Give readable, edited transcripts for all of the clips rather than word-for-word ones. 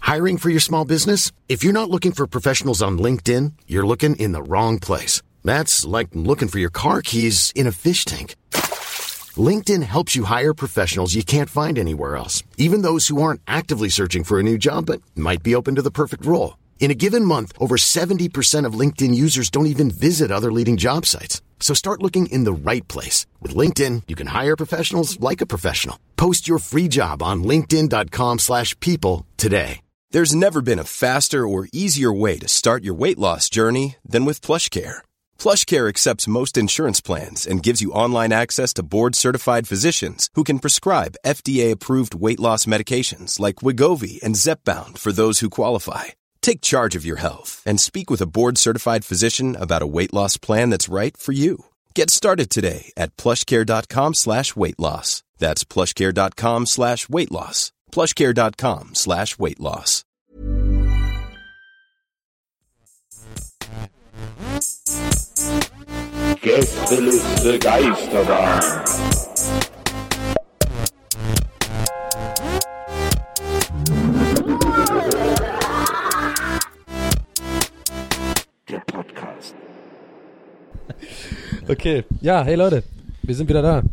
Hiring for your small business? If you're not looking for professionals on LinkedIn, you're looking in the wrong place. That's like looking for your car keys in a fish tank. LinkedIn helps you hire professionals you can't find anywhere else, even those who aren't actively searching for a new job but might be open to the perfect role. In a given month, over 70% of LinkedIn users don't even visit other leading job sites. So start looking in the right place. With LinkedIn, you can hire professionals like a professional. Post your free job on linkedin.com/people today. There's never been a faster or easier way to start your weight loss journey than with PlushCare. PlushCare accepts most insurance plans and gives you online access to board-certified physicians who can prescribe FDA-approved weight loss medications like Wegovy and Zepbound for those who qualify. Take charge of your health and speak with a board-certified physician about a weight loss plan that's right for you. Get started today at plushcare.com/weight loss. That's plushcare.com/weight loss. plushcare.com/weight loss. Gästeliste Geisterbahn. Der Podcast. Okay, ja, hey Leute, wir sind wieder da.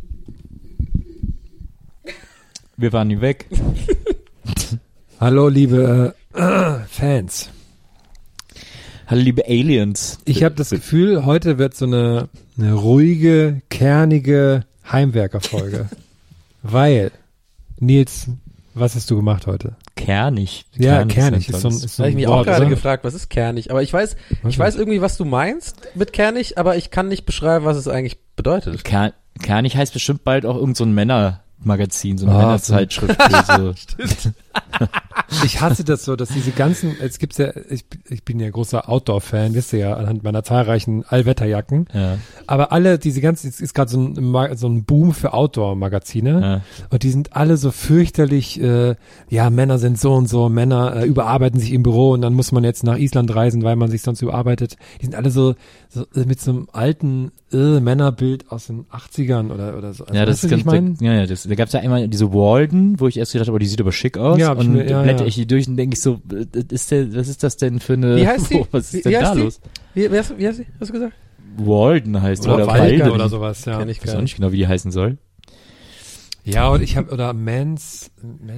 Wir waren nie weg. Hallo, liebe Fans. Hallo, liebe Aliens. Ich habe das Gefühl, heute wird so eine ruhige, kernige Heimwerkerfolge. Weil, Nils, was hast du gemacht heute? Kernig. Ja, kernig. Ist so Da habe ich mich auch gerade gefragt, was ist kernig? Aber ich weiß irgendwie, was du meinst mit kernig, aber ich kann nicht beschreiben, was es eigentlich bedeutet. Kernig heißt bestimmt bald auch irgend so ein Männermagazin, so eine Männerzeitschrift. So. Ich hasse das so, dass diese ganzen, es gibt's ja, ich bin ja großer Outdoor-Fan, wisst ihr ja, anhand meiner zahlreichen Allwetterjacken. Ja. Aber alle, diese ganzen, es ist gerade so ein Boom für Outdoor-Magazine. Ja. Und die sind alle so fürchterlich, Männer sind so und so, Männer überarbeiten sich im Büro und dann muss man jetzt nach Island reisen, weil man sich sonst überarbeitet. Die sind alle so mit so einem alten Männerbild aus den 80ern oder so. Also, ja, das ist ganz, da gab's ja einmal diese Walden, wo ich erst gedacht habe, die sieht aber schick aus. Ja, und blätter ich die durch und denke ich so, was ist das denn für eine, wie heißt die? Was ist denn da los? Wie heißt sie? Hast du gesagt? Walden heißt oder Walden oder sowas, ja. Ich weiß auch nicht genau, wie die heißen soll. Ja, und ich habe, oder Mens,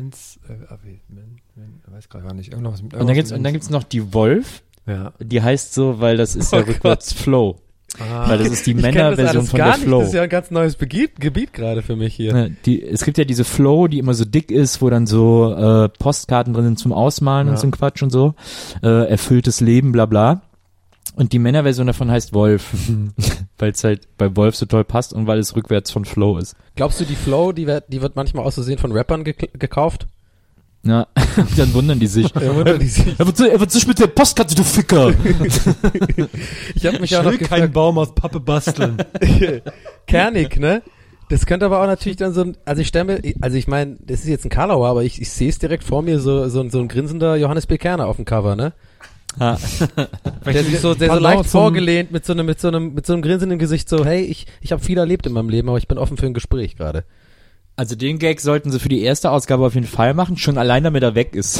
weiß gerade gar nicht, irgendwas mit irgendwas. Und dann gibt's noch die Wolf, ja. Die heißt so, weil das ist ja rückwärts Flow. Weil das ist die Männerversion von der Flow. Das ist ja ein ganz neues Gebiet gerade für mich hier. Es gibt ja diese Flow, die immer so dick ist, wo dann so Postkarten drin sind zum Ausmalen und so ein Quatsch und so. Erfülltes Leben, bla bla. Und die Männerversion davon heißt Wolf, weil es halt bei Wolf so toll passt und weil es rückwärts von Flow ist. Glaubst du, die Flow, die wird manchmal aus Versehen von Rappern gekauft? Ja, dann wundern die sich. Er wird sich mit der Postkarte, du Ficker. Ich habe mich auch noch gefragt, keinen Baum aus Pappe basteln. Kernig, ne? Das könnte aber auch natürlich dann so ein, ich meine, das ist jetzt ein Karlauer, aber ich sehe es direkt vor mir, so ein grinsender Johannes B. Kerner auf dem Cover, ne? Ah. Der so leicht vorgelehnt mit so einem Grinsen im Gesicht, so, hey, ich habe viel erlebt in meinem Leben, aber ich bin offen für ein Gespräch gerade. Also den Gag sollten sie für die erste Ausgabe auf jeden Fall machen, schon allein damit er weg ist.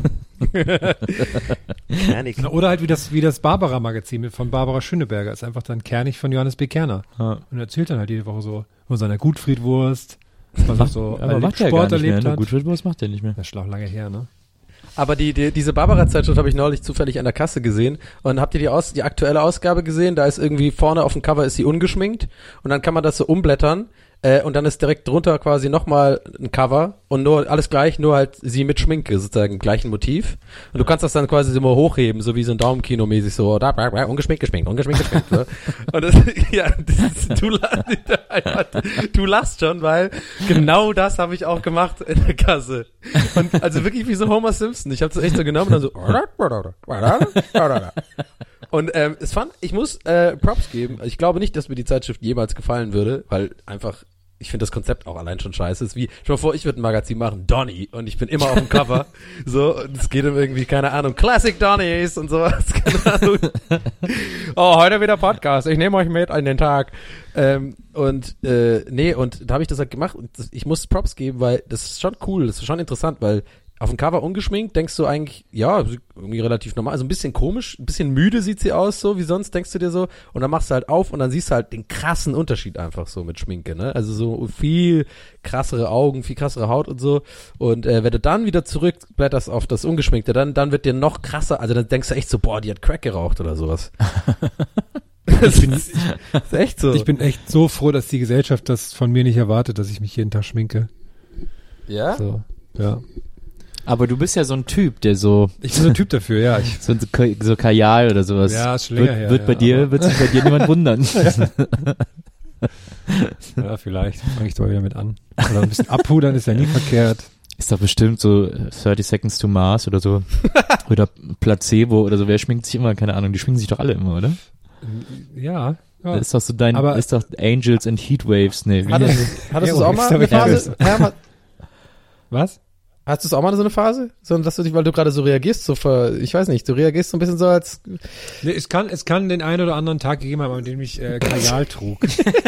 Kernig. Oder halt wie das Barbara-Magazin von Barbara Schöneberger, ist einfach dann kernig von Johannes B. Kerner. Ja. Und erzählt dann halt jede Woche so von seiner Gutfriedwurst, was so aber macht Sport er gar nicht erlebt mehr, hat. Gutfriedwurst macht er nicht mehr. Das ist schon lange her, ne? Aber diese Barbara-Zeitschrift habe ich neulich zufällig an der Kasse gesehen. Und habt ihr die aktuelle Ausgabe gesehen? Da ist irgendwie vorne auf dem Cover ist sie ungeschminkt. Und dann kann man das so umblättern. Und dann ist direkt drunter quasi nochmal ein Cover und nur alles gleich, nur halt sie mit Schminke, sozusagen im gleichen Motiv. Und du kannst das dann quasi immer hochheben, so wie so ein Daumenkino-mäßig, so ungeschminkt, geschminkt. So. Und du lachst schon, weil genau das habe ich auch gemacht in der Kasse. Und also wirklich wie so Homer Simpson. Ich habe das echt so genommen und dann so und ich muss Props geben. Ich glaube nicht, dass mir die Zeitschrift jemals gefallen würde, weil einfach, ich finde das Konzept auch allein schon scheiße. Es ist wie, stell dir vor, ich würde ein Magazin machen, Donny, und ich bin immer auf dem Cover. So, und es geht um irgendwie, keine Ahnung, Classic Donnies und sowas, keine Ahnung. Oh, heute wieder Podcast, ich nehme euch mit an den Tag. Und da habe ich das halt gemacht und ich muss Props geben, weil das ist schon cool, das ist schon interessant, weil auf dem Cover ungeschminkt, denkst du eigentlich, ja, irgendwie relativ normal, also ein bisschen komisch, ein bisschen müde sieht sie aus, so wie sonst, denkst du dir so, und dann machst du halt auf und dann siehst du halt den krassen Unterschied einfach so mit Schminke, ne, also so viel krassere Augen, viel krassere Haut und so, und wenn du dann wieder zurückblätterst auf das Ungeschminkte, dann wird dir noch krasser, also dann denkst du echt so, boah, die hat Crack geraucht oder sowas. Das ist echt so. Ich bin echt so froh, dass die Gesellschaft das von mir nicht erwartet, dass ich mich jeden Tag schminke. Ja? So, ja. Aber du bist ja so ein Typ, der so Ich bin so ein Typ dafür, ja. so Kajal oder sowas. Ja, ist schon länger her. Wird sich bei dir niemand wundern. Ja, vielleicht fange ich da wieder mit an. Oder ein bisschen abpudern ist ja nie verkehrt. Ist doch bestimmt so 30 Seconds to Mars oder so. Oder Placebo oder so. Wer schminkt sich immer? Keine Ahnung, die schminken sich doch alle immer, oder? Ja. Das ist doch so ist doch Angels and Heatwaves, ne? Hattest du es auch mal eine Phase? Was? Hast du es auch mal so eine Phase? So, dass du dich, weil du gerade so reagierst, ich weiß nicht, du reagierst so ein bisschen so als... Nee, es kann den einen oder anderen Tag gegeben haben, an dem ich Kajal trug.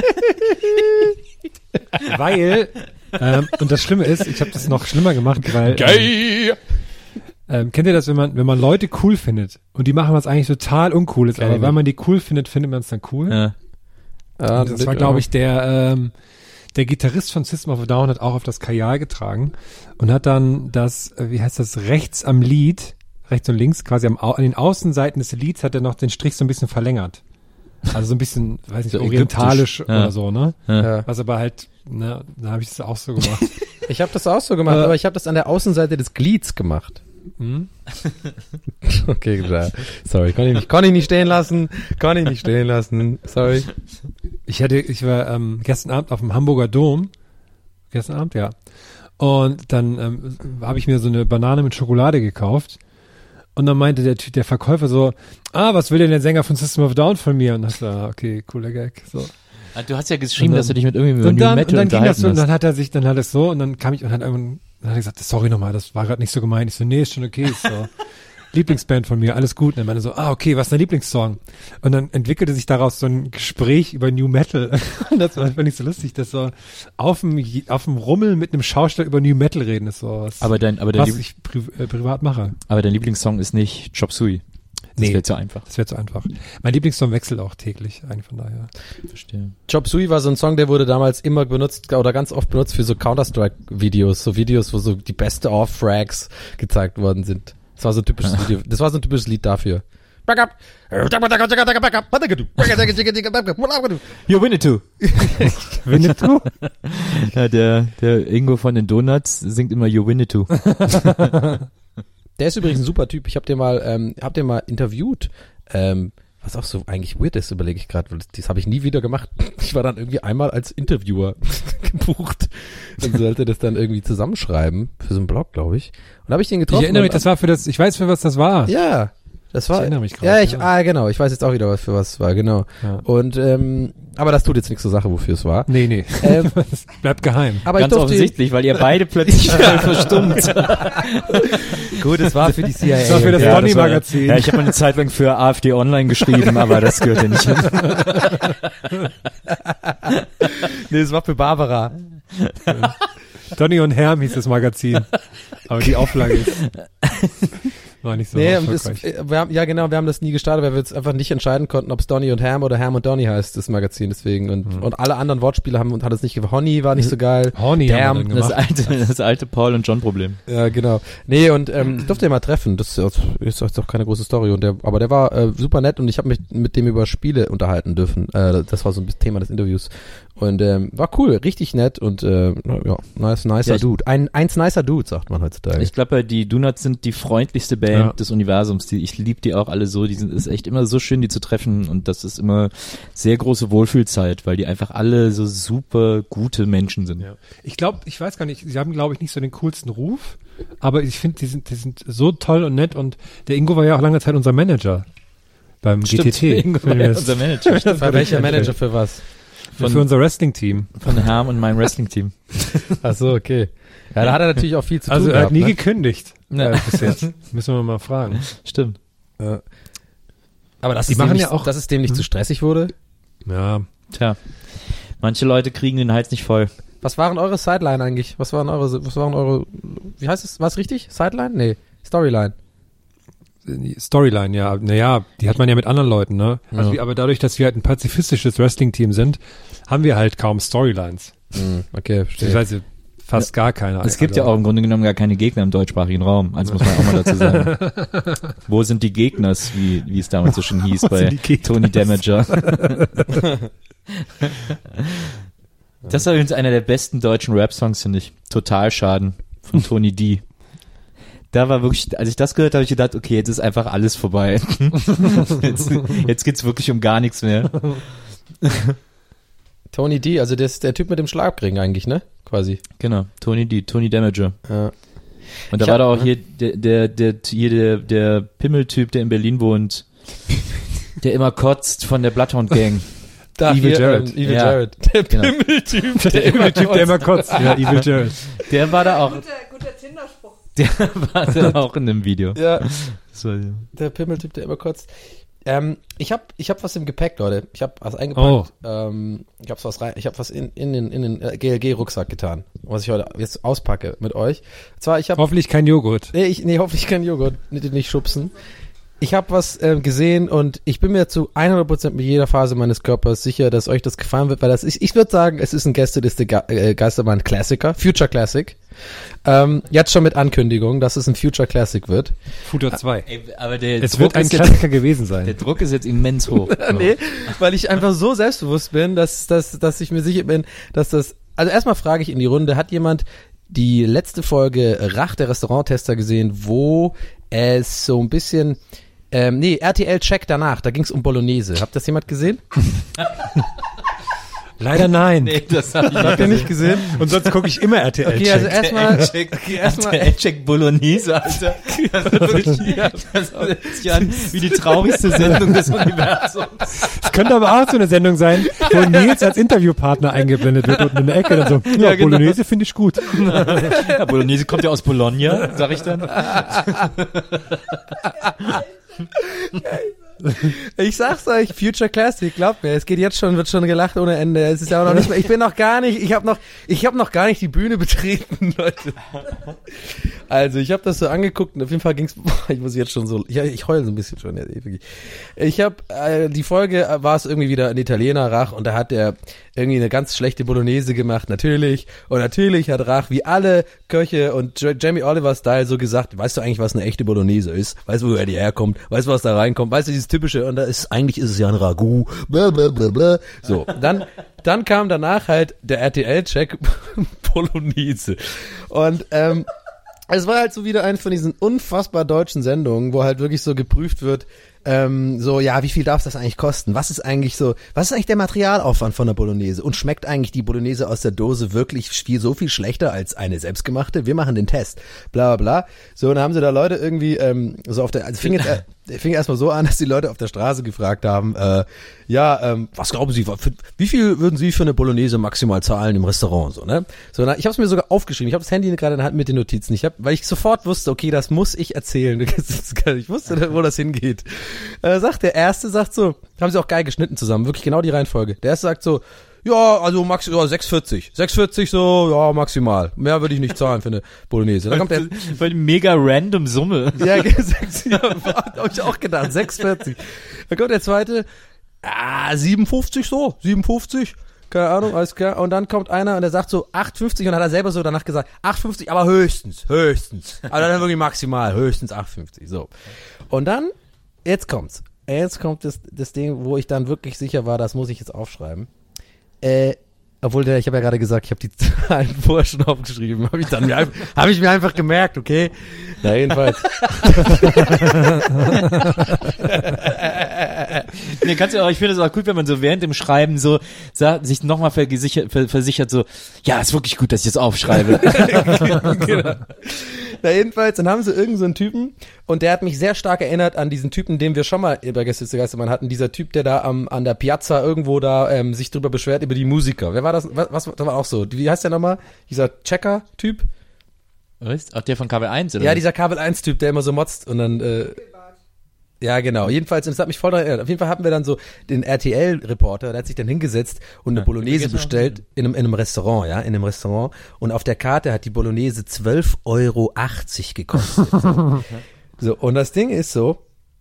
Weil, und das Schlimme ist, ich habe das noch schlimmer gemacht, weil... kennt ihr das, wenn man Leute cool findet und die machen was eigentlich total Uncooles, aber weil man die cool findet, findet man es dann cool? Ja. Das war, glaube ich, der Gitarrist von System of a Down hat auch auf das Kajal getragen und hat dann das, wie heißt das, rechts am Lied, rechts und links, quasi an den Außenseiten des Lieds hat er noch den Strich so ein bisschen verlängert. Also so ein bisschen, weiß nicht, so orientalisch oder so, ne? Ja. Was aber halt, ne, da habe ich das auch so gemacht. Ich habe das auch so gemacht, aber ich habe das an der Außenseite des Glieds gemacht. Okay, klar. Sorry, kann ich nicht stehen lassen. Sorry. Ich war gestern Abend auf dem Hamburger Dom. Gestern Abend, ja. Und dann habe ich mir so eine Banane mit Schokolade gekauft. Und dann meinte der Verkäufer so, was will denn der Sänger von System of a Down von mir? Und das war, okay, cooler Gag. So. Du hast ja geschrieben, dass du dich mit irgendwie New Metal und dann ging das so, hast. und dann hat es so, und dann kam ich und dann hat er gesagt, sorry nochmal, das war gerade nicht so gemeint. Ich so, nee, ist schon okay, ist so. Lieblingsband von mir, alles gut. Und dann meinte so, okay, was ist dein Lieblingssong? Und dann entwickelte sich daraus so ein Gespräch über New Metal. Und das fand ich so lustig, dass so auf dem Rummel mit einem Schausteller über New Metal reden ist so was, was ich privat mache. Aber dein Lieblingssong ist nicht Chop Suey. Das wäre zu einfach. Das wäre zu einfach. Mein Lieblingssong wechselt auch täglich, eigentlich von daher. Verstehe. Chop Suey war so ein Song, der wurde damals immer benutzt oder ganz oft benutzt für so Counter-Strike-Videos, so Videos, wo so die beste Off-Frags gezeigt worden sind. Das war so ein typisches Video. Das war so ein typisches Lied dafür. You Winnetou. Winnetou? Ja, der Ingo von den Donuts singt immer You Winnetou. Der ist übrigens ein super Typ. Ich hab den mal interviewt. Was auch so eigentlich weird ist, überlege ich gerade, weil das habe ich nie wieder gemacht. Ich war dann irgendwie einmal als Interviewer gebucht und sollte das dann irgendwie zusammenschreiben für so einen Blog, glaube ich. Und habe ich den getroffen. Ich erinnere mich, das war ich weiß für was das war. Ja, das war. Ich erinnere mich gerade. Ja, genau. Ich weiß jetzt auch wieder, für was es war, genau. Ja. Und aber das tut jetzt nichts zur Sache, wofür es war. Nee. Das bleibt geheim. Aber ganz offensichtlich, weil ihr beide plötzlich verstummt. Gut, es war für die CIA. Das war für das Donny-Magazin. Ja, ich habe eine Zeit lang für AfD Online geschrieben, aber das gehört ja nicht hin. Nee, es war für Barbara. Donny und Herm hieß das Magazin. Aber die Auflage war nicht so erfolgreich. Wir haben das nie gestartet, weil wir jetzt einfach nicht entscheiden konnten, ob es Donny und Herm oder Herm und Donny heißt, das Magazin, deswegen. Und alle anderen Wortspiele hat es nicht gemacht. Honey war nicht so geil. Honey Herm, haben wir dann gemacht. Das alte Paul und John Problem. Ja, genau. Nee, und ich durfte ihn mal treffen. Das ist auch keine große Story. Aber der war super nett und ich habe mich mit dem über Spiele unterhalten dürfen. Das war so ein bisschen Thema des Interviews. Und war cool, richtig nett und nicer Dude. Eins nicer Dude, sagt man heutzutage. Ich glaube, die Donuts sind die freundlichste Band des Universums. Ich liebe die auch alle so. Ist echt immer so schön, die zu treffen und das ist immer sehr große Wohlfühlzeit, weil die einfach alle so super gute Menschen sind. Ja. Ich weiß gar nicht, sie haben, glaube ich, nicht so den coolsten Ruf, aber ich finde, die sind so toll und nett und der Ingo war ja auch lange Zeit unser Manager beim GTT. Ingo war ja unser Manager. War welcher Manager für was? Für unser Wrestling-Team. Von Herm und meinem Wrestling-Team. Ach so, okay. Ja, da hat er natürlich auch viel zu tun Also er hat nie ne? gekündigt. Bis jetzt. Müssen wir mal fragen. Stimmt. Ja. Aber dass es dem nicht zu stressig wurde? Ja. Tja. Manche Leute kriegen den Hals nicht voll. Was waren eure Sideline eigentlich? Was waren eure, wie heißt es? War es richtig? Sideline? Nee, Storyline. Storyline, ja. Naja, die hat man ja mit anderen Leuten, ne? Also aber dadurch, dass wir halt ein pazifistisches Wrestling-Team sind, haben wir halt kaum Storylines. Okay, verstehe. Ich weiß fast gar keine. Es gibt ja auch im Grunde genommen gar keine Gegner im deutschsprachigen Raum. Also muss man auch mal dazu sagen. Wo sind die Gegners, wie es damals so schon hieß bei Tony Damager? Das war übrigens einer der besten deutschen Rap-Songs, finde ich. Total Schaden von Tony D. Da war wirklich, als ich das gehört habe, habe ich gedacht, okay, jetzt ist einfach alles vorbei. Jetzt geht's wirklich um gar nichts mehr. Tony D, also der Typ mit dem Schlagring eigentlich, ne? Quasi. Genau, Tony D, Tony Damager. Ja. Und da war da auch hier der Pimmeltyp, der in Berlin wohnt, der immer kotzt von der Bloodhound Gang. Da, Evil Jared. Evil Ja. Jared. Der Pimmeltyp, der immer kotzt. Ja, Evil Jared. Der war da auch, Guter Tinderspruch. der war da auch in dem Video. Ja, Das war, der Pimmeltyp, der immer kotzt. Ich hab was im Gepäck, Leute. Ich hab was eingepackt. Ich hab was in den GLG-Rucksack getan, was ich heute jetzt auspacke mit euch. Und zwar, Hoffentlich kein Joghurt. hoffentlich kein Joghurt, nicht schubsen. Ich habe was gesehen und ich bin mir zu 100% mit jeder Phase meines Körpers sicher, dass euch das gefallen wird, weil ich würde sagen, es ist ein Gästeliste Geisterbahn Klassiker, Future Classic. Jetzt schon mit Ankündigung, dass es ein Future Classic wird. Futter 2. ey, aber der Es Druck wird ein ist jetzt, Klassiker gewesen sein. der Druck ist jetzt immens hoch. Nee, weil ich einfach so selbstbewusst bin, dass ich mir sicher bin, dass das, also erstmal frage ich in die Runde, hat jemand die letzte Folge Rach, der Restauranttester gesehen, wo es so ein bisschen, RTL-Check danach, da ging es um Bolognese. Habt das jemand gesehen? Leider nein. Nee, das hab ich Habt ihr nicht gesehen? Und sonst gucke ich immer RTL. Okay, also erstmal, RTL-Check Bolognese, Alter. Das hört sich an wie die traurigste Sendung des Universums. Es könnte aber auch so eine Sendung sein, wo Nils als Interviewpartner eingeblendet wird unten in der Ecke. Dann so, ja, genau. Bolognese finde ich gut. Ja, Bolognese kommt ja aus Bologna, sag ich dann. Ich sag's euch, Future Classic, glaubt mir, es geht jetzt schon, wird schon gelacht ohne Ende. Es ist ja auch noch nicht mehr, ich hab noch gar nicht die Bühne betreten, Leute. Also, ich habe das so angeguckt und auf jeden Fall ging's, ich muss jetzt schon so, ich heule so ein bisschen schon, ja, wirklich. Die Folge war es irgendwie wieder ein Italiener, Rach, und da hat er irgendwie eine ganz schlechte Bolognese gemacht, natürlich. Und natürlich hat Rach, wie alle Köche und Jamie Oliver Style so gesagt, weißt du eigentlich, was eine echte Bolognese ist? Weißt du, woher die herkommt? Weißt du, was da reinkommt? Weißt du, dieses typische, und eigentlich ist es ja ein Ragout, blablabla. So, dann kam danach halt der RTL-Check Bolognese. Und, es war halt so wieder eine von diesen unfassbar deutschen Sendungen, wo halt wirklich so geprüft wird, wie viel darf das eigentlich kosten? Was ist eigentlich der Materialaufwand von der Bolognese? Und schmeckt eigentlich die Bolognese aus der Dose wirklich so viel schlechter als eine selbstgemachte? Wir machen den Test. Bla, bla, bla. So, und dann haben sie da Leute irgendwie, fing erstmal so an, dass die Leute auf der Straße gefragt haben, was glauben Sie, wie viel würden Sie für eine Bolognese maximal zahlen im Restaurant, so, ne? So, ich habe es mir sogar aufgeschrieben. Ich habe das Handy gerade in der Hand mit den Notizen. Weil ich sofort wusste, okay, das muss ich erzählen. Ich wusste, wo das hingeht. Der Erste sagt so, haben sie auch geil geschnitten zusammen, wirklich genau die Reihenfolge. Der Erste sagt so, ja, also maximal 6,40. 6,40 so, ja, maximal. Mehr würde ich nicht zahlen für eine Bolognese. Dann kommt der, Voll eine mega random Summe. ja, hab ich auch gedacht, 6,40. Dann kommt der Zweite, 57 so, 57. Keine Ahnung, alles klar. Und dann kommt einer und der sagt so 8,50 und dann hat er selber so danach gesagt, 8,50, aber höchstens. Aber dann wirklich maximal, höchstens 8,50, so. Und dann, jetzt kommt das Ding, wo ich dann wirklich sicher war, das muss ich jetzt aufschreiben. Obwohl ich habe ja gerade gesagt, ich habe die Zahlen vorher schon aufgeschrieben, habe ich mir einfach gemerkt, okay? Na, jedenfalls. Nee, kannst du auch, ich finde es auch gut, wenn man so während dem Schreiben so sich nochmal versichert so, ja, ist wirklich gut, dass ich jetzt aufschreibe. Genau. Na, jedenfalls, dann haben sie irgend so einen Typen und der hat mich sehr stark erinnert an diesen Typen, den wir schon mal bei Gästeliste Geisterbahn hatten, dieser Typ, der da an der Piazza irgendwo da sich drüber beschwert über die Musiker. Wer war das? Was das war auch so. Wie heißt der nochmal? Dieser Checker-Typ? Was? Ach, der von Kabel 1, oder? Ja, dieser Kabel 1-Typ, der immer so motzt und dann Ja, genau. Jedenfalls, und das hat mich voll daran erinnert. Auf jeden Fall hatten wir dann so den RTL-Reporter, der hat sich dann hingesetzt und eine Bolognese bestellt in einem Restaurant, ja, in einem Restaurant. Und auf der Karte hat die Bolognese 12,80 Euro gekostet. So, und das Ding ist so,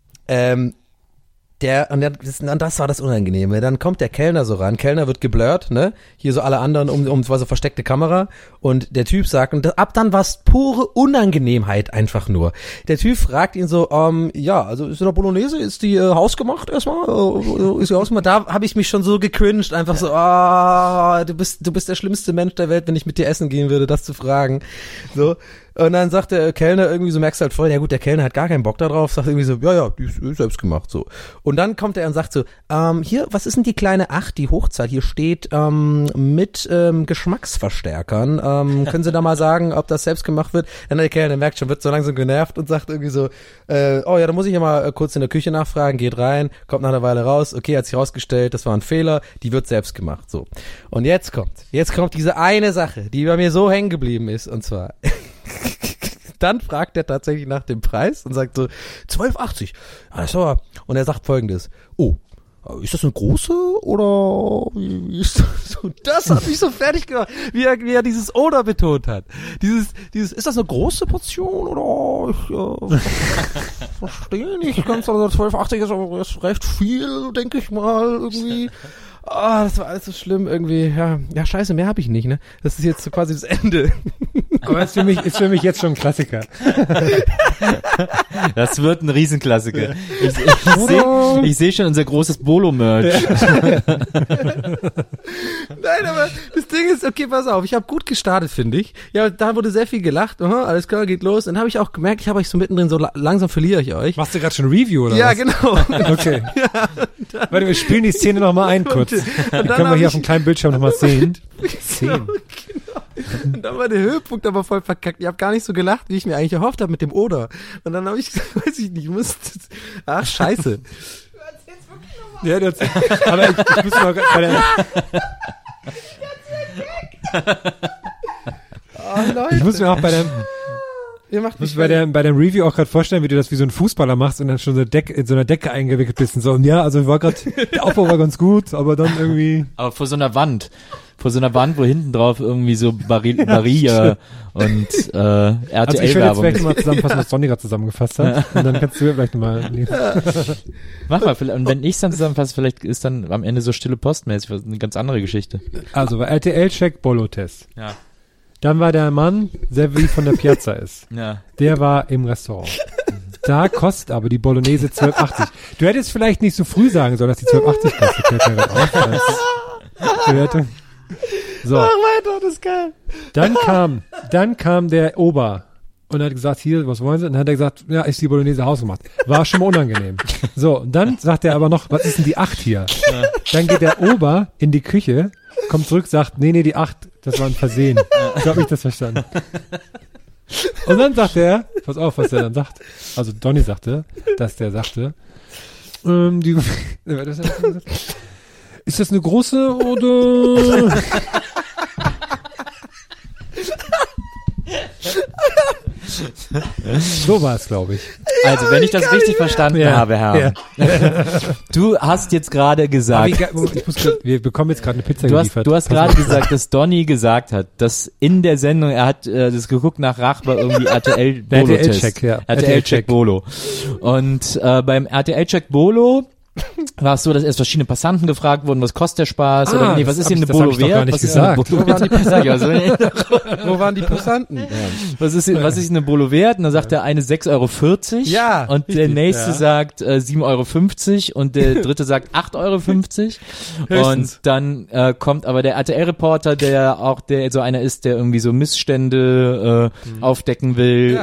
das war das Unangenehme. Dann kommt der Kellner so ran. Kellner wird geblurrt, ne? Hier so alle anderen es war so versteckte Kamera. Und der Typ sagt, und ab dann war es pure Unangenehmheit einfach nur. Der Typ fragt ihn so, ja, also ist in der Bolognese, ist die hausgemacht erstmal? Ist die hausgemacht? Da habe ich mich schon so gecringed, einfach so, du bist der schlimmste Mensch der Welt, wenn ich mit dir essen gehen würde, das zu fragen. So. Und dann sagt der Kellner irgendwie so, merkst du halt voll, ja gut, der Kellner hat gar keinen Bock da drauf, sagt irgendwie so, ja, die ist selbst gemacht, so. Und dann kommt er und sagt so, hier, was ist denn die kleine 8, die Hochzahl, hier steht, mit Geschmacksverstärkern, können Sie da mal sagen, ob das selbst gemacht wird? Dann der Kellner merkt schon, wird so langsam genervt und sagt irgendwie so, oh ja, da muss ich ja mal kurz in der Küche nachfragen, geht rein, kommt nach einer Weile raus, okay, hat sich rausgestellt, das war ein Fehler, die wird selbst gemacht, so. Und jetzt kommt diese eine Sache, die bei mir so hängen geblieben ist, und zwar, dann fragt er tatsächlich nach dem Preis und sagt so, 12,80. Also, und er sagt Folgendes, ist das eine große oder wie ist das? So, das hat mich so fertig gemacht, wie er dieses Oder betont hat. Dieses, ist das eine große Portion oder ich verstehe nicht ganz, also 12,80 ist recht viel, denke ich mal, irgendwie. Das war alles so schlimm irgendwie. Ja, scheiße, mehr habe ich nicht, ne? Das ist jetzt so quasi das Ende. Aber ist für mich jetzt schon ein Klassiker. Das wird ein Riesenklassiker. Ich seh schon unser großes Bolo-Merch. Nein, aber das Ding ist, okay, pass auf, ich habe gut gestartet, finde ich. Ja, da wurde sehr viel gelacht. Alles klar, geht los. Dann habe ich auch gemerkt, ich habe euch so mittendrin so langsam verliere ich euch. Machst du gerade schon Review oder was? Ja, genau. Okay. Warte, wir spielen die Szene nochmal ein kurz. Die können wir hier auf dem kleinen Bildschirm nochmal sehen. Genau. Und dann war der Höhepunkt aber voll verkackt. Ich habe gar nicht so gelacht, wie ich mir eigentlich erhofft habe mit dem Oder. Und dann habe ich gesagt, weiß ich nicht, scheiße. Ja, aber ich muss mal bei der... Leute. Ich muss mir auch bei der... Ihr macht mich bei der Review auch gerade vorstellen, wie du das wie so ein Fußballer machst und dann schon in so einer Decke eingewickelt bist und so. Und ja, also der Aufbau war ganz gut, aber dann irgendwie... Aber vor so einer Wand, wo hinten drauf irgendwie so Barilla und RTL-Werbung. Also ich will jetzt vielleicht mal zusammenfassen, was Sonny gerade zusammengefasst hat. Und dann kannst du ja vielleicht nochmal... Mach mal, und wenn ich es dann zusammenfasse, vielleicht ist dann am Ende so stille postmäßig eine ganz andere Geschichte. Also bei RTL-Check Bolo-Test. Ja. Dann war der Mann, der wie von der Piazza ist. Ja. Der war im Restaurant. Da kostet aber die Bolognese 12,80. Du hättest vielleicht nicht so früh sagen sollen, dass die 12,80 kostet. Fällt mir gerade auf. So. Mach weiter, das ist geil. Dann kam der Ober und hat gesagt, hier, was wollen Sie? Und dann hat er gesagt, ja, ist die Bolognese hausgemacht. War schon mal unangenehm. So, und dann sagt er aber noch, was ist denn die 8 hier? Ja. Dann geht der Ober in die Küche, kommt zurück, sagt, nee, die 8, das war ein Versehen. So habe ich das verstanden. Und dann sagt er, pass auf, was er dann sagt. Also Donny sagte, dass der sagte, ist das eine große oder... So war es, glaube ich. Also, wenn ich das richtig verstanden habe, Herr. Ja. Du hast jetzt gerade gesagt. Wir bekommen jetzt gerade eine Pizza geliefert. Du hast gerade gesagt, dass Donny gesagt hat, dass in der Sendung, er hat das geguckt nach Rach war irgendwie RTL Bolo-Test. RTL-Check, ja. RTL-Check Bolo. Und beim RTL-Check Bolo war es so, dass erst verschiedene Passanten gefragt wurden, was kostet der Spaß? Oder nee, was ist hier eine Bolo wert? Was ist eine Bolo wert? Wo waren die Passanten? Ja. Was ist eine Bolo wert? Und dann sagt der eine 6,40 Euro. Ja. Und der nächste sagt 7,50 Euro und der dritte sagt 8,50 Euro. Und dann kommt aber der RTL-Reporter, der so einer ist, der irgendwie so Missstände aufdecken will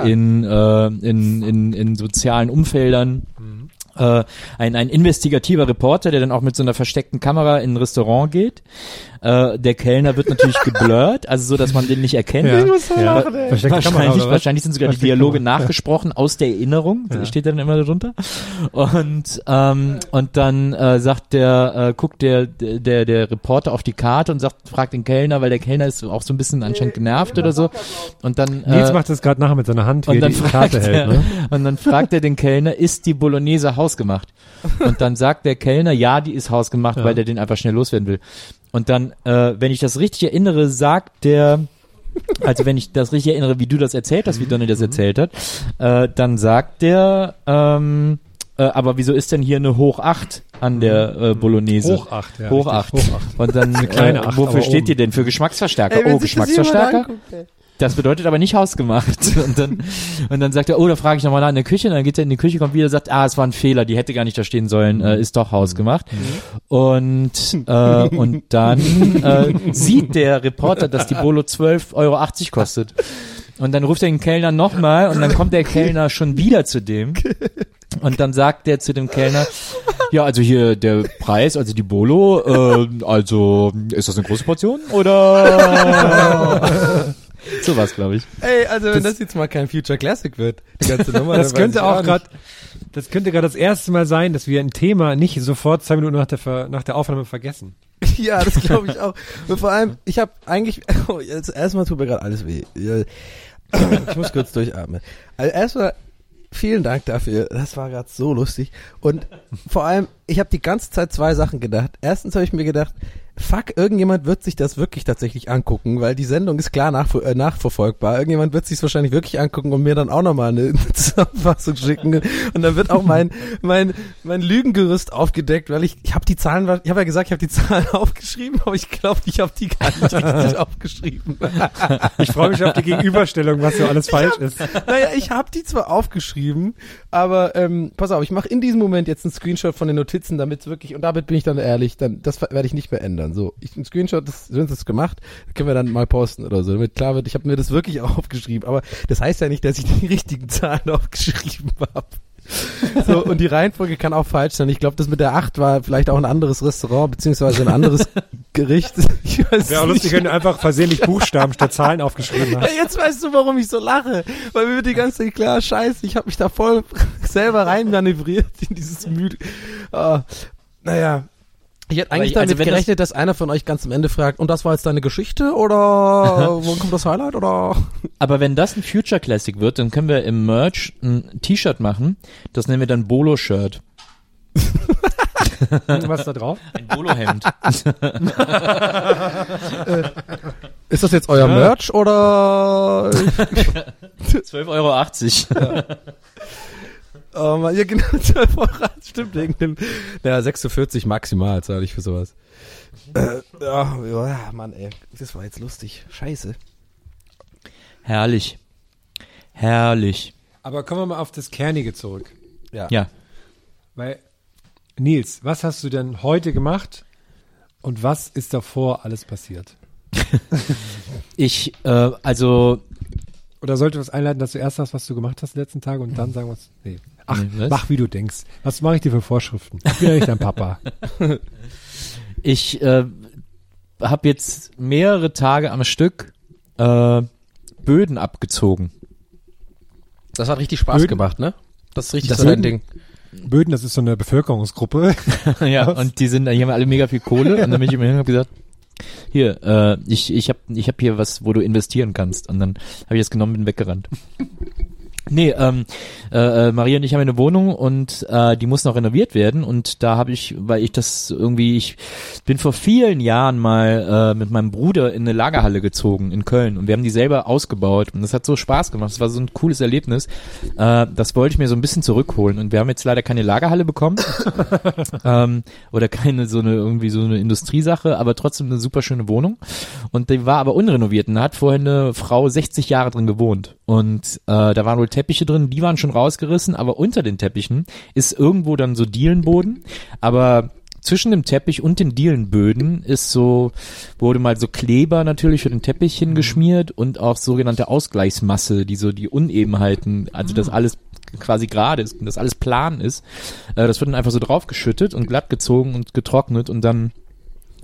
in sozialen Umfeldern. Ein investigativer Reporter, der dann auch mit so einer versteckten Kamera in ein Restaurant geht. Der Kellner wird natürlich geblurrt, also so, dass man den nicht erkennt. Ja. Ich muss so lachen, ey. Wahrscheinlich sind sogar die Dialoge nachgesprochen aus der Erinnerung, steht dann immer darunter. Und dann guckt der Reporter auf die Karte und fragt den Kellner, weil der Kellner ist auch so ein bisschen anscheinend genervt oder so. Und dann Nils macht das gerade nachher mit seiner Hand, wie er die Karte hält. Ne? Und dann fragt er den Kellner, ist die Bolognese hausgemacht? Und dann sagt der Kellner, ja, die ist hausgemacht, weil der den einfach schnell loswerden will. Und dann, wenn ich das richtig erinnere, wenn ich das richtig erinnere, wie du das erzählt hast, wie Donny das erzählt hat, dann sagt der, aber wieso ist denn hier eine Hoch 8 an der Bolognese? Hoch 8, ja. Hoch 8. Und dann, eine kleine 8, wofür steht oben. die denn? Für Geschmacksverstärker. Ey, Geschmacksverstärker? Das bedeutet aber nicht hausgemacht. Und dann sagt er, da frage ich nochmal nach in der Küche. Und dann geht er in die Küche, kommt wieder, sagt, es war ein Fehler, die hätte gar nicht da stehen sollen, ist doch hausgemacht. Und dann sieht der Reporter, dass die Bolo 12,80 Euro kostet. Und dann ruft er den Kellner nochmal und dann kommt der Kellner schon wieder zu dem. Und dann sagt der zu dem Kellner, ja, also hier der Preis, also die Bolo, also ist das eine große Portion oder? So was, glaube ich. Ey, also wenn das jetzt mal kein Future Classic wird, die ganze Nummer, Das dann könnte weiß ich auch gerade das erste Mal sein, dass wir ein Thema nicht sofort 2 Minuten nach der Aufnahme vergessen. Ja, das glaube ich auch. Und vor allem, ich habe eigentlich, jetzt erstmal tut mir gerade alles weh. Ich muss kurz durchatmen. Also erstmal vielen Dank dafür. Das war gerade so lustig. Und vor allem, ich habe die ganze Zeit 2 Sachen gedacht. Erstens habe ich mir gedacht, fuck, irgendjemand wird sich das wirklich tatsächlich angucken, weil die Sendung ist klar nachverfolgbar. Irgendjemand wird sich es wahrscheinlich wirklich angucken und mir dann auch nochmal eine Zusammenfassung schicken. Und dann wird auch mein Lügengerüst aufgedeckt, weil ich habe die Zahlen, ich habe ja gesagt, ich habe die Zahlen aufgeschrieben, aber ich glaube, ich habe die gar nicht richtig aufgeschrieben. Ich freue mich auf die Gegenüberstellung, was so alles falsch ist. Naja, ich habe die zwar aufgeschrieben, aber pass auf, ich mache in diesem Moment jetzt einen Screenshot von den Notizen, damit wirklich, und damit bin ich dann ehrlich, das werde ich nicht mehr ändern. So, ein Screenshot, das gemacht, können wir dann mal posten oder so, damit klar wird, ich habe mir das wirklich auch aufgeschrieben, aber das heißt ja nicht, dass ich die richtigen Zahlen aufgeschrieben habe. So, und die Reihenfolge kann auch falsch sein. Ich glaube, das mit der 8 war vielleicht auch ein anderes Restaurant, beziehungsweise ein anderes Gericht. Wäre auch lustig, wenn du einfach versehentlich Buchstaben statt Zahlen aufgeschrieben hast. Ja, jetzt weißt du, warum ich so lache. Weil mir wird die ganze Zeit klar, scheiße, ich habe mich da voll selber rein manövriert in dieses müde. Naja. Ich hätte eigentlich damit gerechnet, dass einer von euch ganz am Ende fragt, und das war jetzt deine Geschichte oder wo kommt das Highlight oder? Aber wenn das ein Future Classic wird, dann können wir im Merch ein T-Shirt machen. Das nennen wir dann Bolo-Shirt. Was ist da drauf? Ein Bolo-Hemd. Ist das jetzt euer Merch oder? 12,80 Euro. Ja, genau, 12 Euro, stimmt, wegen 46 maximal zahle ich für sowas. Ja, Mann, ey, das war jetzt lustig. Scheiße. Herrlich. Aber kommen wir mal auf das Kernige zurück. Ja. Weil, Nils, was hast du denn heute gemacht und was ist davor alles passiert? Oder sollte was einleiten, dass du erst sagst, was du gemacht hast die letzten Tage und dann sagen was? Nee. Ach, was? Mach wie du denkst. Was mache ich dir für Vorschriften? Ich bin ja nicht dein Papa. Ich habe jetzt mehrere Tage am Stück Böden abgezogen. Das hat richtig Spaß gemacht, ne? Das ist richtig so dein Ding. Böden, das ist so eine Bevölkerungsgruppe. Ja, und die haben alle mega viel Kohle und dann bin ich immer hin und hab gesagt, hier, ich hab hier was, wo du investieren kannst. Und dann habe ich das genommen, bin weggerannt. Nee, Maria und ich haben eine Wohnung und die muss noch renoviert werden und da habe ich, ich bin vor vielen Jahren mal mit meinem Bruder in eine Lagerhalle gezogen in Köln und wir haben die selber ausgebaut und das hat so Spaß gemacht, das war so ein cooles Erlebnis. Das wollte ich mir so ein bisschen zurückholen und wir haben jetzt leider keine Lagerhalle bekommen oder keine so eine Industriesache, aber trotzdem eine super schöne Wohnung und die war aber unrenoviert und da hat vorher eine Frau 60 Jahre drin gewohnt und da waren wohl Teppiche drin, die waren schon rausgerissen, aber unter den Teppichen ist irgendwo dann so Dielenboden, aber zwischen dem Teppich und den Dielenböden wurde mal so Kleber natürlich für den Teppich hingeschmiert und auch sogenannte Ausgleichsmasse, die Unebenheiten, also dass alles quasi gerade ist und dass alles plan ist, das wird dann einfach so draufgeschüttet und glatt gezogen und getrocknet und dann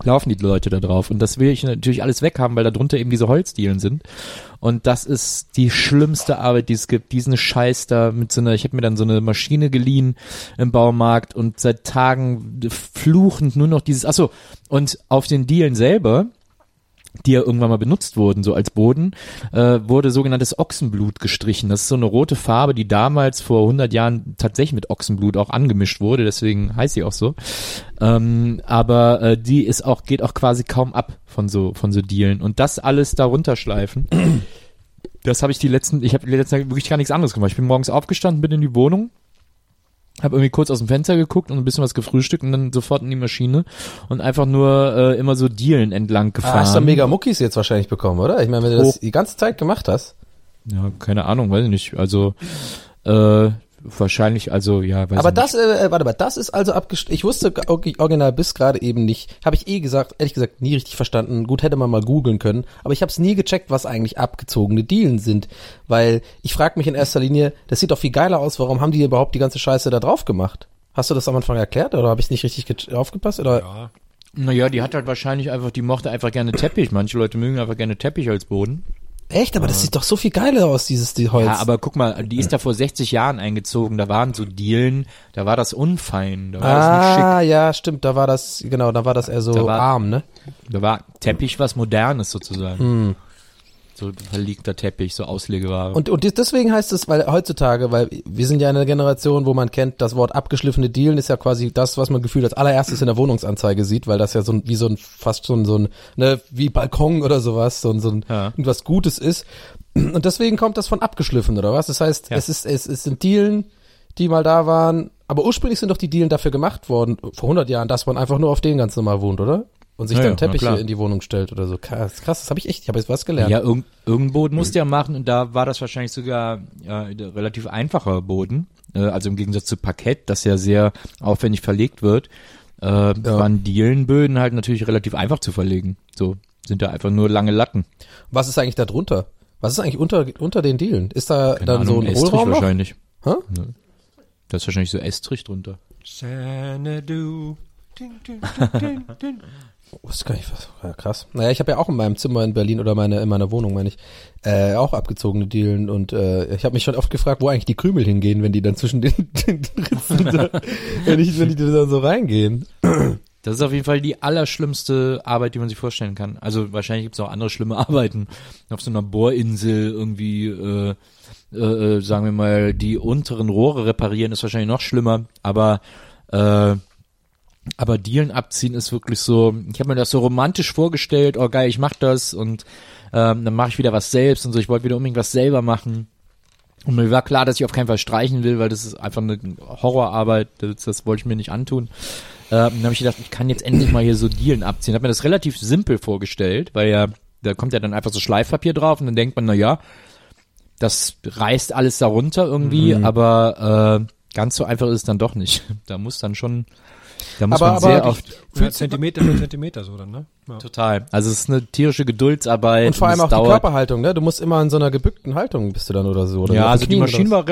laufen die Leute da drauf. Und das will ich natürlich alles weghaben, weil da drunter eben diese Holzdielen sind. Und das ist die schlimmste Arbeit, die es gibt. Diesen Scheiß da mit so einer, ich habe mir dann so eine Maschine geliehen im Baumarkt und seit Tagen fluchend nur noch dieses, und auf den Dielen selber, die ja irgendwann mal benutzt wurden, so als Boden, wurde sogenanntes Ochsenblut gestrichen. Das ist so eine rote Farbe, die damals vor 100 Jahren tatsächlich mit Ochsenblut auch angemischt wurde, deswegen heißt sie auch so. Aber die geht auch quasi kaum ab von so Dielen. Und das alles da runterschleifen, das habe ich die letzten Tage wirklich gar nichts anderes gemacht. Ich bin morgens aufgestanden, bin in die Wohnung, habe irgendwie kurz aus dem Fenster geguckt und ein bisschen was gefrühstückt und dann sofort in die Maschine und einfach nur immer so Dielen entlang gefahren. Hast du mega Muckis jetzt wahrscheinlich bekommen, oder? Ich meine, wenn du das die ganze Zeit gemacht hast. Ja, keine Ahnung, weiß ich nicht. Also wahrscheinlich, also ja. Weiß aber ich das, nicht. warte mal, das ist also ich wusste original bis gerade eben nicht, habe ich ehrlich gesagt, nie richtig verstanden. Gut, hätte man mal googeln können, aber ich habe es nie gecheckt, was eigentlich abgezogene Dielen sind, weil ich frage mich in erster Linie, das sieht doch viel geiler aus, warum haben die überhaupt die ganze Scheiße da drauf gemacht? Hast du das am Anfang erklärt oder habe ich nicht richtig aufgepasst? Oder? Ja. Naja, die hat halt wahrscheinlich die mochte einfach gerne Teppich. Manche Leute mögen einfach gerne Teppich als Boden. Echt? Aber das sieht doch so viel geiler aus, die Holz. Ja, aber guck mal, die ist da vor 60 Jahren eingezogen, da waren so Dielen, da war das unfein, da war das nicht schick. Ah, ja, stimmt, da war das eher so arm, ne? Da war Teppich was Modernes sozusagen. So verlegter Teppich, so Auslegeware. Und deswegen heißt es, weil wir sind ja in einer Generation, wo man kennt, das Wort abgeschliffene Dielen ist ja quasi das, was man gefühlt als allererstes in der Wohnungsanzeige sieht, weil das ja wie Balkon oder sowas, irgendwas Gutes ist. Und deswegen kommt das von abgeschliffen, oder was? Das heißt, es sind Dielen, die mal da waren, aber ursprünglich sind doch die Dielen dafür gemacht worden, vor 100 Jahren, dass man einfach nur auf denen ganz normal wohnt, oder? Und sich dann Teppiche in die Wohnung stellt oder so. Krass, das habe ich habe jetzt was gelernt. Ja, irgendein Boden musste ja machen und da war das wahrscheinlich sogar relativ einfacher Boden. Also im Gegensatz zu Parkett, das ja sehr aufwendig verlegt wird, waren Dielenböden halt natürlich relativ einfach zu verlegen. So sind da einfach nur lange Latten. Was ist eigentlich da drunter? Was ist eigentlich unter den Dielen? Ist da Keine dann Ahnung, so ein Estrich Hohlraum wahrscheinlich. Hä? Da ist wahrscheinlich so Estrich drunter. Xanadu. Wusste gar nicht was. Ja, krass. Naja, ich habe ja auch in meinem Zimmer in Berlin oder in meiner Wohnung, meine ich, auch abgezogene Dielen und ich habe mich schon oft gefragt, wo eigentlich die Krümel hingehen, wenn die dann zwischen den Ritzen wenn die da so reingehen. Das ist auf jeden Fall die allerschlimmste Arbeit, die man sich vorstellen kann. Also wahrscheinlich gibt es auch andere schlimme Arbeiten. Auf so einer Bohrinsel irgendwie, sagen wir mal, die unteren Rohre reparieren ist wahrscheinlich noch schlimmer, aber Dielen abziehen ist wirklich so, ich habe mir das so romantisch vorgestellt, oh geil, ich mach das und dann mache ich wieder was selbst und so, ich wollte wieder unbedingt was selber machen. Und mir war klar, dass ich auf keinen Fall streichen will, weil das ist einfach eine Horrorarbeit, das wollte ich mir nicht antun. Dann habe ich gedacht, ich kann jetzt endlich mal hier so Dielen abziehen. Habe mir das relativ simpel vorgestellt, weil ja, da kommt ja dann einfach so Schleifpapier drauf und dann denkt man, na ja, das reißt alles darunter irgendwie, aber ganz so einfach ist es dann doch nicht. Da muss man sehr oft... Zentimeter für Zentimeter so dann, ne? Ja. Total. Also es ist eine tierische Geduldsarbeit. Und vor allem auch die Körperhaltung, ne? Du musst immer in so einer gebückten Haltung bist du dann oder so. Oder ja, also die Maschine war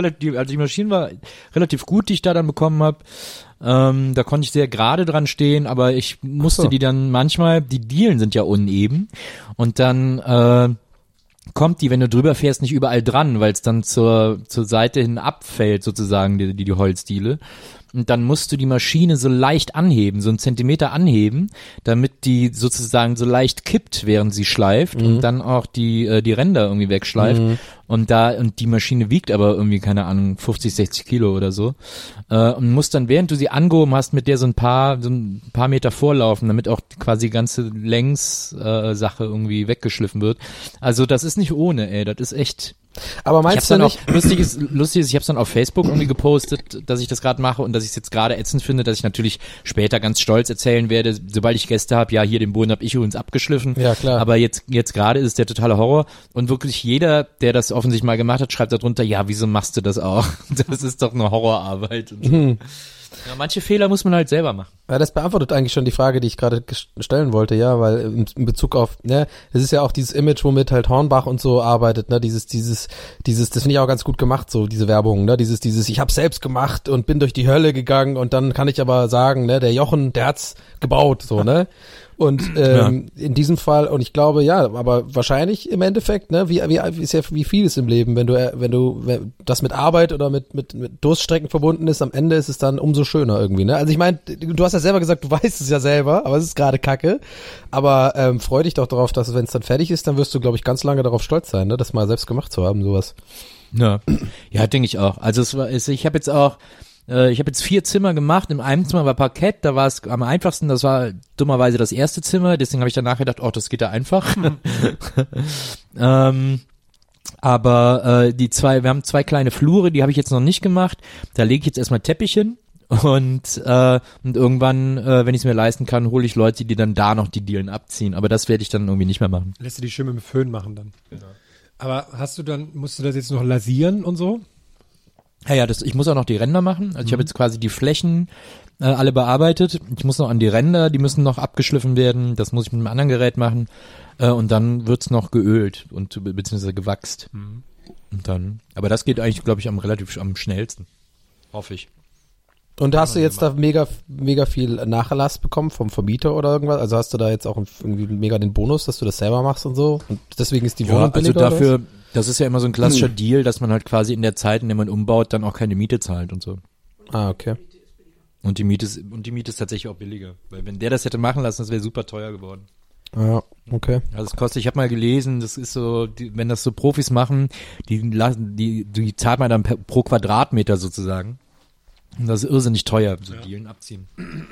relativ gut, die ich da dann bekommen habe. Da konnte ich sehr gerade dran stehen, aber ich musste die dann manchmal, die Dielen sind ja uneben und dann kommt die, wenn du drüber fährst, nicht überall dran, weil es dann zur Seite hin abfällt sozusagen, die Holzdiele. Und dann musst du die Maschine so leicht anheben, so einen Zentimeter anheben, damit die sozusagen so leicht kippt, während sie schleift und dann auch die Ränder irgendwie wegschleift. Und die Maschine wiegt aber irgendwie, keine Ahnung, 50, 60 Kilo oder so. Und musst dann, während du sie angehoben hast, mit der so ein paar Meter vorlaufen, damit auch quasi die ganze Längssache irgendwie weggeschliffen wird. Also das ist nicht ohne, ey, das ist echt... Aber meinst du nicht? Lustig ist, ich habe es dann auf Facebook irgendwie gepostet, dass ich das gerade mache und dass ich es jetzt gerade ätzend finde, dass ich natürlich später ganz stolz erzählen werde, sobald ich Gäste habe, ja, hier den Boden habe ich übrigens abgeschliffen. Ja, klar. Aber jetzt gerade ist es der totale Horror und wirklich jeder, der das offensichtlich mal gemacht hat, schreibt darunter, ja, wieso machst du das auch? Das ist doch eine Horrorarbeit. Und so. Ja, manche Fehler muss man halt selber machen. Ja, das beantwortet eigentlich schon die Frage, die ich gerade stellen wollte, ja, weil in Bezug auf, ne, das ist ja auch dieses Image, womit halt Hornbach und so arbeitet, ne, dieses, das finde ich auch ganz gut gemacht, so diese Werbung, ne, dieses, ich hab's selbst gemacht und bin durch die Hölle gegangen und dann kann ich aber sagen, ne, der Jochen, der hat's gebaut, so, ne. Und in diesem Fall, und ich glaube, ja, aber wahrscheinlich im Endeffekt, ne, wie vieles im Leben, wenn das mit Arbeit oder mit Durststrecken verbunden ist, am Ende ist es dann umso schöner irgendwie, ne? Also ich meine, du hast ja selber gesagt, du weißt es ja selber, aber es ist gerade Kacke. Aber freu dich doch darauf, dass wenn es dann fertig ist, dann wirst du, glaube ich, ganz lange darauf stolz sein, ne, das mal selbst gemacht zu haben, sowas. Ja, denke ich auch. Also ich habe jetzt 4 Zimmer gemacht. In einem Zimmer war Parkett, da war es am einfachsten, das war dummerweise das erste Zimmer, deswegen habe ich danach gedacht, das geht ja einfach. Aber wir haben 2 kleine Flure, die habe ich jetzt noch nicht gemacht. Da lege ich jetzt erstmal Teppich hin und irgendwann, wenn ich es mir leisten kann, hole ich Leute, die dann da noch die Dielen abziehen. Aber das werde ich dann irgendwie nicht mehr machen. Lässt du die schön mit dem Föhn machen dann. Genau. Aber musst du das jetzt noch lasieren und so? Ja, ich muss auch noch die Ränder machen. Also ich habe jetzt quasi die Flächen alle bearbeitet. Ich muss noch an die Ränder, die müssen noch abgeschliffen werden. Das muss ich mit einem anderen Gerät machen. Und dann wird's noch geölt und beziehungsweise gewachst. Und dann, aber das geht eigentlich, glaube ich, am schnellsten. Hoffe ich. Und hast du jetzt da mega viel Nachlass bekommen vom Vermieter oder irgendwas? Also hast du da jetzt auch irgendwie mega den Bonus, dass du das selber machst und so? Und deswegen ist die Wohnung billiger? Also dafür, das ist ja immer so ein klassischer Deal, dass man halt quasi in der Zeit, in der man umbaut, dann auch keine Miete zahlt und so. Ah, okay. Und die Miete ist tatsächlich auch billiger. Weil wenn der das hätte machen lassen, das wäre super teuer geworden. Ja, okay. Also es kostet, ich habe mal gelesen, das ist so, wenn das so Profis machen, die zahlt man dann pro Quadratmeter sozusagen. Und das ist irrsinnig teuer, so Dielen abziehen.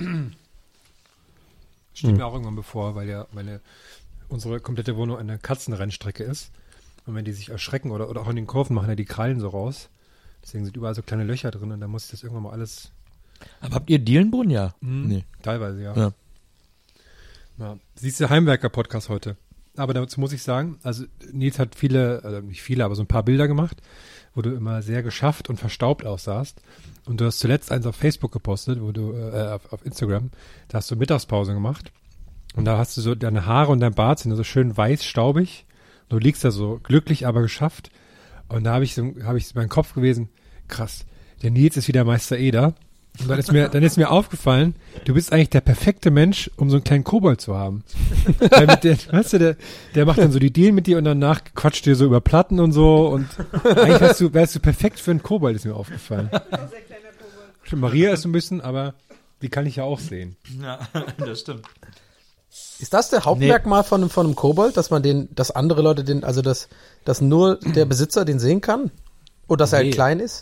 Steht mir auch irgendwann bevor, weil unsere komplette Wohnung eine Katzenrennstrecke ist. Und wenn die sich erschrecken oder auch in den Kurven machen ja die Krallen so raus. Deswegen sind überall so kleine Löcher drin und da muss ich das irgendwann mal alles... Aber habt ihr Dielenboden? Ja. Nee. Teilweise, ja. Siehst du, Heimwerker-Podcast heute. Aber dazu muss ich sagen, also Nils hat nicht viele, aber so ein paar Bilder gemacht, wo du immer sehr geschafft und verstaubt aussahst. Und du hast zuletzt eins auf Facebook gepostet, wo du, auf Instagram, da hast du Mittagspause gemacht. Und da hast du so, deine Haare und dein Bart sind so schön weiß, staubig. Und du liegst da so glücklich, aber geschafft. Und da habe ich meinen Kopf gewesen, krass, der Nils ist wieder Meister Eder. Und dann ist mir aufgefallen, du bist eigentlich der perfekte Mensch, um so einen kleinen Kobold zu haben. Weil der macht dann so die Deal mit dir und danach quatscht dir so über Platten und so und eigentlich wärst du perfekt für einen Kobold, ist mir aufgefallen. Sehr kleiner Kobold. Maria ist ein bisschen, aber die kann ich ja auch sehen. Ja, das stimmt. Ist das der Hauptmerkmal von einem Kobold, dass dass andere Leute dass nur der Besitzer den sehen kann? Oder dass er halt klein ist?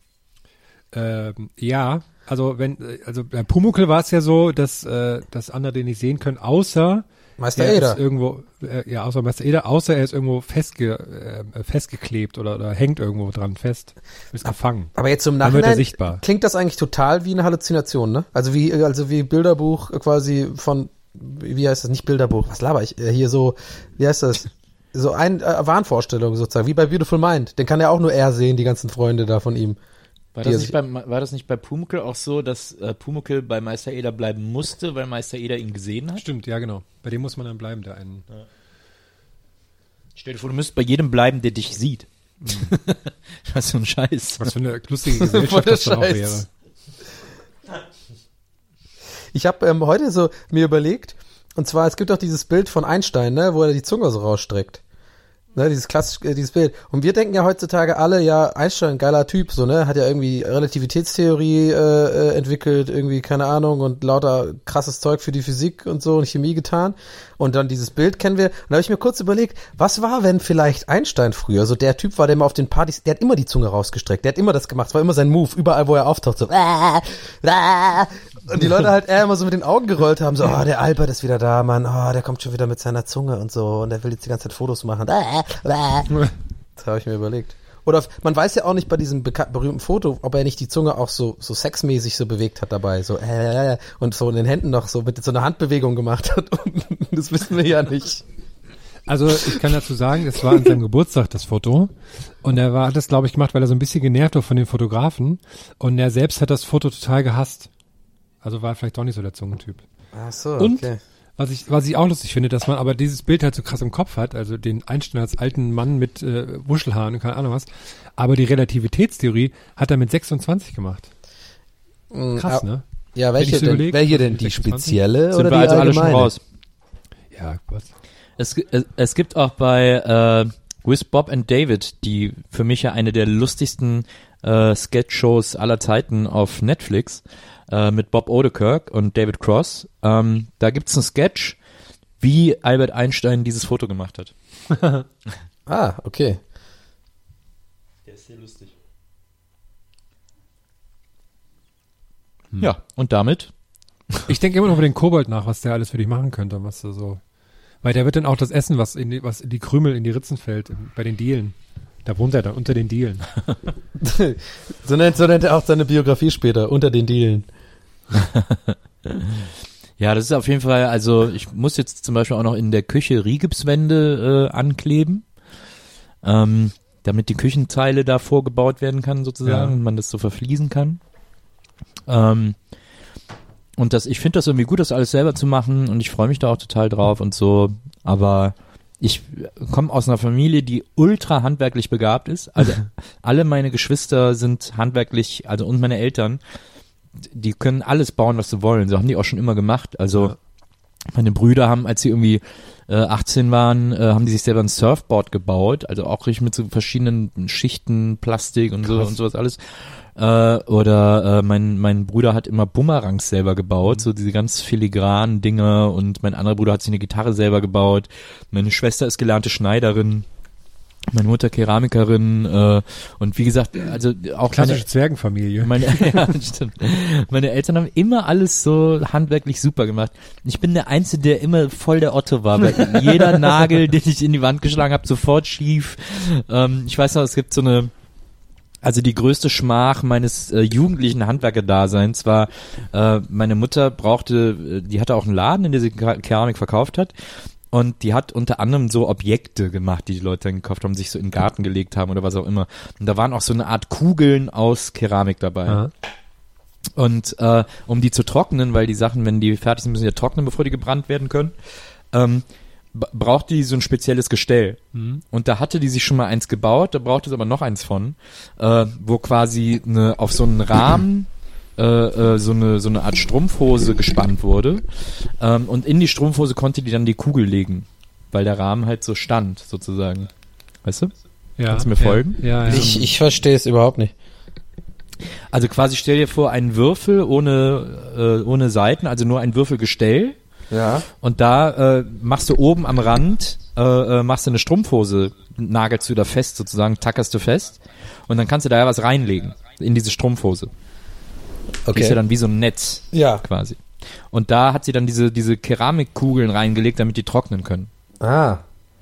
Ja, also bei Pumuckl war es ja so, dass andere den nicht sehen können, außer Meister Eder. Außer Meister Eder, außer er ist irgendwo festgeklebt oder hängt irgendwo dran fest, ist gefangen. Aber jetzt im Nachhinein klingt das eigentlich total wie eine Halluzination, ne? Also wie Bilderbuch quasi von, wie heißt das, nicht Bilderbuch, was laber ich, hier so, wie heißt das? So ein Wahnvorstellung sozusagen, wie bei Beautiful Mind. Den kann ja auch nur er sehen, die ganzen Freunde da von ihm. War das nicht bei Pumuckl auch so, dass Pumuckl bei Meister Eder bleiben musste, weil Meister Eder ihn gesehen hat? Stimmt, ja genau. Bei dem muss man dann bleiben, der einen. Ja. Stell dir vor, du müsstest bei jedem bleiben, der dich sieht. Was für ein Scheiß. Was für eine lustige Gesellschaft das dann auch wäre. Ich habe heute so mir überlegt, und zwar, es gibt auch dieses Bild von Einstein, ne, wo er die Zunge so rausstreckt. Ne, dieses Bild. Und wir denken ja heutzutage alle, ja, Einstein, geiler Typ, so, ne, hat ja irgendwie Relativitätstheorie entwickelt, irgendwie, keine Ahnung, und lauter krasses Zeug für die Physik und so und Chemie getan. Und dann dieses Bild kennen wir. Und da habe ich mir kurz überlegt, was war, wenn vielleicht Einstein früher so der Typ war, der immer auf den Partys, der hat immer die Zunge rausgestreckt, der hat immer das gemacht, es war immer sein Move, überall, wo er auftaucht, so, und die Leute halt immer so mit den Augen gerollt haben, so, oh, der Albert ist wieder da, Mann, oh, der kommt schon wieder mit seiner Zunge und so, und der will jetzt die ganze Zeit Fotos machen. Das habe ich mir überlegt. Oder man weiß ja auch nicht bei diesem berühmten Foto, ob er nicht die Zunge auch so sexmäßig so bewegt hat dabei, so und so in den Händen noch so mit so einer Handbewegung gemacht hat. Und das wissen wir ja nicht. Also ich kann dazu sagen, es war an seinem Geburtstag das Foto und er hat das, glaube ich, gemacht, weil er so ein bisschen genervt war von den Fotografen und er selbst hat das Foto total gehasst. Also war vielleicht doch nicht so der Zungentyp. Ach so, okay. Und was ich auch lustig finde, dass man aber dieses Bild halt so krass im Kopf hat, also den Einstein als alten Mann mit Wuschelhaaren und keine Ahnung was, aber die Relativitätstheorie hat er mit 26 gemacht. Krass, ne? Ja, welche denn? Die spezielle sind oder wir die also alle allgemeine? schon raus? Ja, was? Es gibt auch bei With Bob and David, die für mich ja eine der lustigsten Sketch-Shows aller Zeiten auf Netflix, mit Bob Odenkirk und David Cross. Da gibt's einen Sketch, wie Albert Einstein dieses Foto gemacht hat. Ah, okay. Der ist sehr lustig. Ja, und damit? Ich denke immer noch über den Kobold nach, was der alles für dich machen könnte, was du so. Weil der wird dann auch das Essen, was in die Krümel, in die Ritzen fällt, bei den Dielen. Da wohnt er dann unter den Dielen. so nennt er auch seine Biografie später, unter den Dielen. Ja, das ist auf jeden Fall, also ich muss jetzt zum Beispiel auch noch in der Küche Rigipswände ankleben, damit die Küchenteile da vorgebaut werden kann sozusagen und man das so verfließen kann. Und ich finde das irgendwie gut, das alles selber zu machen und ich freue mich da auch total drauf und so, aber ich komme aus einer Familie, die ultra handwerklich begabt ist, also alle meine Geschwister sind handwerklich, also und meine Eltern, die können alles bauen, was sie wollen, so haben die auch schon immer gemacht, also meine Brüder haben, als sie irgendwie 18 waren, haben die sich selber ein Surfboard gebaut, also auch richtig mit so verschiedenen Schichten, Plastik und so und sowas alles. Oder mein Bruder hat immer Bumerangs selber gebaut, so diese ganz filigranen Dinge, und mein anderer Bruder hat sich eine Gitarre selber gebaut. Meine Schwester ist gelernte Schneiderin, meine Mutter Keramikerin, und wie gesagt, also auch klassische Zwergenfamilie. Ja, stimmt. Meine Eltern haben immer alles so handwerklich super gemacht. Ich bin der Einzige, der immer voll der Otto war, weil jeder Nagel, den ich in die Wand geschlagen habe, sofort schief. Ich weiß noch, es gibt so eine, also die größte Schmach meines jugendlichen Handwerkerdaseins war, meine Mutter die hatte auch einen Laden, in dem sie Keramik verkauft hat. Und die hat unter anderem so Objekte gemacht, die Leute dann gekauft haben, sich so in den Garten gelegt haben oder was auch immer. Und da waren auch so eine Art Kugeln aus Keramik dabei. Aha. Und um die zu trocknen, weil die Sachen, wenn die fertig sind, müssen ja trocknen, bevor die gebrannt werden können, brauchte die so ein spezielles Gestell. Mhm. Und da hatte die sich schon mal eins gebaut, da brauchte es aber noch eins von, wo quasi auf so einen Rahmen so eine Art Strumpfhose gespannt wurde, und in die Strumpfhose konnte die dann die Kugel legen, weil der Rahmen halt so stand, sozusagen. Weißt du? Ja. Kannst du mir folgen? Ja. Ich verstehe es überhaupt nicht. Also quasi stell dir vor, einen Würfel ohne Seiten, also nur ein Würfelgestell. Ja. Und da machst du oben am Rand, machst du eine Strumpfhose, nagelst du da fest sozusagen, tackerst du fest, und dann kannst du da ja was reinlegen in diese Strumpfhose. Okay. Die ist ja dann wie so ein Netz, quasi. Und da hat sie dann diese Keramikkugeln reingelegt, damit die trocknen können. Ah.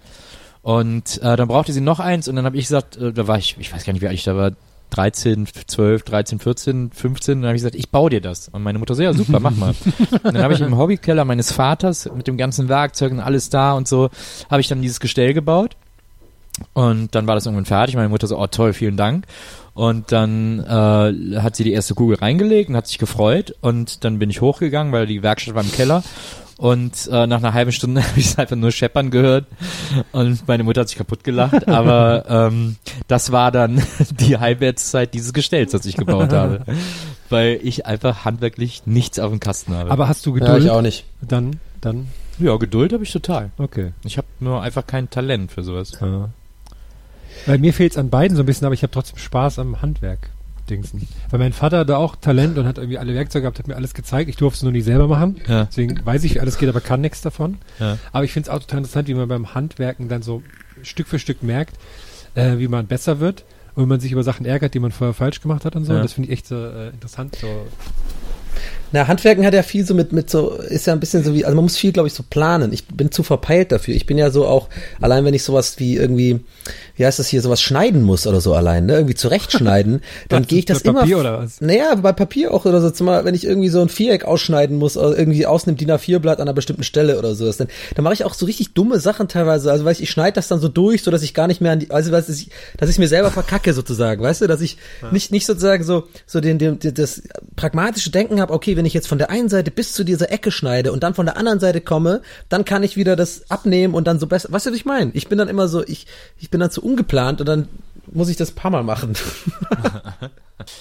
Und dann brauchte sie noch eins, und dann habe ich gesagt, da war ich weiß gar nicht, wie alt ich da war, 13, 12, 13, 14, 15, dann habe ich gesagt, ich baue dir das. Und meine Mutter so, ja super, mach mal. Und dann habe ich im Hobbykeller meines Vaters mit dem ganzen Werkzeug und alles da und so, habe ich dann dieses Gestell gebaut. Und dann war das irgendwann fertig. Meine Mutter so, oh toll, vielen Dank. Und dann hat sie die erste Kugel reingelegt und hat sich gefreut. Und dann bin ich hochgegangen, weil die Werkstatt war im Keller. Und nach einer halben Stunde habe ich es einfach nur scheppern gehört. Und meine Mutter hat sich kaputt gelacht. Aber das war dann die Halbwertszeit dieses Gestells, das ich gebaut habe. Weil ich einfach handwerklich nichts auf dem Kasten habe. Aber hast du Geduld? Ja, ich auch nicht. Dann? Ja, Geduld habe ich total. Okay. Ich habe nur einfach kein Talent für sowas. Ja. Weil mir fehlt es an beiden so ein bisschen, aber ich habe trotzdem Spaß am Handwerk-Dingsen. Weil mein Vater hatte auch Talent und hat irgendwie alle Werkzeuge gehabt, hat mir alles gezeigt. Ich durfte es nur nicht selber machen. Ja. Deswegen weiß ich, wie alles geht, aber kann nichts davon. Ja. Aber ich finde es auch total interessant, wie man beim Handwerken dann so Stück für Stück merkt, wie man besser wird und wenn man sich über Sachen ärgert, die man vorher falsch gemacht hat und so. Ja. Das finde ich echt so interessant. So. Na, Handwerken hat ja viel so mit so, ist ja ein bisschen so wie, also man muss viel, glaube ich, so planen. Ich bin zu verpeilt dafür. Ich bin ja so auch, allein wenn ich sowas wie irgendwie, wie heißt das hier, sowas schneiden muss oder so allein, ne, irgendwie zurechtschneiden, dann gehe ich das immer. Papier oder was? Naja, bei Papier auch oder so, zumal wenn ich irgendwie so ein Viereck ausschneiden muss, oder irgendwie aus einem DIN A4-Blatt an einer bestimmten Stelle oder sowas, dann mache ich auch so richtig dumme Sachen teilweise, also weißt du, ich schneide das dann so durch, so dass ich gar nicht mehr dass ich mir selber verkacke sozusagen, weißt du, dass ich nicht sozusagen so das pragmatische Denken habe, okay, wenn ich jetzt von der einen Seite bis zu dieser Ecke schneide und dann von der anderen Seite komme, dann kann ich wieder das abnehmen und dann so besser, weißt du, was ich meine? Ich bin dann immer so, ich bin dann zu ungeplant und dann muss ich das ein paar Mal machen.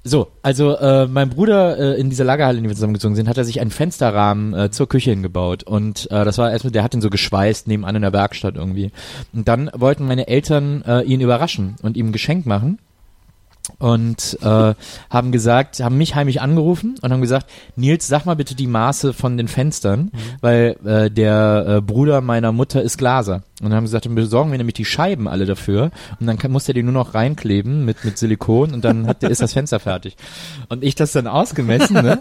So, also mein Bruder in dieser Lagerhalle, in die wir zusammengezogen sind, hat er sich einen Fensterrahmen zur Küche hingebaut und das war erstmal, der hat ihn so geschweißt nebenan in der Werkstatt irgendwie. Und dann wollten meine Eltern ihn überraschen und ihm ein Geschenk machen. Und haben mich heimlich angerufen und haben gesagt, Nils, sag mal bitte die Maße von den Fenstern, weil der Bruder meiner Mutter ist Glaser. Und dann haben sie gesagt, dann besorgen wir nämlich die Scheiben alle dafür und dann muss der die nur noch reinkleben mit Silikon und dann ist das Fenster fertig. Und ich das dann ausgemessen, ne?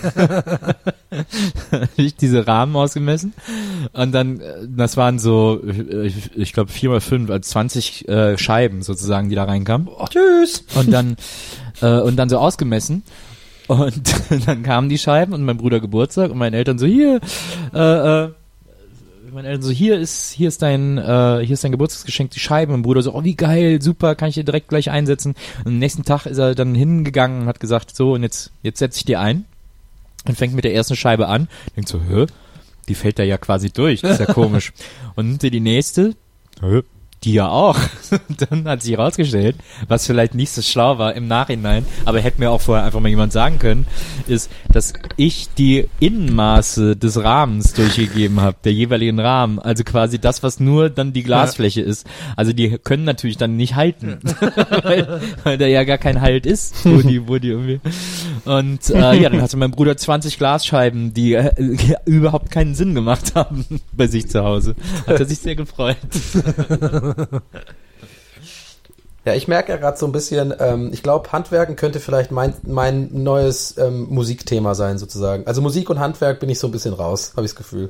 Ich diese Rahmen ausgemessen und dann, das waren so, ich glaube 4x5, also 20 Scheiben sozusagen, die da reinkamen. Tschüss. Und dann so ausgemessen. Und dann kamen die Scheiben und mein Bruder Geburtstag und meine Eltern so, hier ist dein Geburtstagsgeschenk, die Scheiben. Und mein Bruder so, oh, wie geil, super, kann ich dir direkt gleich einsetzen. Und am nächsten Tag ist er dann hingegangen und hat gesagt, so, und jetzt setze ich dir ein. Und fängt mit der ersten Scheibe an. Denkt so, die fällt da ja quasi durch, das ist ja komisch. Und nimmt die nächste, die ja auch. Dann hat sich herausgestellt, was vielleicht nicht so schlau war im Nachhinein, aber hätte mir auch vorher einfach mal jemand sagen können, ist, dass ich die Innenmaße des Rahmens durchgegeben habe, der jeweiligen Rahmen. Also quasi das, was nur dann die Glasfläche ist. Also die können natürlich dann nicht halten, weil da ja gar kein Halt ist, wo die irgendwie. Und dann hatte mein Bruder 20 Glasscheiben, die überhaupt keinen Sinn gemacht haben bei sich zu Hause. Hat er sich sehr gefreut. Ja, ich merke ja gerade so ein bisschen, ich glaube, Handwerken könnte vielleicht mein neues Musikthema sein, sozusagen. Also Musik und Handwerk bin ich so ein bisschen raus, habe ich das Gefühl.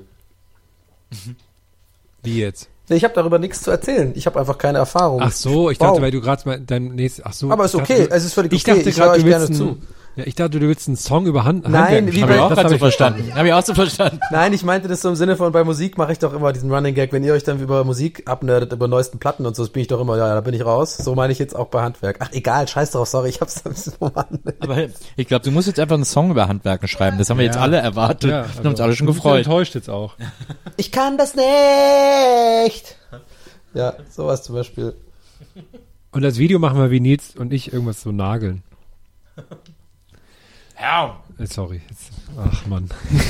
Wie jetzt? Nee, ich habe darüber nichts zu erzählen. Ich habe einfach keine Erfahrung. Ach so, ich dachte, weil du gerade mal dein nächstes... Ach so. Aber ist okay, es ist völlig okay. Ich dachte gerade, gerne zu. Ja, ich dachte, du willst einen Song über Handwerk. Nein, wie Habe ich auch gerade so verstanden. Habe ich auch so verstanden. Nein, ich meinte das so im Sinne von, bei Musik mache ich doch immer diesen Running Gag, wenn ihr euch dann über Musik abnerdet, über neuesten Platten und so, das bin ich doch immer, ja, da bin ich raus. So meine ich jetzt auch bei Handwerk. Ach, egal, scheiß drauf, sorry, ich hab's ein bisschen verwandelt. Aber ich glaube, du musst jetzt einfach einen Song über Handwerken schreiben. Das haben wir jetzt alle erwartet. Ja, haben uns alle schon gefreut. Enttäuscht jetzt auch. Ich kann das nicht. Ja, sowas zum Beispiel. Und das Video machen wir wie Nils und ich irgendwas so nageln. Ja. Sorry. Ach, Mann.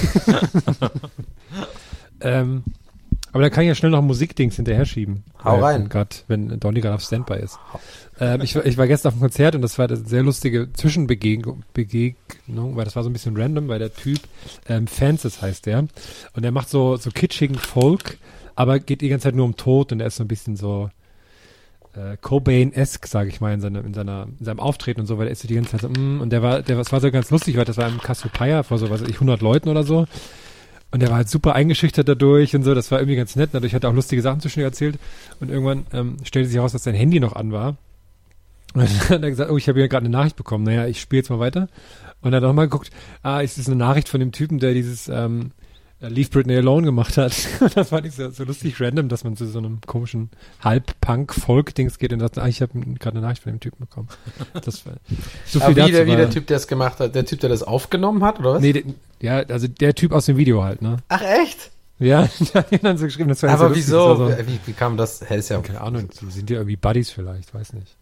Aber da kann ich ja schnell noch Musikdings hinterher schieben. Hau rein. Wenn Donny gerade auf Standby ist. Ich war gestern auf dem Konzert und das war eine sehr lustige Zwischenbegegnung, weil das war so ein bisschen random, weil der Typ, Francis heißt der, und der macht so kitschigen Folk, aber geht die ganze Zeit nur um Tod und er ist so ein bisschen so Cobain-esque, sage ich mal, in seinem Auftreten und so, weil er ist so die ganze Zeit so, und das war so ganz lustig, weil das war im Cassiopeia vor so, 100 Leuten oder so. Und der war halt super eingeschüchtert dadurch und so, das war irgendwie ganz nett. Dadurch hat er auch lustige Sachen zwischendurch erzählt. Und irgendwann stellte sich heraus, dass sein Handy noch an war. Und dann hat er gesagt, ich habe hier gerade eine Nachricht bekommen. Naja, ich spiele jetzt mal weiter. Und dann hat er nochmal geguckt, ist das eine Nachricht von dem Typen, der dieses Leave Britney Alone gemacht hat. Und das fand ich so lustig random, dass man zu so einem komischen Halb-Punk-Folk-Dings geht und sagt, ich habe gerade eine Nachricht von dem Typen bekommen. Das war so viel dazu. Wie der Typ, der es gemacht hat, der Typ, der das aufgenommen hat, oder was? Nee, also der Typ aus dem Video halt, ne? Ach, echt? Ja, der hat dann so geschrieben, das war aber so wieso? So, wie kam das? Hä, ist ja keine Ahnung, die sind ja irgendwie Buddies vielleicht, weiß nicht.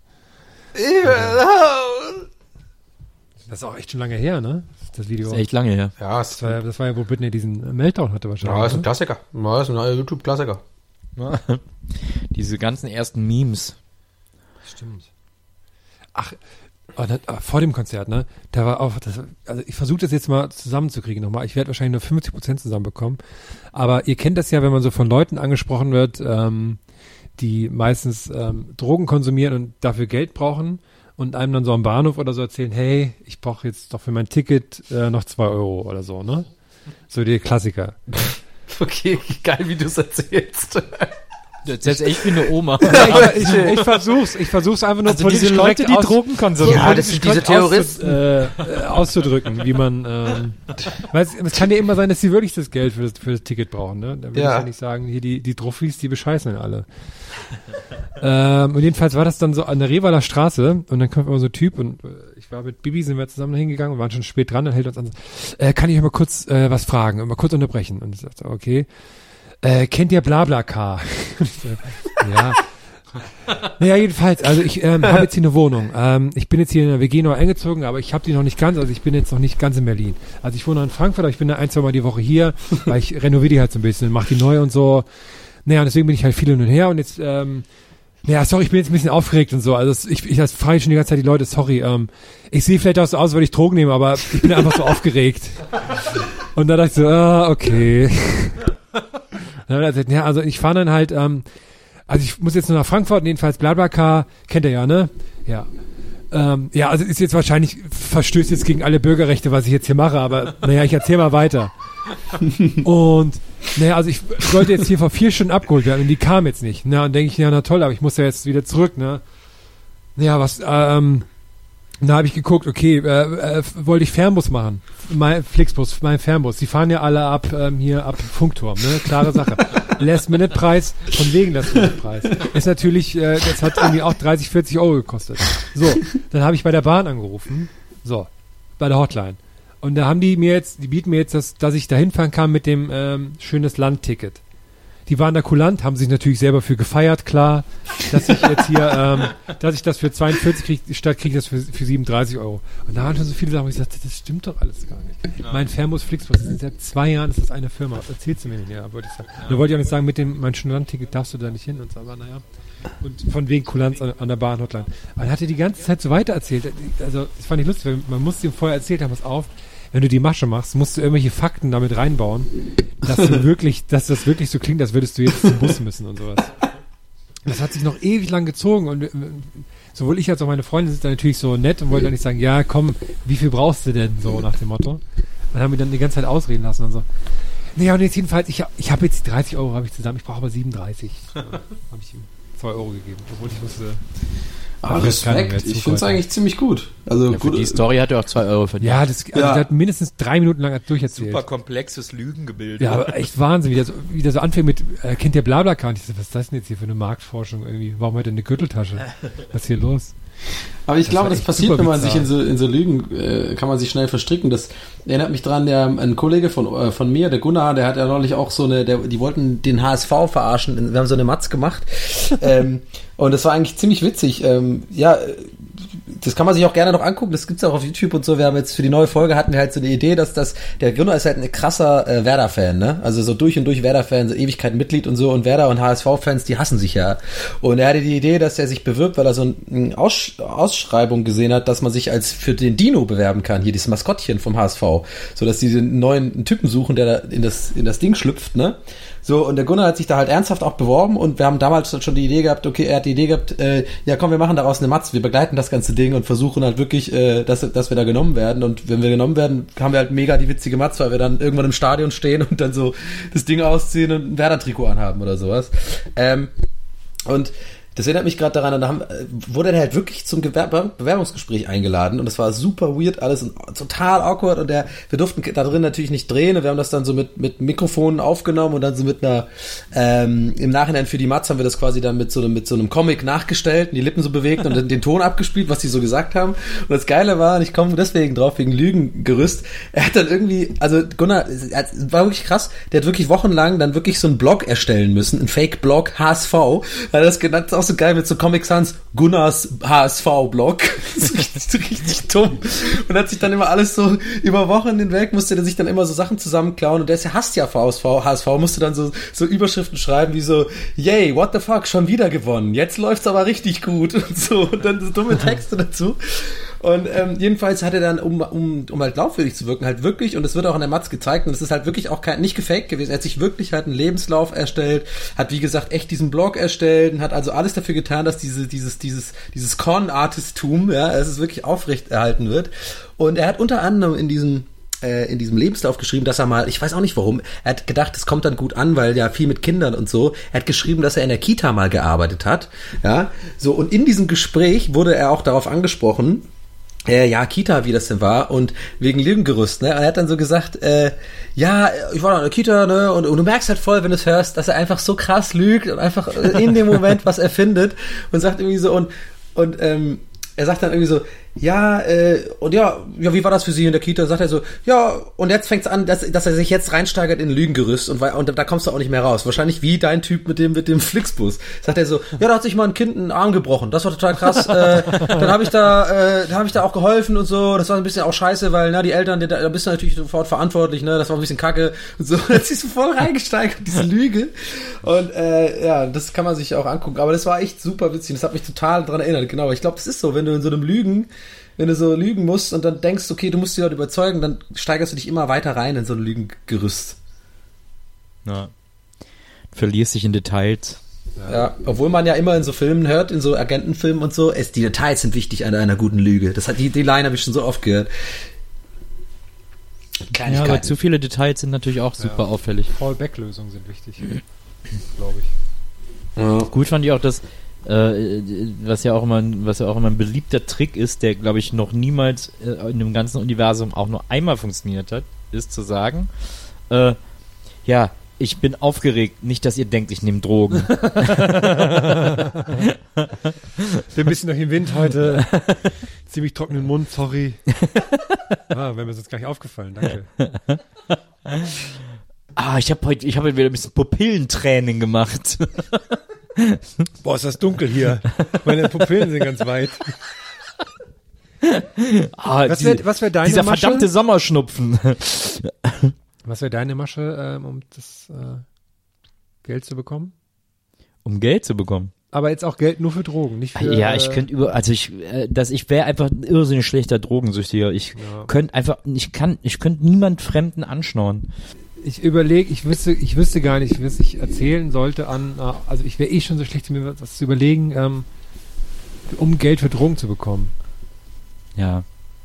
Das ist auch echt schon lange her, ne? Das Video. Das ist echt lange her. Ja, das war ja, wo Britney diesen Meltdown hatte wahrscheinlich. Ja, ist ein Klassiker. Ja, ist ein YouTube-Klassiker. Diese ganzen ersten Memes. Stimmt. Ach, vor dem Konzert, ne? Da war auch, also ich versuche das jetzt mal zusammenzukriegen nochmal. Ich werde wahrscheinlich nur 50% zusammenbekommen. Aber ihr kennt das ja, wenn man so von Leuten angesprochen wird, die meistens Drogen konsumieren und dafür Geld brauchen und einem dann so am Bahnhof oder so erzählen, hey, ich brauche jetzt doch für mein Ticket noch 2 Euro oder so, ne? So die Klassiker. Okay, geil, wie du es erzählst. Du erzählst echt wie eine Oma. Ich versuch's einfach nur also politisch diese Leute, die Drogen konsumieren. Ja, das sind diese Terroristen. Auszudrücken, wie man, es kann ja immer sein, dass sie wirklich das Geld für das Ticket brauchen, ne? Da will ich ja nicht sagen, hier die Druffis, die bescheißen alle. Und jedenfalls war das dann so an der Revaler Straße und dann kommt immer so ein Typ und ich war mit Bibi, sind wir zusammen da hingegangen und waren schon spät dran, dann hält uns an, kann ich mal kurz was fragen, mal kurz unterbrechen? Und ich sagte, okay. Kennt ihr BlaBlaCar? Ja. Naja, jedenfalls, also ich habe jetzt hier eine Wohnung. Ich bin jetzt hier in der WG neu eingezogen, aber ich habe die noch nicht ganz, also ich bin jetzt noch nicht ganz in Berlin. Also ich wohne noch in Frankfurt, aber ich bin da 1-2 Mal die Woche hier, weil ich renoviere die halt so ein bisschen, mache die neu und so. Naja, und deswegen bin ich halt viel hin und her und jetzt, naja, sorry, ich bin jetzt ein bisschen aufgeregt und so. Also ich frage schon die ganze Zeit die Leute, sorry, ich sehe vielleicht auch so aus, weil ich Drogen nehme, aber ich bin einfach so aufgeregt. Und dann dachte ich so, okay. Ja, also ich fahre dann halt, also ich muss jetzt nur nach Frankfurt, jedenfalls BlaBlaCar, kennt ihr ja, ne? Ja. Ja, also ist jetzt wahrscheinlich, verstößt jetzt gegen alle Bürgerrechte, was ich jetzt hier mache, aber naja, ich erzähle mal weiter. Und naja, also ich sollte jetzt hier vor 4 Stunden abgeholt werden und die kam jetzt nicht. Na, und denke ich, ja, na toll, aber ich muss ja jetzt wieder zurück, ne? Naja, da habe ich geguckt, okay, wollte ich Fernbus machen. Mein Flixbus, mein Fernbus. Die fahren ja alle ab Funkturm, ne? Klare Sache. Last-Minute-Preis, von wegen Last-Minute-Preis. Ist natürlich, das hat irgendwie auch 30, 40 Euro gekostet. So, dann habe ich bei der Bahn angerufen. So, bei der Hotline. Und da haben die bieten mir jetzt, dass ich da hinfahren kann mit dem schönes Land-Ticket. Die waren da kulant, haben sich natürlich selber für gefeiert, klar, dass ich jetzt hier, dass ich das für 42 kriege, statt kriege ich das für 37 Euro. Und da waren schon so viele Sachen, wo ich sagte, das stimmt doch alles gar nicht. Ja. Mein Fernbus Flixbus, seit 2 Jahren ist das eine Firma. Was erzählst du mir nicht? Ja, wollte ich sagen. Da wollte ich auch nicht sagen, mit dem, mein Landticket darfst du da nicht hin und so, aber naja. Und von wegen Kulanz an der Bahn-Hotline. Aber er hatte die ganze Zeit so weiter erzählt. Also, das fand ich lustig, weil man musste ihm vorher erzählt haben, pass auf, wenn du die Masche machst, musst du irgendwelche Fakten damit reinbauen, dass das wirklich so klingt, als würdest du jetzt zum Bus müssen und sowas. Das hat sich noch ewig lang gezogen und sowohl ich als auch meine Freundin sind da natürlich so nett und wollten dann nicht sagen, ja komm, wie viel brauchst du denn, so nach dem Motto. Und haben wir dann die ganze Zeit ausreden lassen und so. Naja, und jetzt jedenfalls, ich habe jetzt die 30 Euro habe ich zusammen, ich brauche aber 37. Habe ich ihm 2 Euro gegeben, obwohl ich wusste... Aber Respekt, ich finde es eigentlich ziemlich gut. Also ja, gut, für die Story hat er auch 2 Euro verdient. Ja, der hat mindestens 3 Minuten lang durcherzählt. Super komplexes Lügengebilde. Ja, aber echt Wahnsinn, wie der so anfängt mit, kennt der BlaBlaCar? Und ich so, was ist das denn jetzt hier für eine Marktforschung irgendwie? Warum hat er eine Gürteltasche? Was ist hier los? Aber ich glaube, das passiert, wenn man sich in so Lügen, kann man sich schnell verstricken. Das erinnert mich dran, ein Kollege von mir, der Gunnar, der hat ja neulich auch die wollten den HSV verarschen. Wir haben so eine Matz gemacht. Und das war eigentlich ziemlich witzig. Das kann man sich auch gerne noch angucken, das gibt's auch auf YouTube und so. Wir haben jetzt für die neue Folge hatten wir halt so eine Idee, dass der Gunnar ist halt ein krasser Werder-Fan, ne? Also so durch und durch Werder-Fan, so Ewigkeiten Mitglied und so, und Werder und HSV-Fans, die hassen sich ja. Und er hatte die Idee, dass er sich bewirbt, weil er so eine Ausschreibung gesehen hat, dass man sich als für den Dino bewerben kann, hier dieses Maskottchen vom HSV, so dass die einen neuen Typen suchen, der da in das Ding schlüpft, ne? So, und der Gunnar hat sich da halt ernsthaft auch beworben und wir haben damals schon die Idee gehabt, okay, er hat die Idee gehabt, ja komm, wir machen daraus eine Matz, wir begleiten das ganze Ding und versuchen halt wirklich, dass wir da genommen werden, und wenn wir genommen werden, haben wir halt mega die witzige Matz, weil wir dann irgendwann im Stadion stehen und dann so das Ding ausziehen und ein Werder-Trikot anhaben oder sowas. Und das erinnert mich gerade daran, und da wurde er halt wirklich zum Bewerbungsgespräch eingeladen und das war super weird alles und total awkward, und wir durften da drin natürlich nicht drehen und wir haben das dann so mit Mikrofonen aufgenommen und dann so mit einer im Nachhinein für die Matz haben wir das quasi dann mit so einem Comic nachgestellt und die Lippen so bewegt und dann den Ton abgespielt, was die so gesagt haben. Und das Geile war, und ich komme deswegen drauf, wegen Lügengerüst, er hat dann irgendwie, also Gunnar, war wirklich krass, der hat wirklich wochenlang dann wirklich so einen Blog erstellen müssen, ein Fake-Blog HSV, weil das genannt auch so geil mit so Comic Sans, Gunnars HSV-Blog. richtig dumm. Und hat sich dann immer alles so, über Wochen hinweg musste er sich dann immer so Sachen zusammenklauen, und der hasst ja HSV, musste dann so Überschriften schreiben wie so, yay, what the fuck, schon wieder gewonnen, jetzt läuft's aber richtig gut und so, und dann so dumme Texte dazu. Und jedenfalls hat er dann, um halt glaubwürdig zu wirken, halt wirklich, und es wird auch in der Matz gezeigt, und es ist halt wirklich auch nicht gefaked gewesen, er hat sich wirklich halt einen Lebenslauf erstellt, hat wie gesagt echt diesen Blog erstellt und hat also alles dafür getan, dass dieses Con-Artist-Tum, ja, es ist wirklich aufrecht erhalten wird. Und er hat unter anderem in diesem Lebenslauf geschrieben, dass er mal, ich weiß auch nicht warum, er hat gedacht, es kommt dann gut an, weil ja viel mit Kindern und so. Er hat geschrieben, dass er in der Kita mal gearbeitet hat, ja, so, und in diesem Gespräch wurde er auch darauf angesprochen, ja, Kita, wie das denn war, und wegen Lügengerüst, ne? Und er hat dann so gesagt, ja, ich war da in der Kita, ne? Und du merkst halt voll, wenn du es hörst, dass er einfach so krass lügt und einfach in dem Moment was erfindet und sagt irgendwie so, und er sagt dann irgendwie so, wie war das für Sie in der Kita? Sagt er so, ja, und jetzt fängt's an, dass er sich jetzt reinsteigert in ein Lügengerüst und da kommst du auch nicht mehr raus. Wahrscheinlich wie dein Typ mit dem Flixbus. Sagt er so, ja, da hat sich mal ein Kind einen Arm gebrochen. Das war total krass. Dann habe ich da auch geholfen und so. Das war ein bisschen auch scheiße, weil, die Eltern, da bist du natürlich sofort verantwortlich, ne? Das war ein bisschen kacke und so. Da siehst du voll reingesteigert, diese Lüge. Und, das kann man sich auch angucken. Aber das war echt super witzig. Das hat mich total dran erinnert. Genau. Ich glaube, das ist so, wenn du in so einem wenn du so lügen musst und dann denkst, okay, du musst die Leute überzeugen, dann steigerst du dich immer weiter rein in so ein Lügengerüst. Ja. Verlierst dich in Details. Ja, obwohl man ja immer in so Filmen hört, in so Agentenfilmen und so, die Details sind wichtig an einer guten Lüge. Die Line habe ich schon so oft gehört. Ja, aber zu viele Details sind natürlich auch super auffällig. Fallback-Lösungen sind wichtig, glaube ich. Ja. Gut fand ich auch, dass was ja auch immer ein beliebter Trick ist, der, glaube ich, noch niemals in dem ganzen Universum auch nur einmal funktioniert hat, ist zu sagen, ich bin aufgeregt, nicht, dass ihr denkt, ich nehme Drogen. Bin ein bisschen noch im Wind heute. Ziemlich trockenen Mund, sorry. Wäre mir sonst gar nicht aufgefallen, danke. Ich habe heute wieder ein bisschen Pupillentraining gemacht. Boah, ist das dunkel hier. Meine Pupillen sind ganz weit. Was wär deine dieser Masche? Verdammte Sommerschnupfen. Was wäre deine Masche, um das Geld zu bekommen? Um Geld zu bekommen? Aber jetzt auch Geld nur für Drogen, nicht für... Ja, ich könnte ich wäre einfach ein irrsinnig schlechter Drogensüchtiger. Ich könnte niemand Fremden anschnorren. Ich wüsste gar nicht, was ich erzählen sollte also ich wäre schon so schlecht, mir was zu überlegen, um Geld für Drogen zu bekommen. Ja.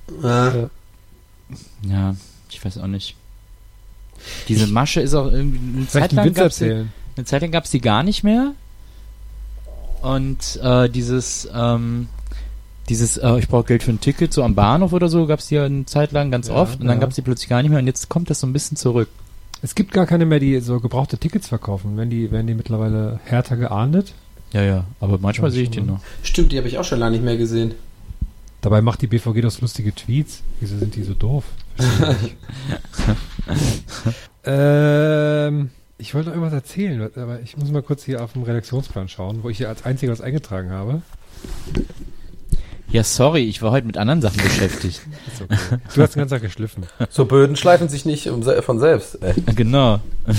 Ja, ich weiß auch nicht. Diese Masche ist auch irgendwie, eine Zeit lang gab es die gar nicht mehr. Und ich brauche Geld für ein Ticket, so am Bahnhof oder so, gab es die ja eine Zeit lang ganz oft. Und dann gab es die plötzlich gar nicht mehr und jetzt kommt das so ein bisschen zurück. Es gibt gar keine mehr, die so gebrauchte Tickets verkaufen. Werden die mittlerweile härter geahndet? Ja, aber manchmal sehe ich die noch. Stimmt, die habe ich auch schon lange nicht mehr gesehen. Dabei macht die BVG doch lustige Tweets. Wieso sind die so doof? Ich wollte noch irgendwas erzählen, aber ich muss mal kurz hier auf dem Redaktionsplan schauen, wo ich hier als Einziger was eingetragen habe. Ja, sorry, ich war heute mit anderen Sachen beschäftigt. Ist okay. Du hast den ganzen Tag geschliffen. So Böden schleifen sich nicht von selbst. Genau.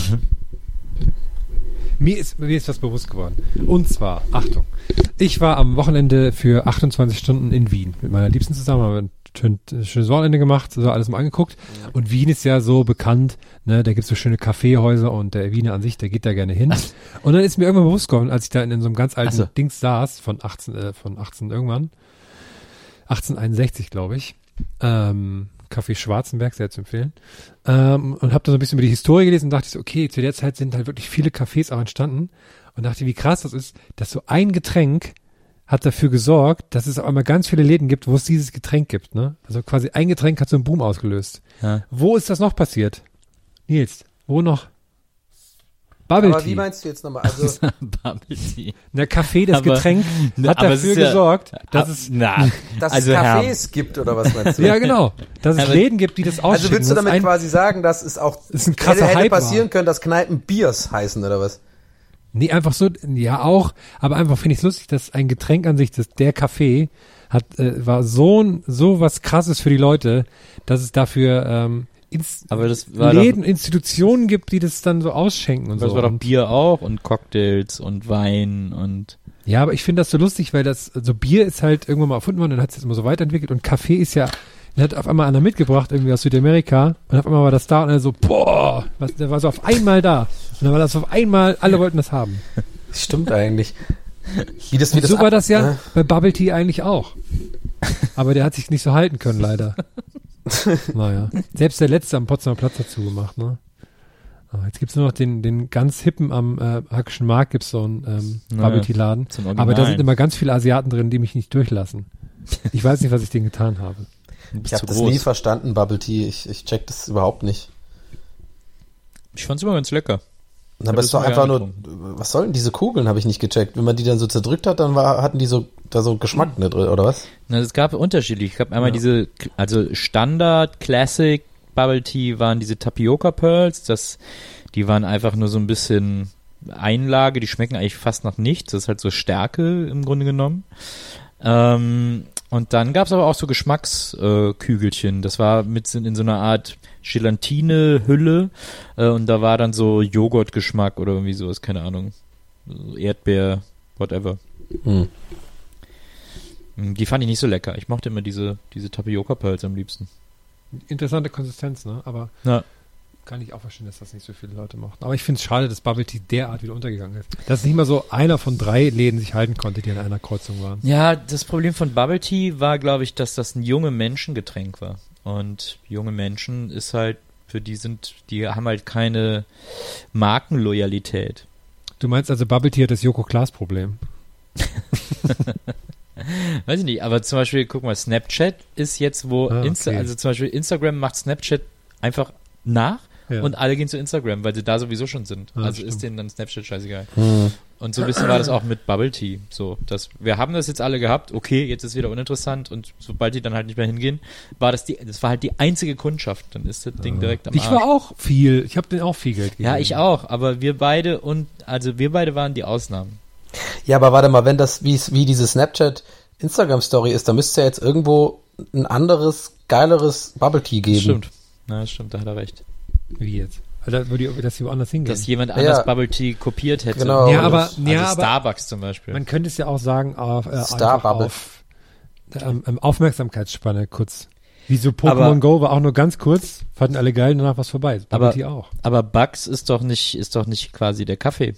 Mir ist was bewusst geworden. Und zwar, ich war am Wochenende für 28 Stunden in Wien mit meiner Liebsten zusammen, haben ein schönes Wochenende gemacht, so alles mal angeguckt. Ja. Und Wien ist ja so bekannt, ne, da gibt's so schöne Kaffeehäuser und der Wiener an sich, der geht da gerne hin. Und dann ist mir irgendwann bewusst geworden, als ich da in so einem ganz alten Dings saß, von 1861, glaube ich, Café Schwarzenberg, sehr zu empfehlen, und habe da so ein bisschen über die Historie gelesen und dachte so, okay, zu der Zeit sind halt wirklich viele Cafés auch entstanden und dachte, wie krass das ist, dass so ein Getränk hat dafür gesorgt, dass es auf einmal ganz viele Läden gibt, wo es dieses Getränk gibt, ne? Also quasi ein Getränk hat so einen Boom ausgelöst. Ja. Wo ist das noch passiert? Nils, wo noch? Bubble Tea. Aber wie meinst du jetzt nochmal? Also Bubble Tea. Der Kaffee, das Getränk, hat dafür gesorgt, dass es Cafés gibt, oder was meinst du? Ja, genau. Dass es Läden gibt, die das ausschicken. Also willst du damit quasi sagen, dass es auch ein krasser hätte Hype passieren können, dass Kneipen Biers heißen, oder was? Nee, einfach so, ja auch, aber einfach finde ich es lustig, dass ein Getränk an sich, der Kaffee, war so was Krasses für die Leute, dass es dafür aber das war Läden, Institutionen gibt, die das dann so ausschenken und so. Das war doch Bier auch und Cocktails und Wein und... Ja, aber ich finde das so lustig, weil Bier ist halt irgendwann mal erfunden worden und hat sich jetzt immer so weiterentwickelt und Kaffee ist ja, hat auf einmal einer mitgebracht, irgendwie aus Südamerika und auf einmal war das da und er so, boah, der war so auf einmal da und dann war das auf einmal, alle wollten das haben. Stimmt eigentlich. So war das ja bei Bubble Tea eigentlich auch. Aber der hat sich nicht so halten können, leider. Naja. Selbst der letzte am Potsdamer Platz dazu gemacht, ne? Jetzt gibt's nur noch den ganz hippen am Hackischen Markt, gibt's so einen Bubble Tea Laden. Aber da sind immer ganz viele Asiaten drin, die mich nicht durchlassen. Ich weiß nicht, was ich denen getan habe. Ich habe das nie verstanden, Bubble Tea. Ich check das überhaupt nicht. Ich fand's immer ganz lecker. Aber es war einfach nur, was sollten diese Kugeln, habe ich nicht gecheckt. Wenn man die dann so zerdrückt hat, dann hatten die so da so Geschmack drin, oder was? Na, es gab unterschiedlich. Es gab einmal diese, also Standard, Classic Bubble Tea waren diese Tapioca Pearls, die waren einfach nur so ein bisschen Einlage, die schmecken eigentlich fast nach nichts. Das ist halt so Stärke im Grunde genommen. Und dann gab es aber auch so Geschmackskügelchen. Das war in so einer Art Gelatine-Hülle und da war dann so Joghurtgeschmack oder irgendwie sowas, keine Ahnung. Erdbeer, whatever. Die fand ich nicht so lecker. Ich mochte immer diese Tapioca-Pearls am liebsten. Interessante Konsistenz, ne? Aber kann ich auch verstehen, dass das nicht so viele Leute mochten. Aber ich finde es schade, dass Bubble Tea derart wieder untergegangen ist. Dass nicht mal so einer von 3 Läden sich halten konnte, die an einer Kreuzung waren. Ja, das Problem von Bubble Tea war, glaube ich, dass das ein junge Menschengetränk war. Und junge Menschen ist halt, die haben halt keine Markenloyalität. Du meinst also, Bubble Tea hat das Joko-Klaas-Problem? Weiß ich nicht, aber zum Beispiel, guck mal, Snapchat ist jetzt, also zum Beispiel Instagram macht Snapchat einfach nach und alle gehen zu Instagram, weil sie da sowieso schon sind. Ja, also stimmt. ist denen dann Snapchat scheißegal. Und so ein bisschen war das auch mit Bubble Tea. So, wir haben das jetzt alle gehabt, okay, jetzt ist wieder uninteressant und sobald die dann halt nicht mehr hingehen, das war halt die einzige Kundschaft. Dann ist das Ding direkt am Arsch. Ich habe denen auch viel Geld gegeben. Ja, ich auch, aber wir beide waren die Ausnahmen. Ja, aber warte mal, wenn das wie diese Snapchat-Instagram-Story ist, dann müsste es ja jetzt irgendwo ein anderes, geileres Bubble Tea geben. Stimmt. Na, das stimmt, da hat er recht. Wie jetzt? Also, dass sie woanders hingehen. Dass jemand anders Bubble Tea kopiert hätte. Genau. Ja, aber Starbucks zum Beispiel. Man könnte es ja auch sagen, auf Aufmerksamkeitsspanne kurz. Wie so Pokémon Go war auch nur ganz kurz, fanden alle geil, danach was vorbei. Bubble Tea auch. Aber Bugs ist doch nicht quasi der Kaffee.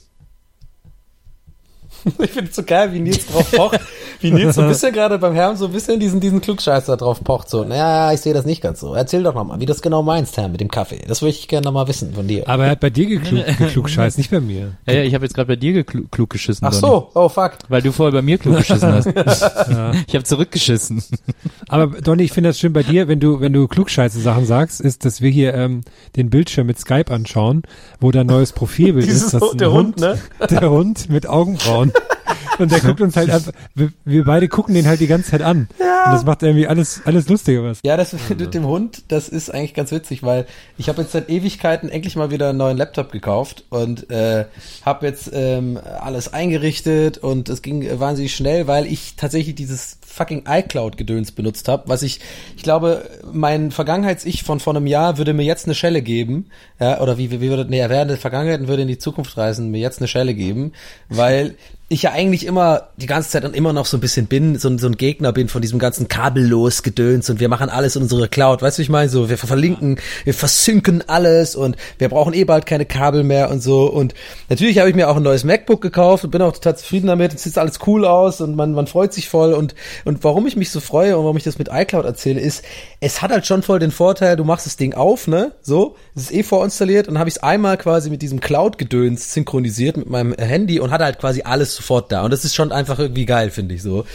Ich finde es so geil, wie Nils drauf pocht. Wie Nils so ein bisschen gerade beim Herrn so ein bisschen diesen Klugscheißer drauf pocht. So, naja, ich sehe das nicht ganz so. Erzähl doch nochmal, wie das genau meinst, Herr, mit dem Kaffee. Das würde ich gerne nochmal wissen von dir. Aber er hat bei dir geklugscheißt, nicht bei mir. Ja, ich habe jetzt gerade bei dir klug geschissen. Ach so, oh fuck. Weil du vorher bei mir klug geschissen hast. Ja. Ich habe zurückgeschissen. Aber Donny, ich finde das schön bei dir, wenn du klugscheiße Sachen sagst, ist, dass wir hier den Bildschirm mit Skype anschauen, wo da ein neues Profilbild ist. Das der Hund, ne? Der Hund mit Augenbrauen. Und der guckt uns halt einfach, wir beide gucken den halt die ganze Zeit an. Ja. Und das macht irgendwie alles lustiger was. Ja, das mit dem Hund, das ist eigentlich ganz witzig, weil ich habe jetzt seit Ewigkeiten endlich mal wieder einen neuen Laptop gekauft und habe jetzt alles eingerichtet und es ging wahnsinnig schnell, weil ich tatsächlich dieses fucking iCloud-Gedöns benutzt habe, was ich glaube, mein Vergangenheits-Ich von vor einem Jahr würde mir jetzt eine Schelle geben, ja, oder wie würde, er wäre in der Vergangenheit und würde in die Zukunft reisen, mir jetzt eine Schelle geben, weil ich ja eigentlich immer die ganze Zeit und immer noch so ein bisschen bin, so ein Gegner bin von diesem ganzen kabellos Gedöns und wir machen alles in unsere Cloud, weißt du, wie ich meine? So, wir verlinken, wir versynken alles und wir brauchen bald keine Kabel mehr und so und natürlich habe ich mir auch ein neues MacBook gekauft und bin auch total zufrieden damit, es sieht alles cool aus und man freut sich voll und warum ich mich so freue und warum ich das mit iCloud erzähle, ist, es hat halt schon voll den Vorteil, du machst das Ding auf, ne, so, es ist vorinstalliert und dann habe ich es einmal quasi mit diesem Cloud-Gedöns synchronisiert mit meinem Handy und hatte halt quasi alles sofort da und das ist schon einfach irgendwie geil, finde ich so.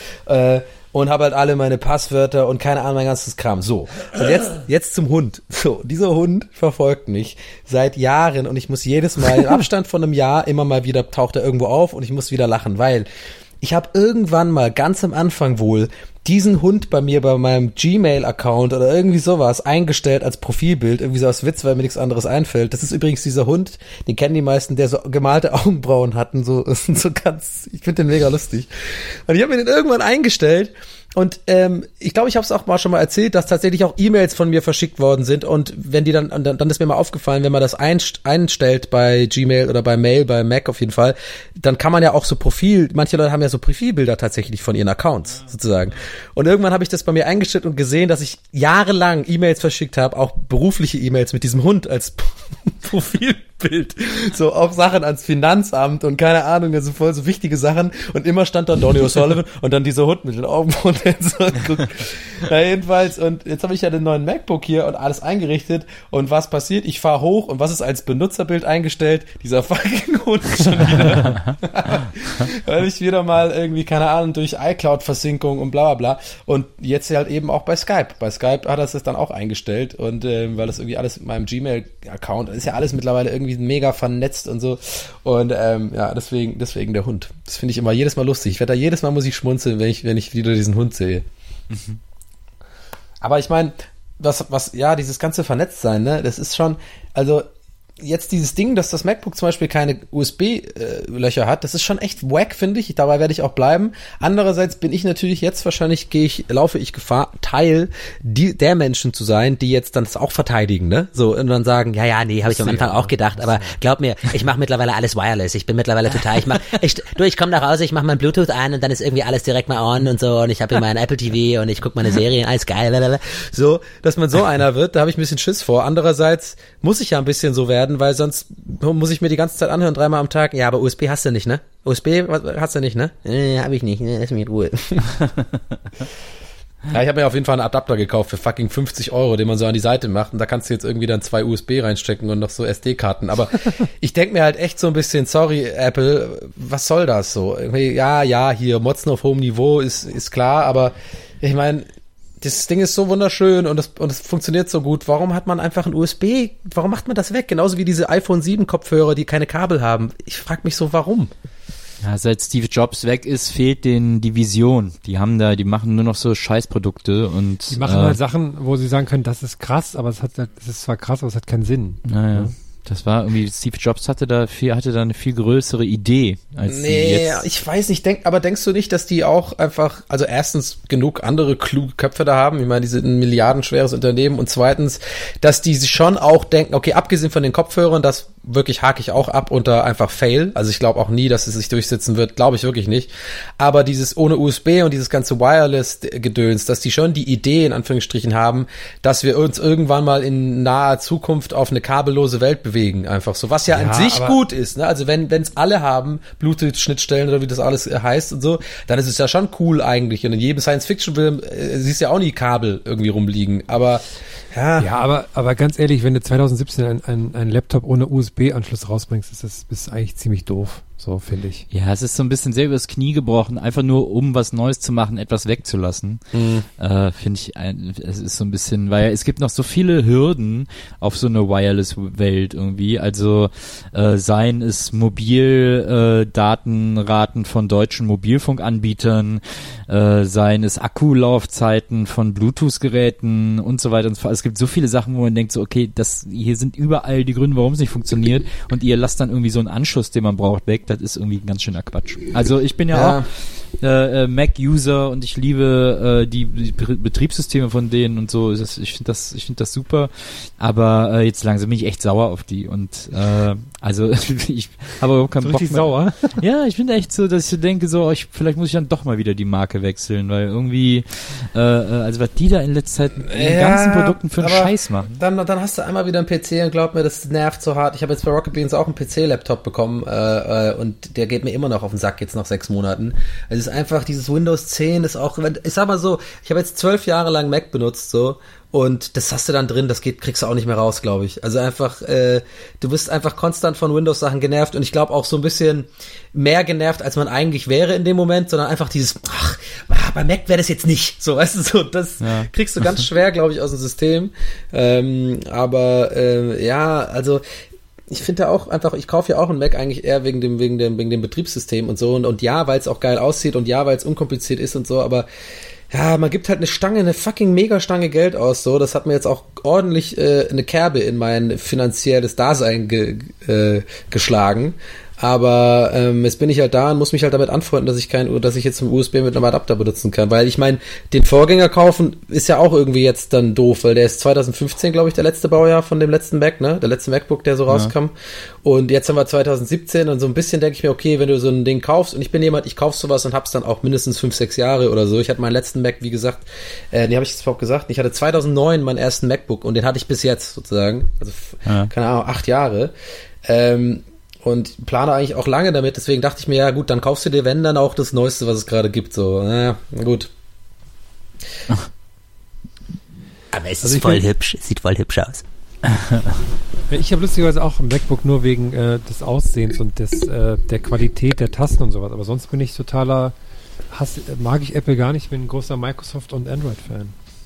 Und habe halt alle meine Passwörter und keine Ahnung, mein ganzes Kram. So, und jetzt zum Hund. So, dieser Hund verfolgt mich seit Jahren und ich muss jedes Mal im Abstand von einem Jahr immer mal wieder taucht er irgendwo auf und ich muss wieder lachen, weil ich habe irgendwann mal ganz am Anfang wohl diesen Hund bei mir bei meinem Gmail-Account oder irgendwie sowas eingestellt als Profilbild, irgendwie so aus Witz, weil mir nichts anderes einfällt. Das ist übrigens dieser Hund, den kennen die meisten, der so gemalte Augenbrauen hatten, so ganz, ich finde den mega lustig. Und ich habe mir den irgendwann eingestellt und ich glaube, ich habe es auch mal schon mal erzählt, dass tatsächlich auch E-Mails von mir verschickt worden sind und wenn die dann ist mir mal aufgefallen, wenn man das einstellt bei Gmail oder bei Mail, bei Mac auf jeden Fall, dann kann man ja auch so manche Leute haben ja so Profilbilder tatsächlich von ihren Accounts sozusagen. Und irgendwann habe ich das bei mir eingestellt und gesehen, dass ich jahrelang E-Mails verschickt habe, auch berufliche E-Mails mit diesem Hund als Profilbild. So auch Sachen ans Finanzamt und keine Ahnung, also voll so wichtige Sachen. Und immer stand da Donny O'Sullivan und dann dieser Hund mit den Augen und so guckt. Na jedenfalls, und jetzt habe ich ja den neuen MacBook hier und alles eingerichtet. Und was passiert? Ich fahre hoch und was ist als Benutzerbild eingestellt? Dieser fucking Hund schon wieder. Weil ich wieder mal irgendwie, keine Ahnung, durch iCloud-Versinkung und bla bla bla. Und jetzt halt eben auch bei Skype. Bei Skype hat er es dann auch eingestellt und weil das irgendwie alles mit meinem Gmail-Account ist ja alles mittlerweile irgendwie mega vernetzt und so. Und ja, deswegen der Hund. Das finde ich immer jedes Mal lustig. Ich werde da jedes Mal muss ich schmunzeln, wenn ich wieder diesen Hund sehe. Mhm. Aber ich meine, ja, dieses ganze Vernetztsein, ne, das ist schon, also jetzt dieses Ding, dass das MacBook zum Beispiel keine USB-Löcher hat, das ist schon echt wack, finde ich. Dabei werde ich auch bleiben. Andererseits bin ich natürlich jetzt wahrscheinlich, laufe ich Gefahr, Teil der Menschen zu sein, die jetzt dann das auch verteidigen, ne? So, und dann sagen, ja, nee, habe ich am Anfang auch gedacht, aber glaub mir, ich mache mittlerweile alles wireless. Ich bin mittlerweile total, ich komme nach Hause, ich mache mein Bluetooth an und dann ist irgendwie alles direkt mal on und so und ich habe hier meinen Apple TV und ich gucke meine Serien, alles geil, blablabla. So, dass man so einer wird, da habe ich ein bisschen Schiss vor. Andererseits muss ich ja ein bisschen so werden, weil sonst muss ich mir die ganze Zeit anhören, 3-mal am Tag. Ja, aber USB hast du nicht, ne? USB hast du nicht, ne? Hab ich nicht, ne? Lass mich in Ruhe. Ja, ich habe mir auf jeden Fall einen Adapter gekauft für fucking 50 €, den man so an die Seite macht und da kannst du jetzt irgendwie dann 2 USB reinstecken und noch so SD-Karten. Aber ich denke mir halt echt so ein bisschen, sorry Apple, was soll das so? Irgendwie, ja, hier Motzen auf hohem Niveau ist klar, aber ich meine, das Ding ist so wunderschön und es funktioniert so gut. Warum hat man einfach ein USB? Warum macht man das weg? Genauso wie diese iPhone 7 Kopfhörer, die keine Kabel haben. Ich frage mich so, warum? Ja, seit Steve Jobs weg ist, fehlt denen die Vision. Die machen nur noch so Scheißprodukte und die machen halt Sachen, wo sie sagen können, das ist krass, aber es ist zwar krass, aber es hat keinen Sinn. Naja. Das war irgendwie, Steve Jobs hatte da eine viel größere Idee als die jetzt. Ich weiß nicht, aber denkst du nicht, dass die auch einfach, also erstens genug andere kluge Köpfe da haben, ich meine, die sind ein milliardenschweres Unternehmen und zweitens, dass die sich schon auch denken, okay, abgesehen von den Kopfhörern, das wirklich hake ich auch ab unter einfach Fail, also ich glaube auch nie, dass es sich durchsetzen wird, glaube ich wirklich nicht, aber dieses ohne USB und dieses ganze Wireless-Gedöns, dass die schon die Idee in Anführungsstrichen haben, dass wir uns irgendwann mal in naher Zukunft auf eine kabellose Welt bewegen, einfach so, was ja an sich gut ist, ne? Also wenn es alle haben, Bluetooth-Schnittstellen oder wie das alles heißt und so, dann ist es ja schon cool eigentlich und in jedem Science-Fiction-Film siehst du ja auch nie Kabel irgendwie rumliegen, aber ja, aber ganz ehrlich, wenn du 2017 ein Laptop ohne USB-Anschluss rausbringst, ist das eigentlich ziemlich doof. So, finde ich. Ja, es ist so ein bisschen sehr übers Knie gebrochen, einfach nur um was Neues zu machen, etwas wegzulassen. Finde ich, es ist so ein bisschen, weil es gibt noch so viele Hürden auf so eine Wireless-Welt irgendwie. Also seien es Mobildatenraten von deutschen Mobilfunkanbietern, seien es Akkulaufzeiten von Bluetooth-Geräten und so weiter und so fort. Es gibt so viele Sachen, wo man denkt so, okay, hier sind überall die Gründe, warum es nicht funktioniert und ihr lasst dann irgendwie so einen Anschluss, den man braucht, weg. Das ist irgendwie ein ganz schöner Quatsch. Also ich bin ja auch Mac-User und ich liebe die Betriebssysteme von denen und so. Ich finde das super. Aber jetzt langsam bin ich echt sauer auf die und also ich habe überhaupt keinen Bock mehr. Sauer? Ja, ich finde echt so, dass ich so denke, so vielleicht muss ich dann doch mal wieder die Marke wechseln, weil irgendwie also was die da in letzter Zeit in den ganzen Produkten für einen Scheiß machen. Dann hast du einmal wieder einen PC und glaub mir, das nervt so hart. Ich habe jetzt bei Rocket Beans auch einen PC-Laptop bekommen und der geht mir immer noch auf den Sack jetzt nach 6 Monaten. Also es ist einfach, dieses Windows 10 ist auch, ich sag mal so, ich habe jetzt 12 Jahre lang Mac benutzt so und das hast du dann drin, kriegst du auch nicht mehr raus, glaube ich. Also einfach, du bist einfach konstant von Windows-Sachen genervt und ich glaube auch so ein bisschen mehr genervt, als man eigentlich wäre in dem Moment, sondern einfach dieses, bei Mac wäre das jetzt nicht, so, weißt du, so, das kriegst du ganz schwer, glaube ich, aus dem System. Also ich finde auch einfach, ich kaufe ja auch einen Mac eigentlich eher wegen dem Betriebssystem und so und ja, weil es auch geil aussieht und ja, weil es unkompliziert ist und so, aber ja, man gibt halt eine fucking Megastange Geld aus, so, das hat mir jetzt auch ordentlich eine Kerbe in mein finanzielles Dasein geschlagen. Aber jetzt bin ich halt da und muss mich halt damit anfreunden, dass ich jetzt einen USB mit einem Adapter benutzen kann. Weil ich meine, den Vorgänger kaufen ist ja auch irgendwie jetzt dann doof, weil der ist 2015, glaube ich, der letzte Baujahr von dem letzten Mac, ne? Der letzte MacBook, der so rauskam. Und jetzt haben wir 2017 und so ein bisschen denke ich mir, okay, wenn du so ein Ding kaufst und ich bin jemand, ich kauf sowas und hab's dann auch mindestens 5-6 Jahre oder so. Ich hatte meinen letzten Mac, wie gesagt, den habe ich jetzt überhaupt gesagt, ich hatte 2009 meinen ersten MacBook und den hatte ich bis jetzt sozusagen. Also, keine Ahnung, 8 Jahre. Und plane eigentlich auch lange damit, deswegen dachte ich mir, ja gut, dann kaufst du dir, wenn, dann auch das Neueste, was es gerade gibt, so, na gut. Aber es ist voll hübsch, es sieht voll hübsch aus. Ich habe lustigerweise auch ein MacBook nur wegen des Aussehens und der Qualität der Tasten und sowas, aber sonst bin ich mag ich Apple gar nicht, bin ein großer Microsoft- und Android-Fan.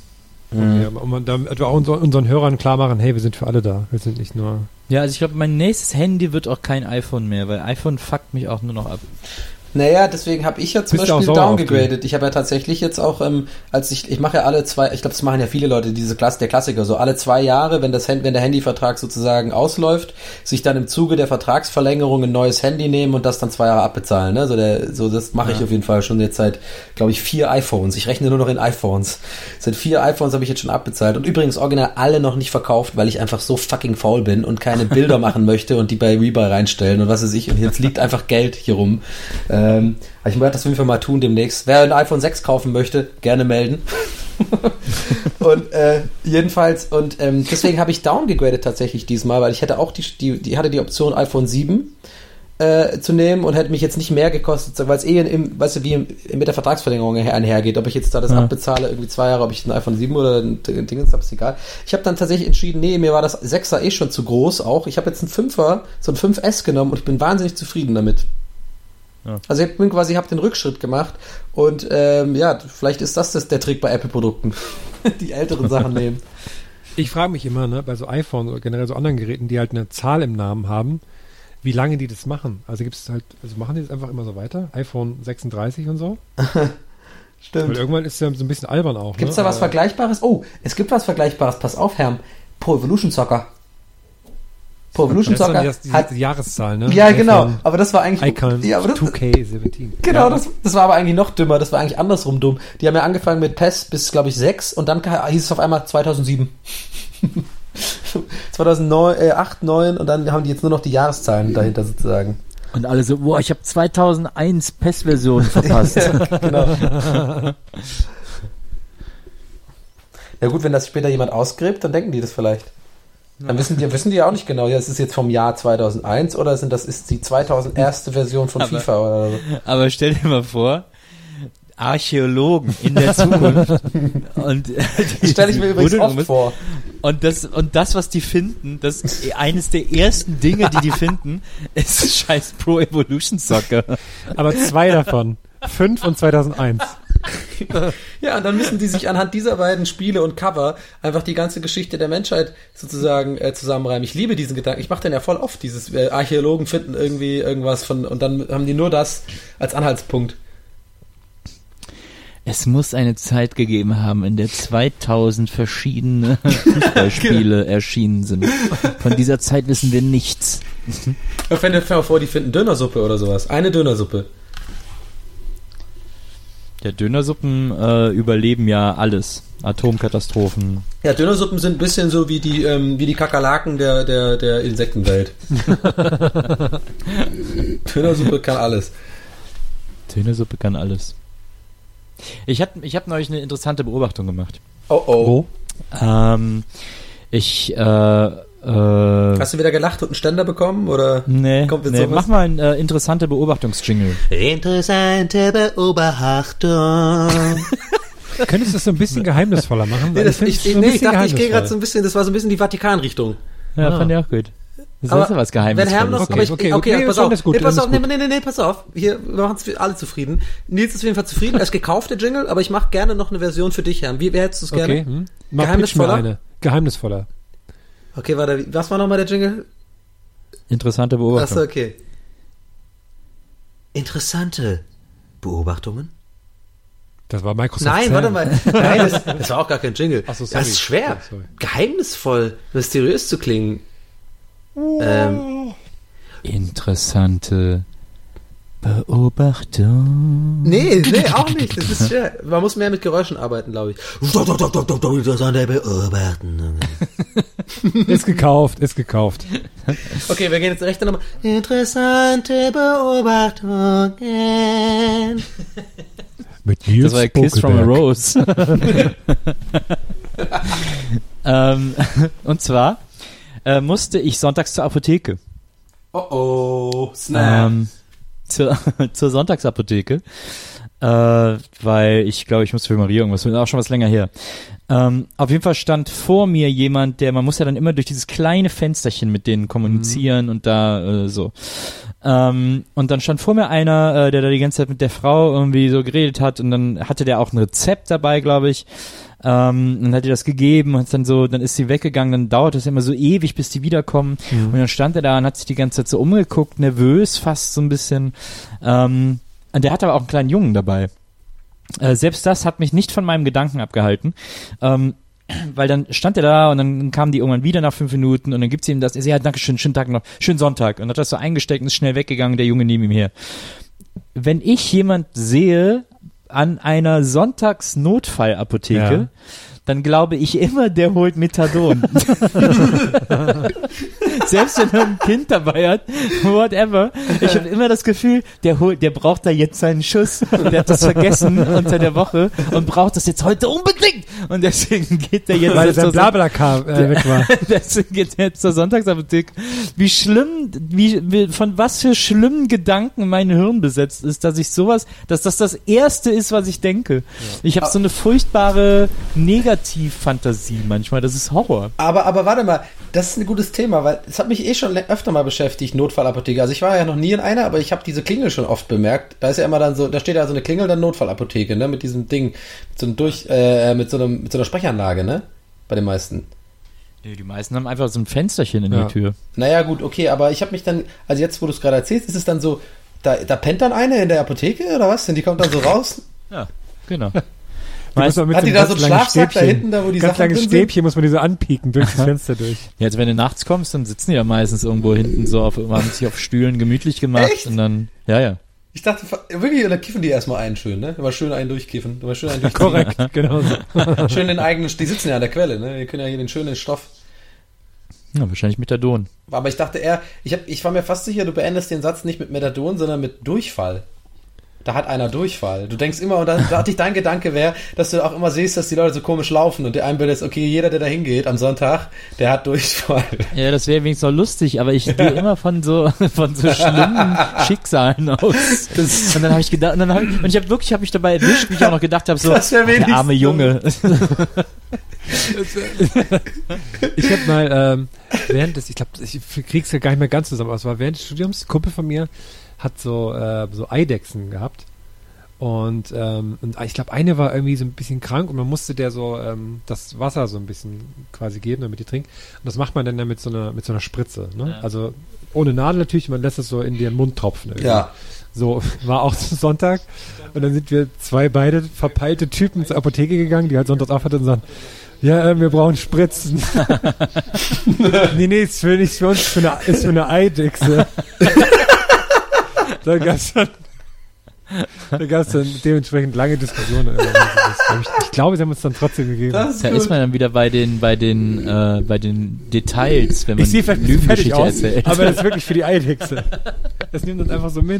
Damit wir auch unseren Hörern klar machen, hey, wir sind für alle da. Wir sind nicht nur... Ja, also ich glaube, mein nächstes Handy wird auch kein iPhone mehr, weil iPhone fuckt mich auch nur noch ab. Naja, deswegen habe ich ja zum Beispiel downgegradet. Ich habe ja tatsächlich jetzt auch, ich mache ja alle 2, ich glaube, das machen ja viele Leute, der Klassiker, so alle 2 Jahre, wenn der Handyvertrag sozusagen ausläuft, sich dann im Zuge der Vertragsverlängerung ein neues Handy nehmen und das dann 2 Jahre abbezahlen. Ne? Das mache ich auf jeden Fall schon jetzt seit, glaube ich, 4 iPhones. Ich rechne nur noch in iPhones. Seit 4 iPhones habe ich jetzt schon abbezahlt und übrigens original alle noch nicht verkauft, weil ich einfach so fucking faul bin und keine Bilder machen möchte und die bei Rebuy reinstellen und was weiß ich. Und jetzt liegt einfach Geld hier rum. Ich werde das auf jeden Fall mal tun demnächst. Wer ein iPhone 6 kaufen möchte, gerne melden. Und jedenfalls, und deswegen habe ich downgegradet tatsächlich diesmal, weil ich hätte auch die Option iPhone 7 zu nehmen und hätte mich jetzt nicht mehr gekostet, weil es weißt du, wie mit der Vertragsverlängerung einhergeht, ob ich jetzt da das abbezahle, irgendwie 2 Jahre, ob ich ein iPhone 7 oder ein Ding habe, ist egal. Ich habe dann tatsächlich entschieden, nee, mir war das 6er schon zu groß auch. Ich habe jetzt einen 5er, so ein 5S genommen und ich bin wahnsinnig zufrieden damit. Ja. Also ich habe den Rückschritt gemacht und vielleicht ist das der Trick bei Apple-Produkten. Die älteren Sachen nehmen. Ich frage mich immer, ne, bei so iPhone oder generell so anderen Geräten, die halt eine Zahl im Namen haben, wie lange die das machen. Also machen die das einfach immer so weiter? iPhone 36 und so? Stimmt. Weil irgendwann ist es ja so ein bisschen albern auch. Gibt's da was Vergleichbares? Oh, es gibt was Vergleichbares. Pass auf, Herr. Pro Evolution Soccer. Pro Evolution Soccer hat die Jahreszahl, ne? Ja, genau. Aber das war eigentlich... Icon 2K17. Genau, ja. Das war aber eigentlich noch dümmer. Das war eigentlich andersrum dumm. Die haben ja angefangen mit PES bis, glaube ich, 6 und dann hieß es auf einmal 2007. 2008, 9 und dann haben die jetzt nur noch die Jahreszahlen dahinter sozusagen. Und alle so, boah, ich habe 2001 PES-Version verpasst. Genau. Ja gut, wenn das später jemand ausgräbt, dann denken die das vielleicht. Dann wissen die ja auch nicht genau, ja, ist es jetzt vom Jahr 2001 oder ist die 2001. Version von FIFA oder so. Aber stell dir mal vor, Archäologen in der Zukunft und das stelle ich mir übrigens oft vor. Und das, was die finden, eines der ersten Dinge, die finden, ist scheiß Pro Evolution Soccer. Aber 2 davon. 5 und 2001. Ja, und dann müssen die sich anhand dieser beiden Spiele und Cover einfach die ganze Geschichte der Menschheit sozusagen zusammenreimen. Ich liebe diesen Gedanken. Ich mache den ja voll oft, dieses Archäologen finden irgendwie irgendwas und dann haben die nur das als Anhaltspunkt. Es muss eine Zeit gegeben haben, in der 2000 verschiedene Fußballspiele erschienen sind. Von dieser Zeit wissen wir nichts. Stell dir vor, die finden Dönersuppe oder sowas. Eine Dönersuppe. Ja, Dönersuppen überleben ja alles. Atomkatastrophen. Ja, Dönersuppen sind ein bisschen so wie die Kakerlaken der Insektenwelt. Dönersuppe kann alles. Dönersuppe kann alles. Ich hab neulich eine interessante Beobachtung gemacht. Oh. Hast du wieder gelacht und einen Ständer bekommen? Oder kommt jetzt sowas? Mach mal einen interessante Beobachtungsjingle. Interessante Beobachtung. Könntest du das so ein bisschen geheimnisvoller machen? Ich dachte, ich gehe gerade so ein bisschen, das war so ein bisschen die Vatikanrichtung. Ja, fand ich auch gut. Das ist was Geheimnisvolles. Wenn Herm noch, okay, pass auf. Pass auf. Hier, wir machen es alle zufrieden. Nils ist auf jeden Fall zufrieden. Er ist gekauft, der Jingle, aber ich mache gerne noch eine Version für dich, Herm. Wie hättest du es gerne? Okay. Geheimnisvoller? Geheimnisvoller. Okay, warte, was war nochmal der Jingle? Interessante Beobachtung. Achso, okay. Interessante Beobachtungen? Das war Microsoft. Nein, warte mal. Nein, das war auch gar kein Jingle. Ach so, sorry. Das ist schwer. Sorry. Geheimnisvoll, mysteriös zu klingen. Interessante Beobachtung. Nee, auch nicht. Das ist schwer. Man muss mehr mit Geräuschen arbeiten, glaube ich. Interessante Beobachtung. Ist gekauft. Okay, wir gehen jetzt recht nochmal. Interessante Beobachtungen. Mit Nils Das war Kiss from a Rose. Und zwar musste ich sonntags zur Apotheke. Oh, snap. Zur Sonntagsapotheke, weil ich glaube, ich musste für Maria irgendwas, auch schon was länger her. Auf jeden Fall stand vor mir jemand, man muss ja dann immer durch dieses kleine Fensterchen mit denen kommunizieren und da so. Und dann stand vor mir einer, der da die ganze Zeit mit der Frau irgendwie so geredet hat und dann hatte der auch ein Rezept dabei, glaube ich. Dann hat ihr das gegeben, hat dann so, dann ist sie weggegangen, dann dauert es immer so ewig, bis die wiederkommen. Und dann stand er da und hat sich die ganze Zeit so umgeguckt, nervös fast so ein bisschen. Und der hatte aber auch einen kleinen Jungen dabei. Selbst das hat mich nicht von meinem Gedanken abgehalten. Weil dann stand er da und dann kamen die irgendwann wieder nach 5 Minuten und dann gibt's ihm das, er sagt, ja, danke schön, schönen Tag noch, schönen Sonntag. Und hat das so eingesteckt und ist schnell weggegangen, der Junge neben ihm her. Wenn ich jemand sehe an einer Sonntagsnotfallapotheke, dann glaube ich immer, der holt Methadon. Selbst wenn er ein Kind dabei hat, whatever. Ich habe immer das Gefühl, der braucht da jetzt seinen Schuss. Der hat das vergessen unter der Woche und braucht das jetzt heute unbedingt. Und deswegen geht der jetzt... Weil sein Blabla-Car weg war. Deswegen geht er jetzt zur Sonntagsapotheke. Wie schlimm, von was für schlimmen Gedanken mein Hirn besetzt ist, dass das Erste ist, was ich denke. Ja. Ich habe so eine furchtbare Negativfantasie manchmal, das ist Horror. Aber warte mal, das ist ein gutes Thema, weil es hat mich schon öfter mal beschäftigt, Notfallapotheke. Also ich war ja noch nie in einer, aber ich habe diese Klingel schon oft bemerkt. Da ist ja immer dann so, da steht ja so eine Klingel, dann Notfallapotheke, ne, mit diesem Ding, mit so einer Sprechanlage, ne, bei den meisten. Die meisten haben einfach so ein Fensterchen in der Tür. Naja, gut, okay, aber ich habe mich dann, also jetzt, wo du es gerade erzählst, ist es dann so, da pennt dann eine in der Apotheke oder was? Und die kommt dann so raus? Ja, genau. Hat die da so einen Schlafsack da hinten, da wo die ganz Sachen langes Stäbchen muss man die so anpieken durch das Fenster durch. Ja, also wenn du nachts kommst, dann sitzen die ja meistens irgendwo hinten so haben sich auf Stühlen gemütlich gemacht. Echt? Und dann, ja. Ich dachte, wirklich, oder kiffen die erstmal einen schön, ne? Immer schön einen durchkiffen. Korrekt, genau so. Schön den eigenen, die sitzen ja an der Quelle, ne? Die können ja hier den schönen Stoff. Ja, wahrscheinlich Methadon. Aber ich dachte ich war mir fast sicher, du beendest den Satz nicht mit Methadon, sondern mit Durchfall. Da hat einer Durchfall. Du denkst immer, und da dachte ich, dein Gedanke wäre, dass du auch immer siehst, dass die Leute so komisch laufen und der einbildet, okay, jeder, der da hingeht am Sonntag, der hat Durchfall. Ja, das wäre wenigstens noch lustig, aber ich gehe immer von so schlimmen Schicksalen aus. Und dann habe ich gedacht, und ich habe mich dabei erwischt, wie ich auch noch gedacht habe, so, der arme Junge. Ich habe mal ich glaube, ich krieg's ja gar nicht mehr ganz zusammen, aber es war während des Studiums, ein Kumpel von mir hat so Eidechsen gehabt und ich glaube, eine war irgendwie so ein bisschen krank und man musste der so das Wasser so ein bisschen quasi geben, damit die trinkt. Und das macht man dann mit so einer Spritze, ne? Ja. Also ohne Nadel natürlich, man lässt es so in den Mund tropfen. Irgendwie. Ja. So, war auch Sonntag und dann sind wir beide verpeilte Typen zur Apotheke gegangen, die halt sonntags auf hatten und sagen, ja, wir brauchen Spritzen. nee, ist für uns, ist für eine Eidechse. Da gab's dann dementsprechend lange Diskussionen. Ich glaube, sie haben uns dann trotzdem gegeben. Da ist man dann wieder bei den Details, wenn man Lügengeschichte erzählt. Aber das ist wirklich für die Eidechse. Das nimmt uns einfach so mit.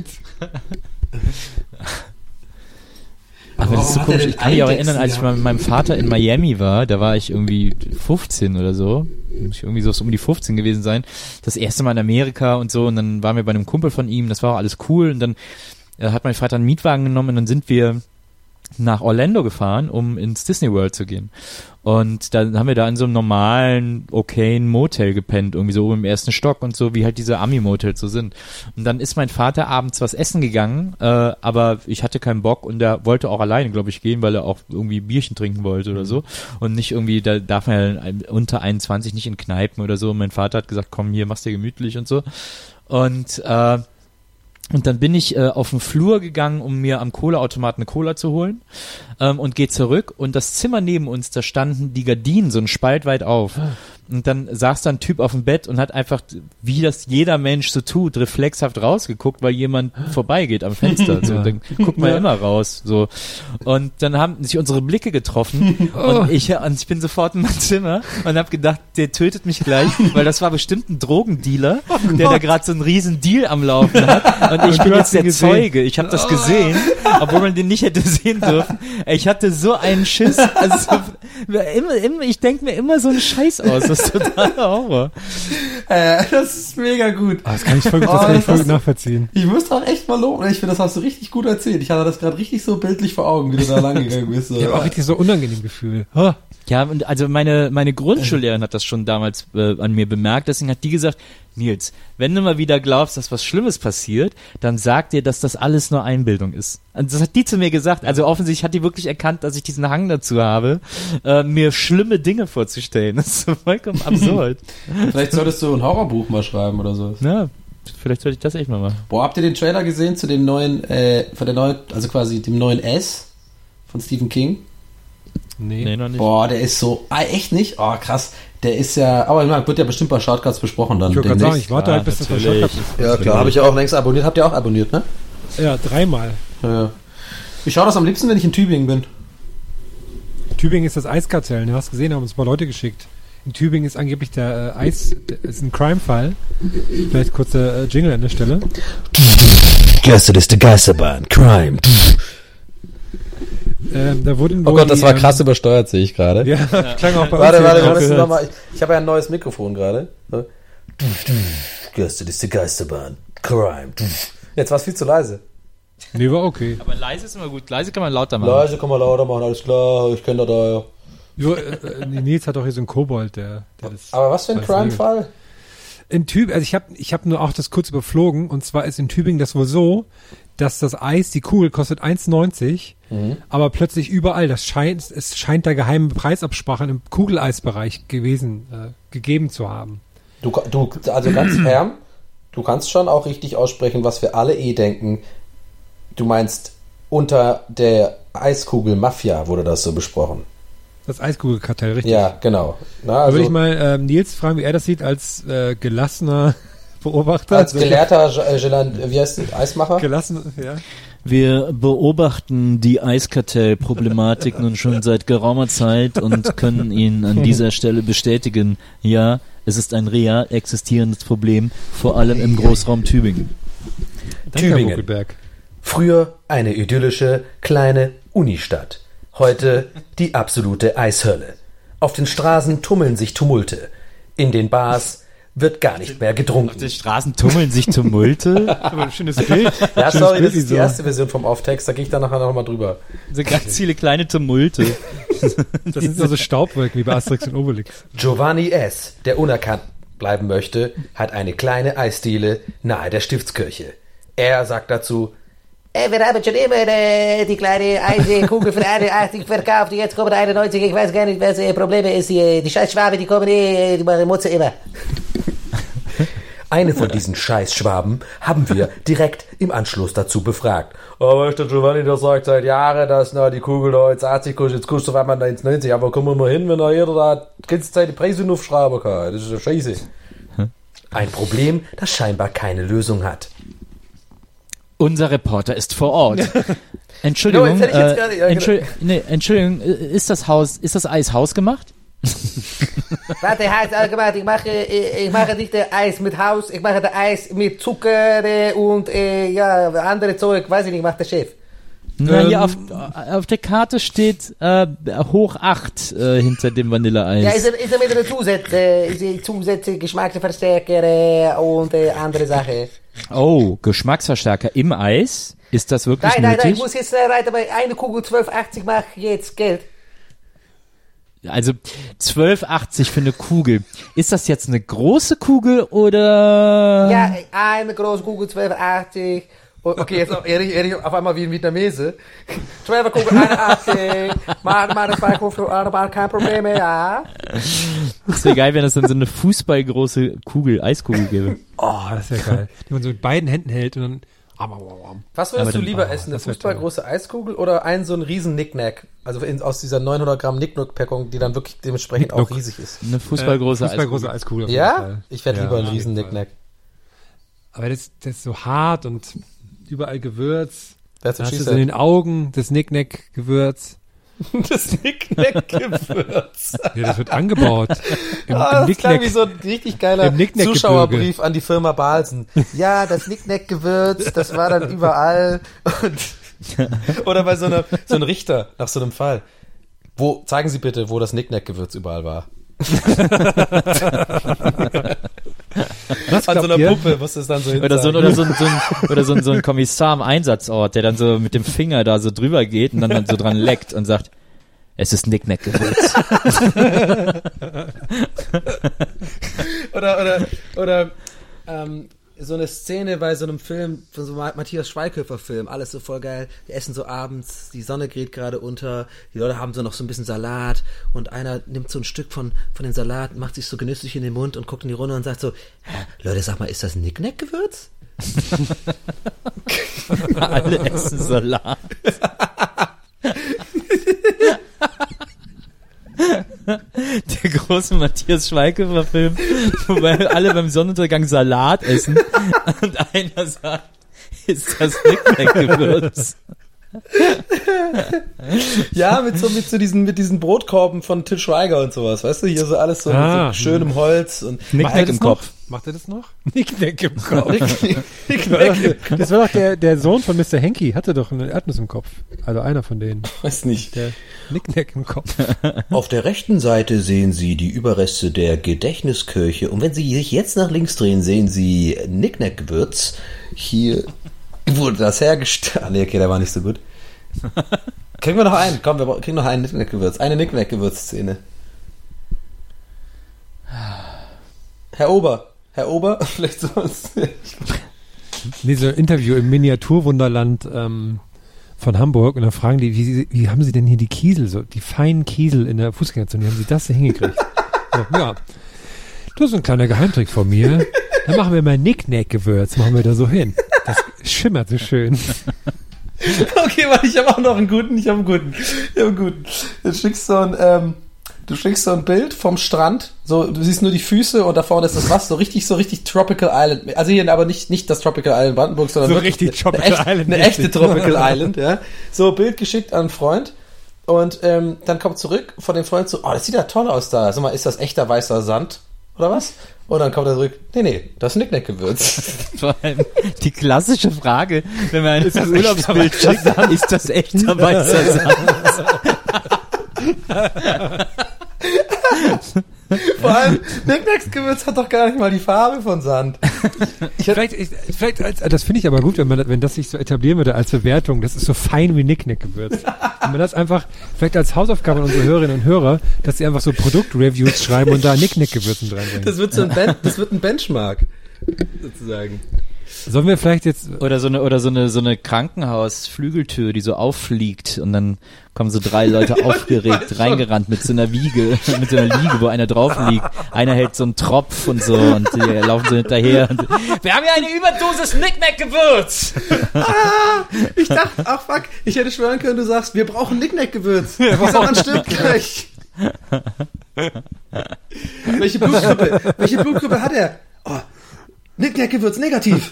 Aber das ist so komisch. Ich kann mich auch erinnern, als ich mal mit meinem Vater in Miami war, da war ich irgendwie 15 oder so. Muss ich irgendwie so um die 15 gewesen sein. Das erste Mal in Amerika und so. Und dann waren wir bei einem Kumpel von ihm. Das war auch alles cool. Und dann hat mein Vater einen Mietwagen genommen und dann sind wir nach Orlando gefahren, um ins Disney World zu gehen. Und dann haben wir da in so einem normalen, okayen Motel gepennt, irgendwie so oben im ersten Stock und so, wie halt diese Ami-Motels so sind. Und dann ist mein Vater abends was essen gegangen, aber ich hatte keinen Bock und der wollte auch alleine, glaube ich, gehen, weil er auch irgendwie Bierchen trinken wollte oder so. Und nicht irgendwie, da darf man ja unter 21 nicht in Kneipen oder so. Und mein Vater hat gesagt, komm, hier, mach's dir gemütlich und so. Und dann bin ich auf den Flur gegangen, um mir am Cola-Automaten eine Cola zu holen und gehe zurück und das Zimmer neben uns, da standen die Gardinen so einen Spalt weit auf und dann saß da ein Typ auf dem Bett und hat einfach, wie das jeder Mensch so tut, reflexhaft rausgeguckt, weil jemand vorbeigeht am Fenster. So, dann guckt man immer raus. So. Und dann haben sich unsere Blicke getroffen und ich bin sofort in mein Zimmer und habe gedacht, der tötet mich gleich, weil das war bestimmt ein Drogendealer, der da gerade so einen riesen Deal am Laufen hat. Und ich bin jetzt der Zeuge. Ich habe das gesehen, obwohl man den nicht hätte sehen dürfen. Ich hatte so einen Schiss. Also ich denke mir immer so einen Scheiß aus. Das ist totaler Horror. Das ist mega gut. Das kann ich voll gut nachvollziehen. Ich muss doch echt mal loben. Ich finde, das hast du richtig gut erzählt. Ich hatte das gerade richtig so bildlich vor Augen, wie du da lang gegangen bist. Ich habe auch richtig so unangenehm Gefühl. Ja, und also meine Grundschullehrerin hat das schon damals an mir bemerkt, deswegen hat die gesagt, Nils, wenn du mal wieder glaubst, dass was Schlimmes passiert, dann sag dir, dass das alles nur Einbildung ist. Und das hat die zu mir gesagt, also offensichtlich hat die wirklich erkannt, dass ich diesen Hang dazu habe, mir schlimme Dinge vorzustellen. Das ist vollkommen absurd. Vielleicht solltest du ein Horrorbuch mal schreiben oder so. Ja, vielleicht sollte ich das echt mal machen. Boah, habt ihr den Trailer gesehen zu dem neuen, also quasi dem neuen S von Stephen King? Nee, noch nicht. Boah, der ist so, echt nicht? Oh, krass. Der ist ja, aber wird ja bestimmt bei Shortcuts besprochen dann. Ich wollte gerade sagen, ich warte halt, bis das bei Shortcuts ist. Ja, klar, habe ich ja auch längst abonniert. Habt ihr auch abonniert, ne? Ja, 3-mal. Ja. Ich schaue das am liebsten, wenn ich in Tübingen bin. Tübingen ist das Eiskartell, du hast gesehen, haben uns ein paar Leute geschickt. In Tübingen ist angeblich der ist ein Crime-Fall. Vielleicht kurzer Jingle an der Stelle. Geisterliste Geisterbahn, Crime. Da wurden oh Gott, das war krass übersteuert, sehe ich gerade. Ja, klang auch bei uns. Warte, ich habe ja ein neues Mikrofon gerade. Geisterliste Geisterbahn, Crime. Jetzt war es viel zu leise. Nee, war okay. Aber leise ist immer gut. Leise kann man lauter machen. Leise kann man lauter machen, alles klar. Ich kenne da ja. Nils hat doch hier so einen Kobold, der das. Aber was für ein Crime-Fall? In Tübingen, also ich hab nur auch das kurz überflogen, und zwar ist in Tübingen das wohl so, dass das Eis, die Kugel kostet 1,90, aber plötzlich überall, es scheint da geheime Preisabsprachen im Kugeleisbereich gegeben zu haben. Also ganz fern, du kannst schon auch richtig aussprechen, was wir alle denken. Du meinst, unter der Eiskugel-Mafia wurde das so besprochen. Das Eiskugelkartell, richtig? Ja, genau. Na, also, würde ich mal Nils fragen, wie er das sieht, als gelassener Beobachter. Als gelehrter wie heißt das? Eismacher? Gelassen, ja. Wir beobachten die Eiskartell-Problematik nun schon seit geraumer Zeit und können Ihnen an dieser Stelle bestätigen, ja, es ist ein real existierendes Problem, vor allem im Großraum Tübingen. Tübingen. Früher eine idyllische, kleine Unistadt. Heute die absolute Eishölle. Auf den Straßen tummeln sich Tumulte. In den Bars wird gar nicht mehr getrunken. Auf den Straßen tummeln sich Tumulte? Aber ein schönes Bild. Ja, sorry, das ist die erste Version vom Off-Text, da gehe ich dann nachher nochmal drüber. So ganz viele kleine Tumulte. Das sind so Staubwolken wie bei Asterix und Obelix. Giovanni S., der unerkannt bleiben möchte, hat eine kleine Eisdiele nahe der Stiftskirche. Er sagt dazu: wir haben schon immer die kleine Eiskugel für 81 verkauft, jetzt kommen 91, ich weiß gar nicht, was das Problem ist. Die scheiß Schwaben, die kommen die machen Mutze immer. Eine von diesen Scheiß-Schwaben haben wir direkt im Anschluss dazu befragt. Aber der Giovanni, der sagt seit Jahren, dass die Kugel da jetzt 80 kostet, jetzt kostet auf einmal 1,90. Aber kommen wir mal hin, wenn da jeder da die ganze Zeit die Preise aufschrauben kann. Das ist ja scheiße. Ein Problem, das scheinbar keine Lösung hat. Unser Reporter ist vor Ort. Entschuldigung, Entschuldigung, ist das Eis hausgemacht? Warte, hausgemacht, ich mache nicht Eis mit Haus, ich mache das Eis mit Zucker und andere Zeug, weiß ich nicht, macht der Chef. Na, hier auf der Karte steht hoch 8 hinter dem Vanilleeis. Ja, ist er mit einer Zusätze, Geschmacksverstärker und andere Sachen. Oh, Geschmacksverstärker im Eis? Ist das wirklich nötig? Nein, ich muss jetzt weiter bei eine Kugel 12,80 mache jetzt Geld. Also 12,80 für eine Kugel. Ist das jetzt eine große Kugel oder? Ja, eine große Kugel 12,80. Okay, jetzt auf einmal wie ein Vietnamese. 12 Kugel 81. Mal 2 Kugel, kein Problem mehr, ja. Das wäre geil, wenn es dann so eine fußballgroße Eiskugel gäbe. Oh, das wäre geil. Die man so mit beiden Händen hält und dann. Was würdest du lieber essen? Eine fußballgroße Eiskugel oder so einen riesen Nicknack? Also aus dieser 900 Gramm Nicknack-Packung, die dann wirklich dementsprechend auch riesig ist. Eine fußballgroße Eiskugel. Ja? Ich werde lieber einen riesen Nicknack. Aber das ist so hart und überall Gewürz. Das hast du in den Augen, das Nicknack-Gewürz. Das Nicknack-Gewürz. Ja, das wird angebaut. Das klang wie so ein richtig geiler Zuschauerbrief an die Firma Balsen. Ja, das Nicknack-Gewürz, das war dann überall. Oder bei so einem Richter nach so einem Fall. Zeigen Sie bitte, wo das Nicknack-Gewürz überall war. Was An so glaubt einer ihr? Puppe muss es dann so hin Oder so, sein. so ein Kommissar am Einsatzort, der dann so mit dem Finger da so drüber geht und dann so dran leckt und sagt, es ist Nicknack-Gewürz. Oder so eine Szene bei so einem Film, von so Matthias Schweighöfer-Film, alles so voll geil. Die essen so abends, die Sonne geht gerade unter, die Leute haben so noch so ein bisschen Salat und einer nimmt so ein Stück von dem Salat, macht sich so genüsslich in den Mund und guckt in die Runde und sagt so, Leute, sag mal, ist das Nicknack-Gewürz? Alle essen Salat. Der große Matthias Schweighöfer-Film, wobei alle beim Sonnenuntergang Salat essen und einer sagt, ist das Nicknack-Gewürz? Ja, mit diesen Brotkorben von Til Schweiger und sowas, weißt du, hier so alles so mit so schönem Holz und Nicknack im Kopf. Macht er das noch? Nicknack im Kopf. Nicknack. Das war doch der Sohn von Mr. Henky, hatte doch eine Erdnuss im Kopf. Also einer von denen. Weiß nicht. Der Nicknack im Kopf. Auf der rechten Seite sehen Sie die Überreste der Gedächtniskirche und wenn Sie sich jetzt nach links drehen, sehen Sie Nicknack-Gewürz. Hier wurde das hergestellt. Ah, nee, okay, der war nicht so gut. Kriegen wir noch einen? Komm, wir kriegen noch einen Nicknack-Gewürz. Eine Nicknack-Gewürz-Szene. Herr Ober, vielleicht sonst. Dieses Interview im Miniaturwunderland von Hamburg und dann fragen die, wie haben sie denn hier die Kiesel, so die feinen Kiesel in der Fußgängerzone, wie haben sie das denn hingekriegt? So, ja, das ist ein kleiner Geheimtrick von mir. Dann machen wir mal Nicknack-Gewürz, machen wir da so hin. Das schimmert so schön. Okay, warte, ich habe auch noch einen guten. Du schickst so ein Bild vom Strand, so, du siehst nur die Füße und da vorne ist das Wasser, so richtig Tropical Island. Also hier aber nicht das Tropical Island Brandenburg, sondern So wirklich richtig Tropical Island. eine echte Tropical Island, ja. So, Bild geschickt an einen Freund und dann kommt zurück von dem Freund so, oh, das sieht ja toll aus da. Sag mal, ist das echter weißer Sand oder was? Und dann kommt er zurück, nee, das ist Nicknack-Gewürz. Vor allem die klassische Frage, wenn man ein Urlaubsbild schickt, ist das echter weißer Sand? Vor allem, Nicknack-Gewürz hat doch gar nicht mal die Farbe von Sand. Vielleicht, das finde ich aber gut, wenn das sich so etablieren würde als Bewertung, das ist so fein wie Nicknack-Gewürz. Wenn man das einfach, vielleicht als Hausaufgabe an unsere Hörerinnen und Hörer, dass sie einfach so Produktreviews schreiben und da Nicknack-Gewürzen dranbringen. Das wird ein Benchmark, sozusagen. Sollen wir vielleicht jetzt... Oder so eine Krankenhausflügeltür, die so auffliegt und dann kommen so 3 Leute aufgeregt reingerannt mit so einer Liege, wo einer drauf liegt. Einer hält so einen Tropf und so und die laufen so hinterher. Und, wir haben ja eine Überdosis Nicknack-Gewürz! Ich dachte, ach fuck, ich hätte schwören können, du sagst, wir brauchen Nicknack-Gewürz. Dieser Mann stirbt gleich. Welche Blutgruppe hat er? Oh, Nicknack-Gewürz negativ.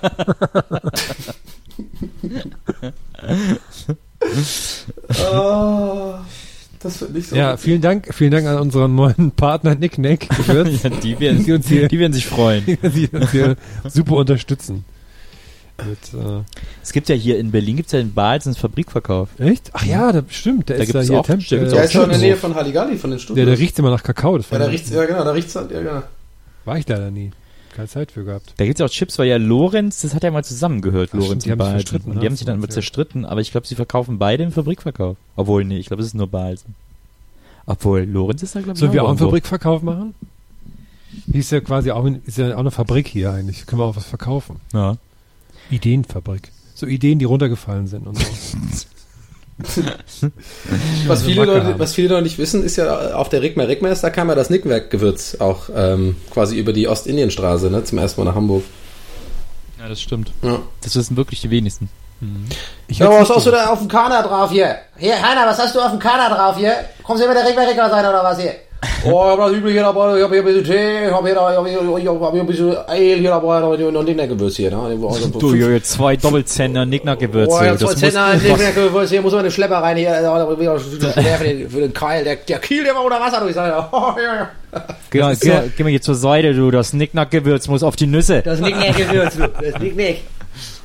Oh, das wird nicht so. Ja, vielen Dank an unseren neuen Partner Nicknack-Gewürz. Ja, die werden sich freuen. Die uns hier super unterstützen. Es gibt ja hier in Berlin, in Balz einen Fabrikverkauf. Echt? Ach ja, das stimmt. Der Da ist gibt's hier auch- da gibt's auch Der ist doch in der Nähe von Halligalli, von den Studios. der riecht immer nach Kakao. Das Ja, da riecht's, ja genau. war ich leider nie. Keine Zeit für gehabt. Da gibt's ja auch Chips, weil ja Lorenz, das hat ja mal zusammengehört, Ach, Lorenz stimmt, die und haben sich Balzen. verstritten, Und die ne? haben sich dann immer Ja. zerstritten, aber ich glaube, sie verkaufen beide im Fabrikverkauf. Obwohl, nee, ich glaube, es ist nur Balzen. Obwohl, Lorenz ist da, glaube ich, Sollen wir auch einen irgendwo. Fabrikverkauf machen? Hier ist ja quasi ist ja auch eine Fabrik hier eigentlich. Können wir auch was verkaufen. Ja. Ideenfabrik. So Ideen, die runtergefallen sind und so. Was viele Macke Leute, haben. was viele Leute nicht wissen, ist ja auf der Rickmers, da kam ja das Nicknack-Gewürz auch quasi über die Ostindienstraße, ne, zum ersten Mal nach Hamburg. Ja, das stimmt. Ja. Das wissen wirklich die wenigsten. Ja, was hast du da auf dem Kana drauf hier? Hier, Hanna, was hast du auf dem Kana drauf hier? Kommst du mit der Rickmer-Seite oder was hier? Oh, ich hab das üblich hier dabei, ich hab hier ein bisschen Tee, ich hab hier ein bisschen Ale hier dabei und Nicknack-Gewürz hier. Ne? Du, hier 2 Doppelzentner Nicknack-Gewürze. Oh, ja, Das 2 muss- Zentner Nicknack-Gewürz, hier muss man den Schlepper rein, hier, für den Keil, der Kiel, der war unter Wasser durch. Oh, ja. Geh mal hier zur Seite, du, das Nicknack-Gewürz muss auf die Nüsse. Das Nicknack-Gewürz, du, das Nicknack.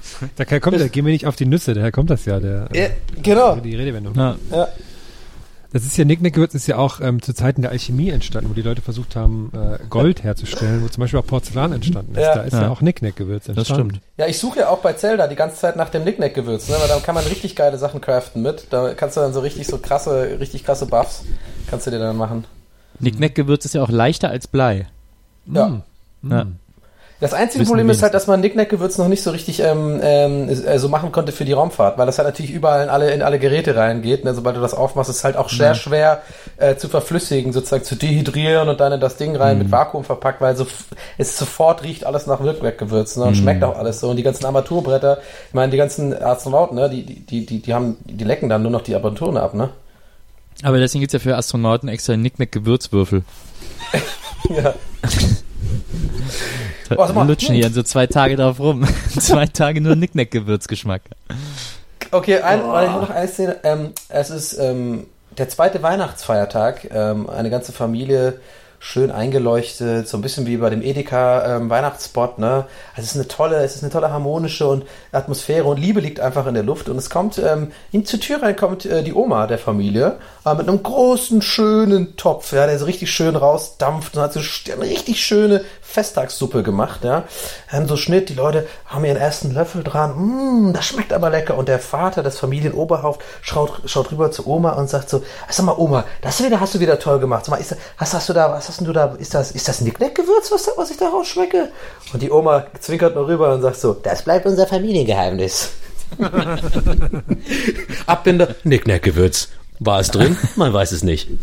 Daher kommt der, geh mir nicht auf die Nüsse, daher kommt das ja, Ja, genau. die Redewendung. Ja. Das ist ja, Nicknack-Gewürz ist ja auch zu Zeiten der Alchemie entstanden, wo die Leute versucht haben, Gold herzustellen, wo zum Beispiel auch Porzellan entstanden ist. Ja. Da ist ja auch Nicknack-Gewürz entstanden. Das stimmt. Ja, ich suche ja auch bei Zelda die ganze Zeit nach dem Nicknack-Gewürz, ne? Weil da kann man richtig geile Sachen craften mit. Da kannst du dann so richtig krasse Buffs kannst du dir dann machen. Nicknack-Gewürz ist ja auch leichter als Blei. Ja. Ja. Das einzige Wissen Problem wir ist halt, dass man Nicknack-Gewürz noch nicht so richtig so machen konnte für die Raumfahrt, weil das halt natürlich überall in alle Geräte reingeht. Ne? Sobald du das aufmachst, ist es halt auch sehr schwer zu verflüssigen, sozusagen zu dehydrieren und dann in das Ding rein mit Vakuum verpackt, weil es sofort riecht alles nach Wirkgewürz, ne? Und schmeckt auch alles so. Und die ganzen Armaturbretter, ich meine, die ganzen Astronauten, ne? die lecken dann nur noch die Armaturen ab, ne? Aber deswegen gibt's ja für Astronauten extra Nicknack-Gewürzwürfel. Ja. Lutschen hier so 2 Tage drauf rum. 2 Tage nur Nicknack-Gewürzgeschmack. Okay, noch eine Szene. Es ist der zweite Weihnachtsfeiertag. Eine ganze Familie, schön eingeleuchtet, so ein bisschen wie bei dem Edeka Weihnachtsspot, ne? Also es ist eine tolle harmonische und Atmosphäre und Liebe liegt einfach in der Luft und es kommt zur Tür rein kommt die Oma der Familie mit einem großen schönen Topf, ja, der so richtig schön rausdampft und hat so eine richtig schöne Festtagssuppe gemacht, ja. Dann so Schnitt, die Leute haben ihren ersten Löffel dran, das schmeckt aber lecker und der Vater, das Familienoberhaupt, schaut rüber zu Oma und sagt so, sag mal Oma, das hast du wieder toll gemacht, sag mal, was hast du da, ist das Nicknack-Gewürz, was ich da rausschmecke? Und die Oma zwinkert nur rüber und sagt so, das bleibt unser Familiengeheimnis. Abbinder, Nicknack-Gewürz. War es drin? Man weiß es nicht.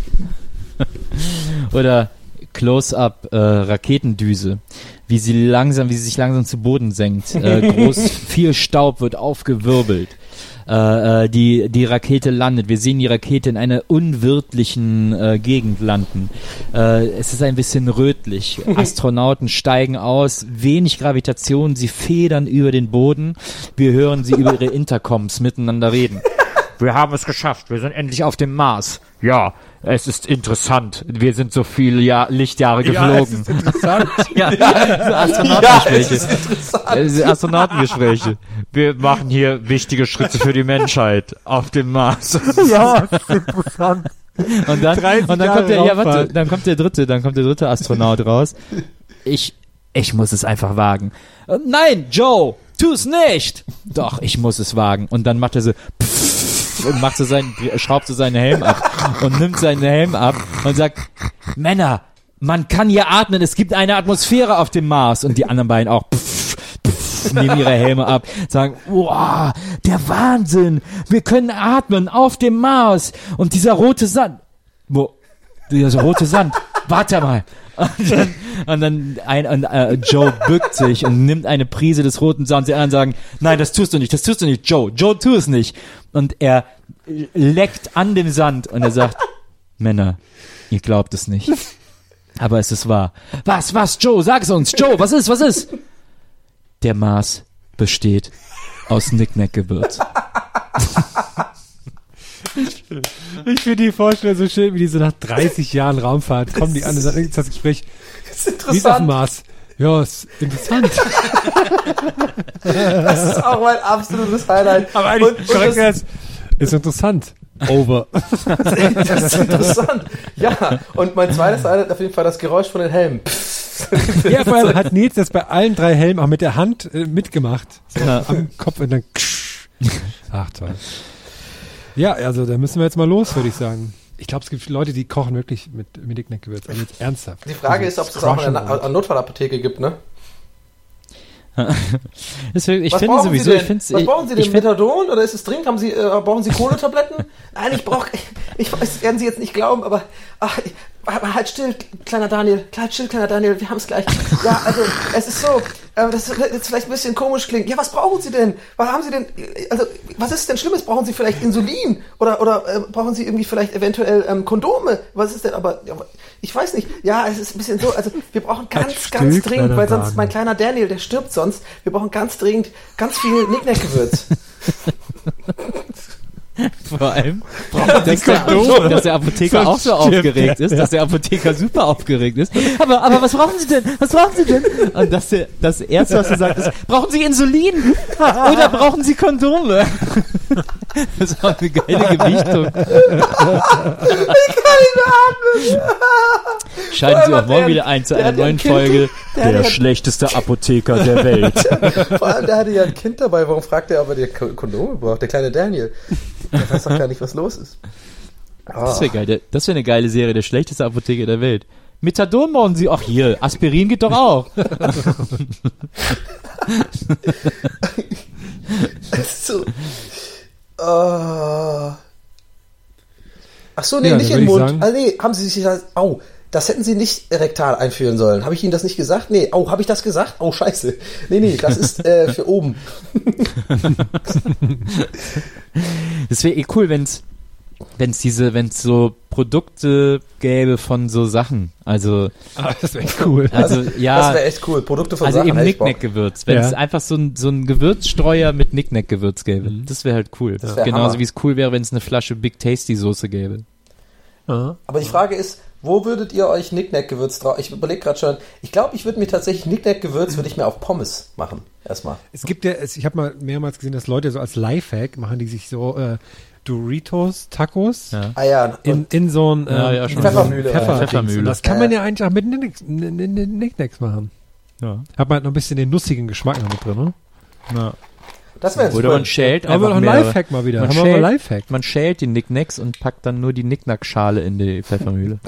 Oder Close-up Raketendüse, wie sie sich langsam zu Boden senkt. Viel Staub wird aufgewirbelt. Die Rakete landet. Wir sehen die Rakete in einer unwirtlichen Gegend landen. Es ist ein bisschen rötlich. Astronauten steigen aus, wenig Gravitation, sie federn über den Boden. Wir hören sie über ihre Intercoms miteinander reden. Wir haben es geschafft. Wir sind endlich auf dem Mars. Ja, es ist interessant. Wir sind so viele Lichtjahre geflogen. Ja, es ist interessant. Astronautengespräche. Wir machen hier wichtige Schritte für die Menschheit auf dem Mars. Ja, es ist interessant. Und dann kommt der dritte Astronaut raus. Ich muss es einfach wagen. Nein, Joe, tu's nicht. Doch, ich muss es wagen. Und dann macht er so und schraubt so seinen Helm ab und nimmt seinen Helm ab und sagt, Männer, man kann hier atmen, es gibt eine Atmosphäre auf dem Mars. Und die anderen beiden auch nehmen ihre Helme ab, sagen, wow, der Wahnsinn, wir können atmen auf dem Mars. Und dieser rote Sand, warte mal. Und dann Joe bückt sich und nimmt eine Prise des roten Sands. Die anderen sagen, nein, das tust du nicht, Joe, tu es nicht. Und er leckt an dem Sand und er sagt, Männer, ihr glaubt es nicht. Aber es ist wahr. Was, Joe, sag es uns, Joe, was ist? Der Mars besteht aus Nicknack-Gewürz. Ich finde die Vorstellung so schön, wie die so nach 30 Jahren Raumfahrt kommen die an und sagen, das Gespräch, ist interessant. Wie ist auf dem Mars? Ja, ist interessant. Das ist auch mein absolutes Highlight. Aber eigentlich korrekt ist interessant. Over. Das ist interessant. Ja, und mein zweites Highlight auf jeden Fall das Geräusch von den Helmen. Ja, vor allem hat Nils das bei allen 3 Helmen auch mit der Hand mitgemacht. So am Kopf und dann ach, toll. Ja, also da müssen wir jetzt mal los, würde ich sagen. Ich glaube, es gibt Leute, die kochen wirklich mit Nicknack-Gewürz. Also jetzt ernsthaft. Die Frage ist, ob es das auch in einer Notfallapotheke gibt, ne? Was brauchen Sie denn? Methadon oder ist es dringend? Brauchen Sie Kohletabletten? Nein, ich weiß, werden Sie jetzt nicht glauben, aber halt still, kleiner Daniel, wir haben es gleich. Ja, also, es ist so, das wird jetzt vielleicht ein bisschen komisch klingen. Ja, was brauchen Sie denn? Was ist denn Schlimmes? Brauchen Sie vielleicht Insulin? Oder brauchen Sie irgendwie vielleicht eventuell Kondome? Was ist denn, aber ich weiß nicht. Ja, es ist ein bisschen so, also wir brauchen ganz dringend, weil sonst mein kleiner Daniel, der stirbt sonst. Wir brauchen ganz dringend ganz viel Nicknack-Gewürz. Vor allem, dass der Apotheker auch so aufgeregt ist, dass der Apotheker super aufgeregt ist. Aber was brauchen Sie denn? Was brauchen Sie denn? Und das Erste, was er sagt, ist, brauchen Sie Insulin? Oder brauchen Sie Kondome? Das ist auch eine geile Gewichtung. Ich kann nicht mehr atmen. Schalten Sie auch morgen wieder ein zu einer neuen Folge Der schlechteste Apotheker der Welt. Vor allem, der hatte ja ein Kind dabei. Warum fragt er, ob er die Kondome braucht? Der kleine Daniel. Der weiß doch gar nicht, was los ist. Oh. Das wäre geil. Das wäre eine geile Serie. Der schlechteste Apotheker der Welt. Methadon brauchen Sie. Ach hier, Aspirin geht doch auch. So. Ach so, nee, ja, nicht im Mund. Ah, nee, haben Sie sich das... Au, das hätten Sie nicht rektal einführen sollen. Habe ich Ihnen das nicht gesagt? Nee, habe ich das gesagt? Oh, scheiße. Nee, das ist für oben. Das wäre cool, wenn's so Produkte gäbe von so Sachen. Also. Das wäre echt cool. Also, ja. Das wäre echt cool. Produkte von also Sachen. Also eben Nicknack-Gewürz. Wenn es einfach so ein Gewürzstreuer mit Nicknack-Gewürz gäbe. Das wäre halt cool. Genauso wie es cool wäre, wenn es eine Flasche Big Tasty Soße gäbe. Aber die Frage ist, wo würdet ihr euch Nicknack-Gewürz drauf? Ich überlege gerade schon. Ich glaube, ich würde mir tatsächlich Nicknack-Gewürz würde ich mir auf Pommes machen. Erstmal. Es gibt ja, ich habe mal mehrmals gesehen, dass Leute so als Lifehack machen, die sich so Doritos, Tacos in so ein Pfeffermühle. Pfeffermühle. Das kann man ja eigentlich auch mit Nicknacks machen. Ja. Hat man halt noch ein bisschen den nussigen Geschmack noch mit drin, ne? Ja. Das wäre Oder man schält einfach mehr. Aber noch ein Lifehack mal wieder. Man schält die Nicknacks und packt dann nur die Nicknack-Schale in die Pfeffermühle.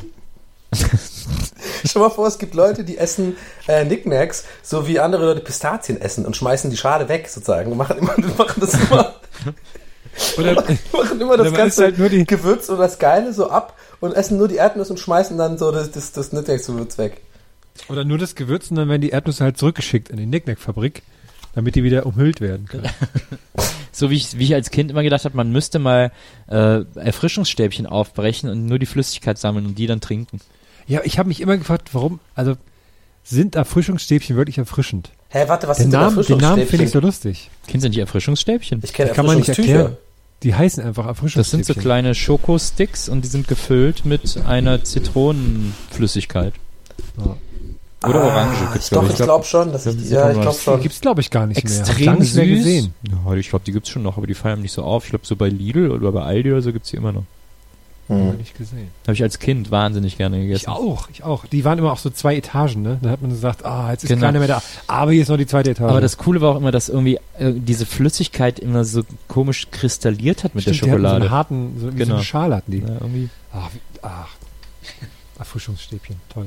Stell mal vor, es gibt Leute, die essen Nicknacks, so wie andere Leute Pistazien essen und schmeißen die Schale weg sozusagen und machen das immer. Oder machen immer das ganze halt nur Gewürz und das Geile so ab und essen nur die Erdnüsse und schmeißen dann so das Nicknack-Gewürz weg. Oder nur das Gewürz und dann werden die Erdnüsse halt zurückgeschickt in die Nicknack-Fabrik, damit die wieder umhüllt werden können. So wie ich als Kind immer gedacht habe, man müsste mal Erfrischungsstäbchen aufbrechen und nur die Flüssigkeit sammeln und die dann trinken. Ja, ich habe mich immer gefragt, warum, also sind Erfrischungsstäbchen wirklich erfrischend? Hä, warte, was sind denn Erfrischungsstäbchen? Den Namen finde ich so lustig. Kennst du nicht Erfrischungsstäbchen? Ich kenne Erfrischungstücher. Kann man nicht erklären. Die heißen einfach Erfrischungsstäbchen. Das sind so kleine Schokosticks und die sind gefüllt mit einer Zitronenflüssigkeit. Ja. Oder Orange. Doch, ich glaube schon. Ich glaube schon. Die gibt's, glaube ich, gar nicht extrem mehr. Süß. Mehr gesehen. Ja, ich glaube, die gibt's schon noch, aber die feiern nicht so auf. Ich glaube, so bei Lidl oder bei Aldi oder so gibt's die immer noch. Habe ich nicht gesehen. Habe ich als Kind wahnsinnig gerne gegessen. Ich auch. Die waren immer auch so 2 Etagen, ne? Da hat man gesagt, jetzt ist keiner mehr da. Aber hier ist noch die 2. Etage. Aber das Coole war auch immer, dass irgendwie diese Flüssigkeit immer so komisch kristalliert hat mit der Schokolade. Die hatten so einen harten, so eine Schale hatten die. Ja, irgendwie. Erfrischungsstäbchen, toll.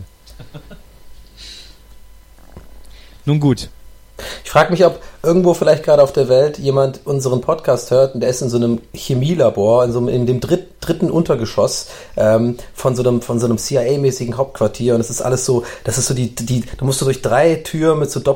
Nun gut. Ich frage mich, ob irgendwo vielleicht gerade auf der Welt jemand unseren Podcast hört und der ist in so einem Chemielabor, in dem dritten Untergeschoss von so einem CIA-mäßigen Hauptquartier und es ist alles so, das ist so da musst du durch 3 Türen mit so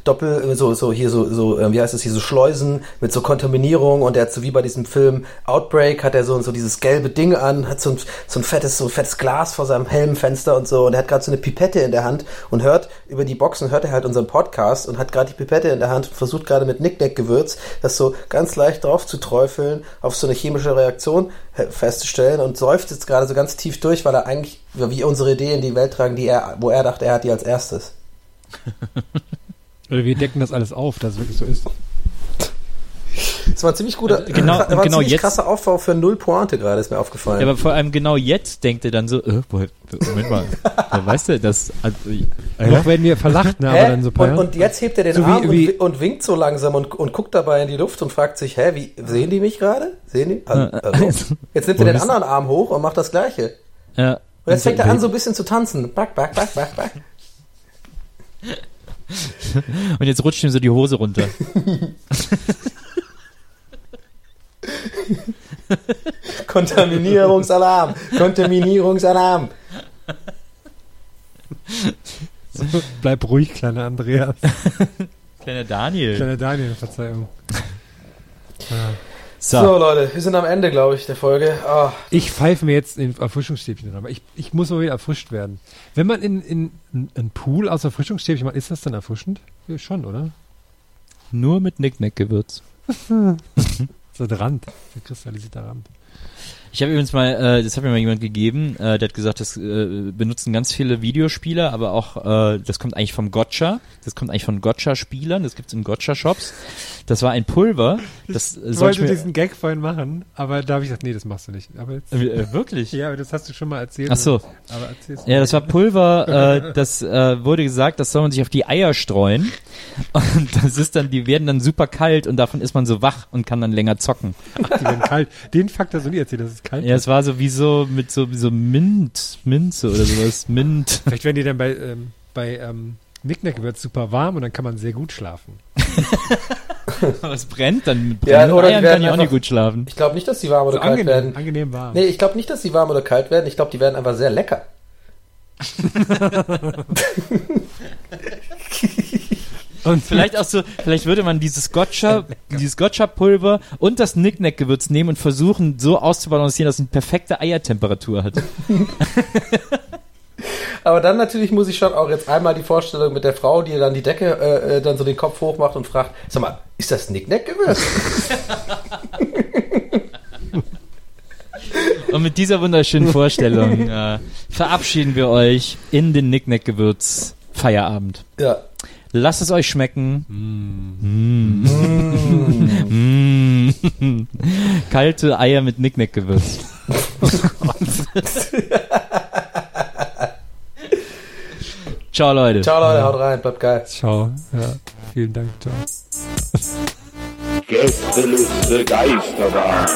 wie heißt das hier, so Schleusen mit so Kontaminierung und der hat so wie bei diesem Film Outbreak, hat er so dieses gelbe Ding an, hat so ein fettes Glas vor seinem hellen Fenster und so und er hat gerade so eine Pipette in der Hand und hört über die Boxen, hört er halt unseren Podcast und hat gerade die Pipette in der Hand und versucht gerade mit Nicknack-Gewürz das so ganz leicht drauf zu träufeln, auf so eine chemische Reaktion festzustellen und säuft jetzt gerade so ganz tief durch, weil er eigentlich wie unsere Idee in die Welt tragen, wo er dachte, er hat die als erstes. Oder wir decken das alles auf, dass es wirklich so ist. Das war ein ziemlich guter, krasser Aufbau für 0 Pointe gerade, ist mir aufgefallen. Ja, aber vor allem genau jetzt denkt er dann so, Moment mal, weißt du, das... Noch werden wir verlacht, ne, aber dann so und jetzt hebt er den Arm und winkt so langsam und guckt dabei in die Luft und fragt sich, wie sehen die mich gerade? Sehen die? Also, jetzt nimmt er den anderen Arm hoch und macht das Gleiche. Ja. Und jetzt fängt er an, so ein bisschen zu tanzen. Back, back, back, back, back. Und jetzt rutscht ihm so die Hose runter. Kontaminierungsalarm. So, bleib ruhig, kleiner Andreas. Kleiner Daniel, Verzeihung. So, Leute, wir sind am Ende, glaube ich, der Folge. Oh. Ich pfeife mir jetzt in Erfrischungsstäbchen rein, aber ich muss mal wieder erfrischt werden. Wenn man in einen Pool aus Erfrischungsstäbchen macht, ist das dann erfrischend? Ja, schon, oder? Nur mit Nicknack-Gewürz. So der Rand, der kristallisierte Rand. Ich habe übrigens mal, das hat mir mal jemand gegeben, der hat gesagt, das benutzen ganz viele Videospieler, aber auch, das kommt eigentlich vom Gotcha, das kommt eigentlich von Gotcha-Spielern, das gibt's in Gotcha-Shops. Das war ein Pulver. Das ich wollte diesen Gag vorhin machen, aber da habe ich gesagt, nee, das machst du nicht. Aber jetzt, wirklich? Ja, aber das hast du schon mal erzählt. Ach so. Aber erzähl's ja, das war Pulver, das wurde gesagt, das soll man sich auf die Eier streuen. Und das ist dann, die werden dann super kalt und davon ist man so wach und kann dann länger zocken. Ach, die werden kalt. Den Fakt hast du nie erzählt, dass es kalt Ja, es war so wie so mit so Minze oder sowas. Mint. Vielleicht werden die dann bei Nicknack-Gewürz super warm und dann kann man sehr gut schlafen. Aber es brennt dann mit brennenden Eiern kann ich auch nicht gut schlafen. Ich glaube nicht, dass sie warm oder kalt werden. Angenehm warm. Nee, ich glaube nicht, dass sie warm oder kalt werden. Ich glaube, die werden einfach sehr lecker. Und vielleicht auch so, vielleicht würde man dieses Gotcha-Pulver und das Nicknack-Gewürz nehmen und versuchen, so auszubalancieren, dass es eine perfekte Eiertemperatur hat. Aber dann natürlich muss ich schon auch jetzt einmal die Vorstellung mit der Frau, die dann die Decke, dann so den Kopf hochmacht und fragt, sag mal, ist das Nicknack-Gewürz? Und mit dieser wunderschönen Vorstellung verabschieden wir euch in den Nicknack-Gewürz Feierabend. Ja. Lasst es euch schmecken. Kalte Eier mit Nicknack-Gewürz. Ciao, Leute. Ciao, Leute, haut rein, bleibt geil. Ciao. Ja, vielen Dank, ciao. Gästeliste Geisterbahn.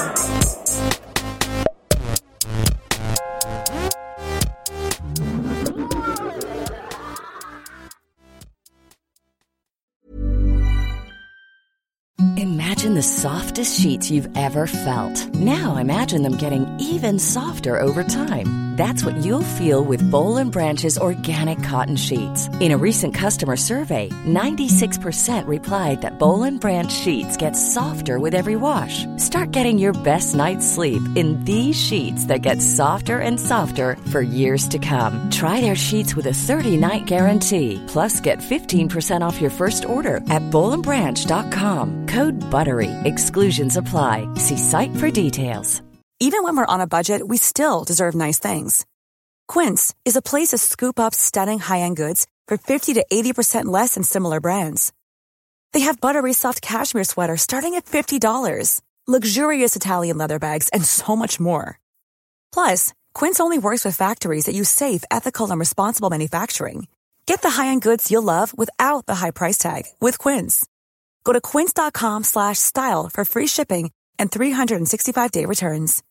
Imagine the softest sheets you've ever felt. Now imagine them getting even softer over time. That's what you'll feel with Boll & Branch's organic cotton sheets. In a recent customer survey, 96% replied that Boll & Branch sheets get softer with every wash. Start getting your best night's sleep in these sheets that get softer and softer for years to come. Try their sheets with a 30-night guarantee. Plus, get 15% off your first order at bollandbranch.com. Code BUTTERY. Exclusions apply. See site for details. Even when we're on a budget, we still deserve nice things. Quince is a place to scoop up stunning high-end goods for 50 to 80% less than similar brands. They have buttery soft cashmere sweaters starting at $50, luxurious Italian leather bags, and so much more. Plus, Quince only works with factories that use safe, ethical, and responsible manufacturing. Get the high-end goods you'll love without the high price tag with Quince. Go to quince.com/style for free shipping and 365-day returns.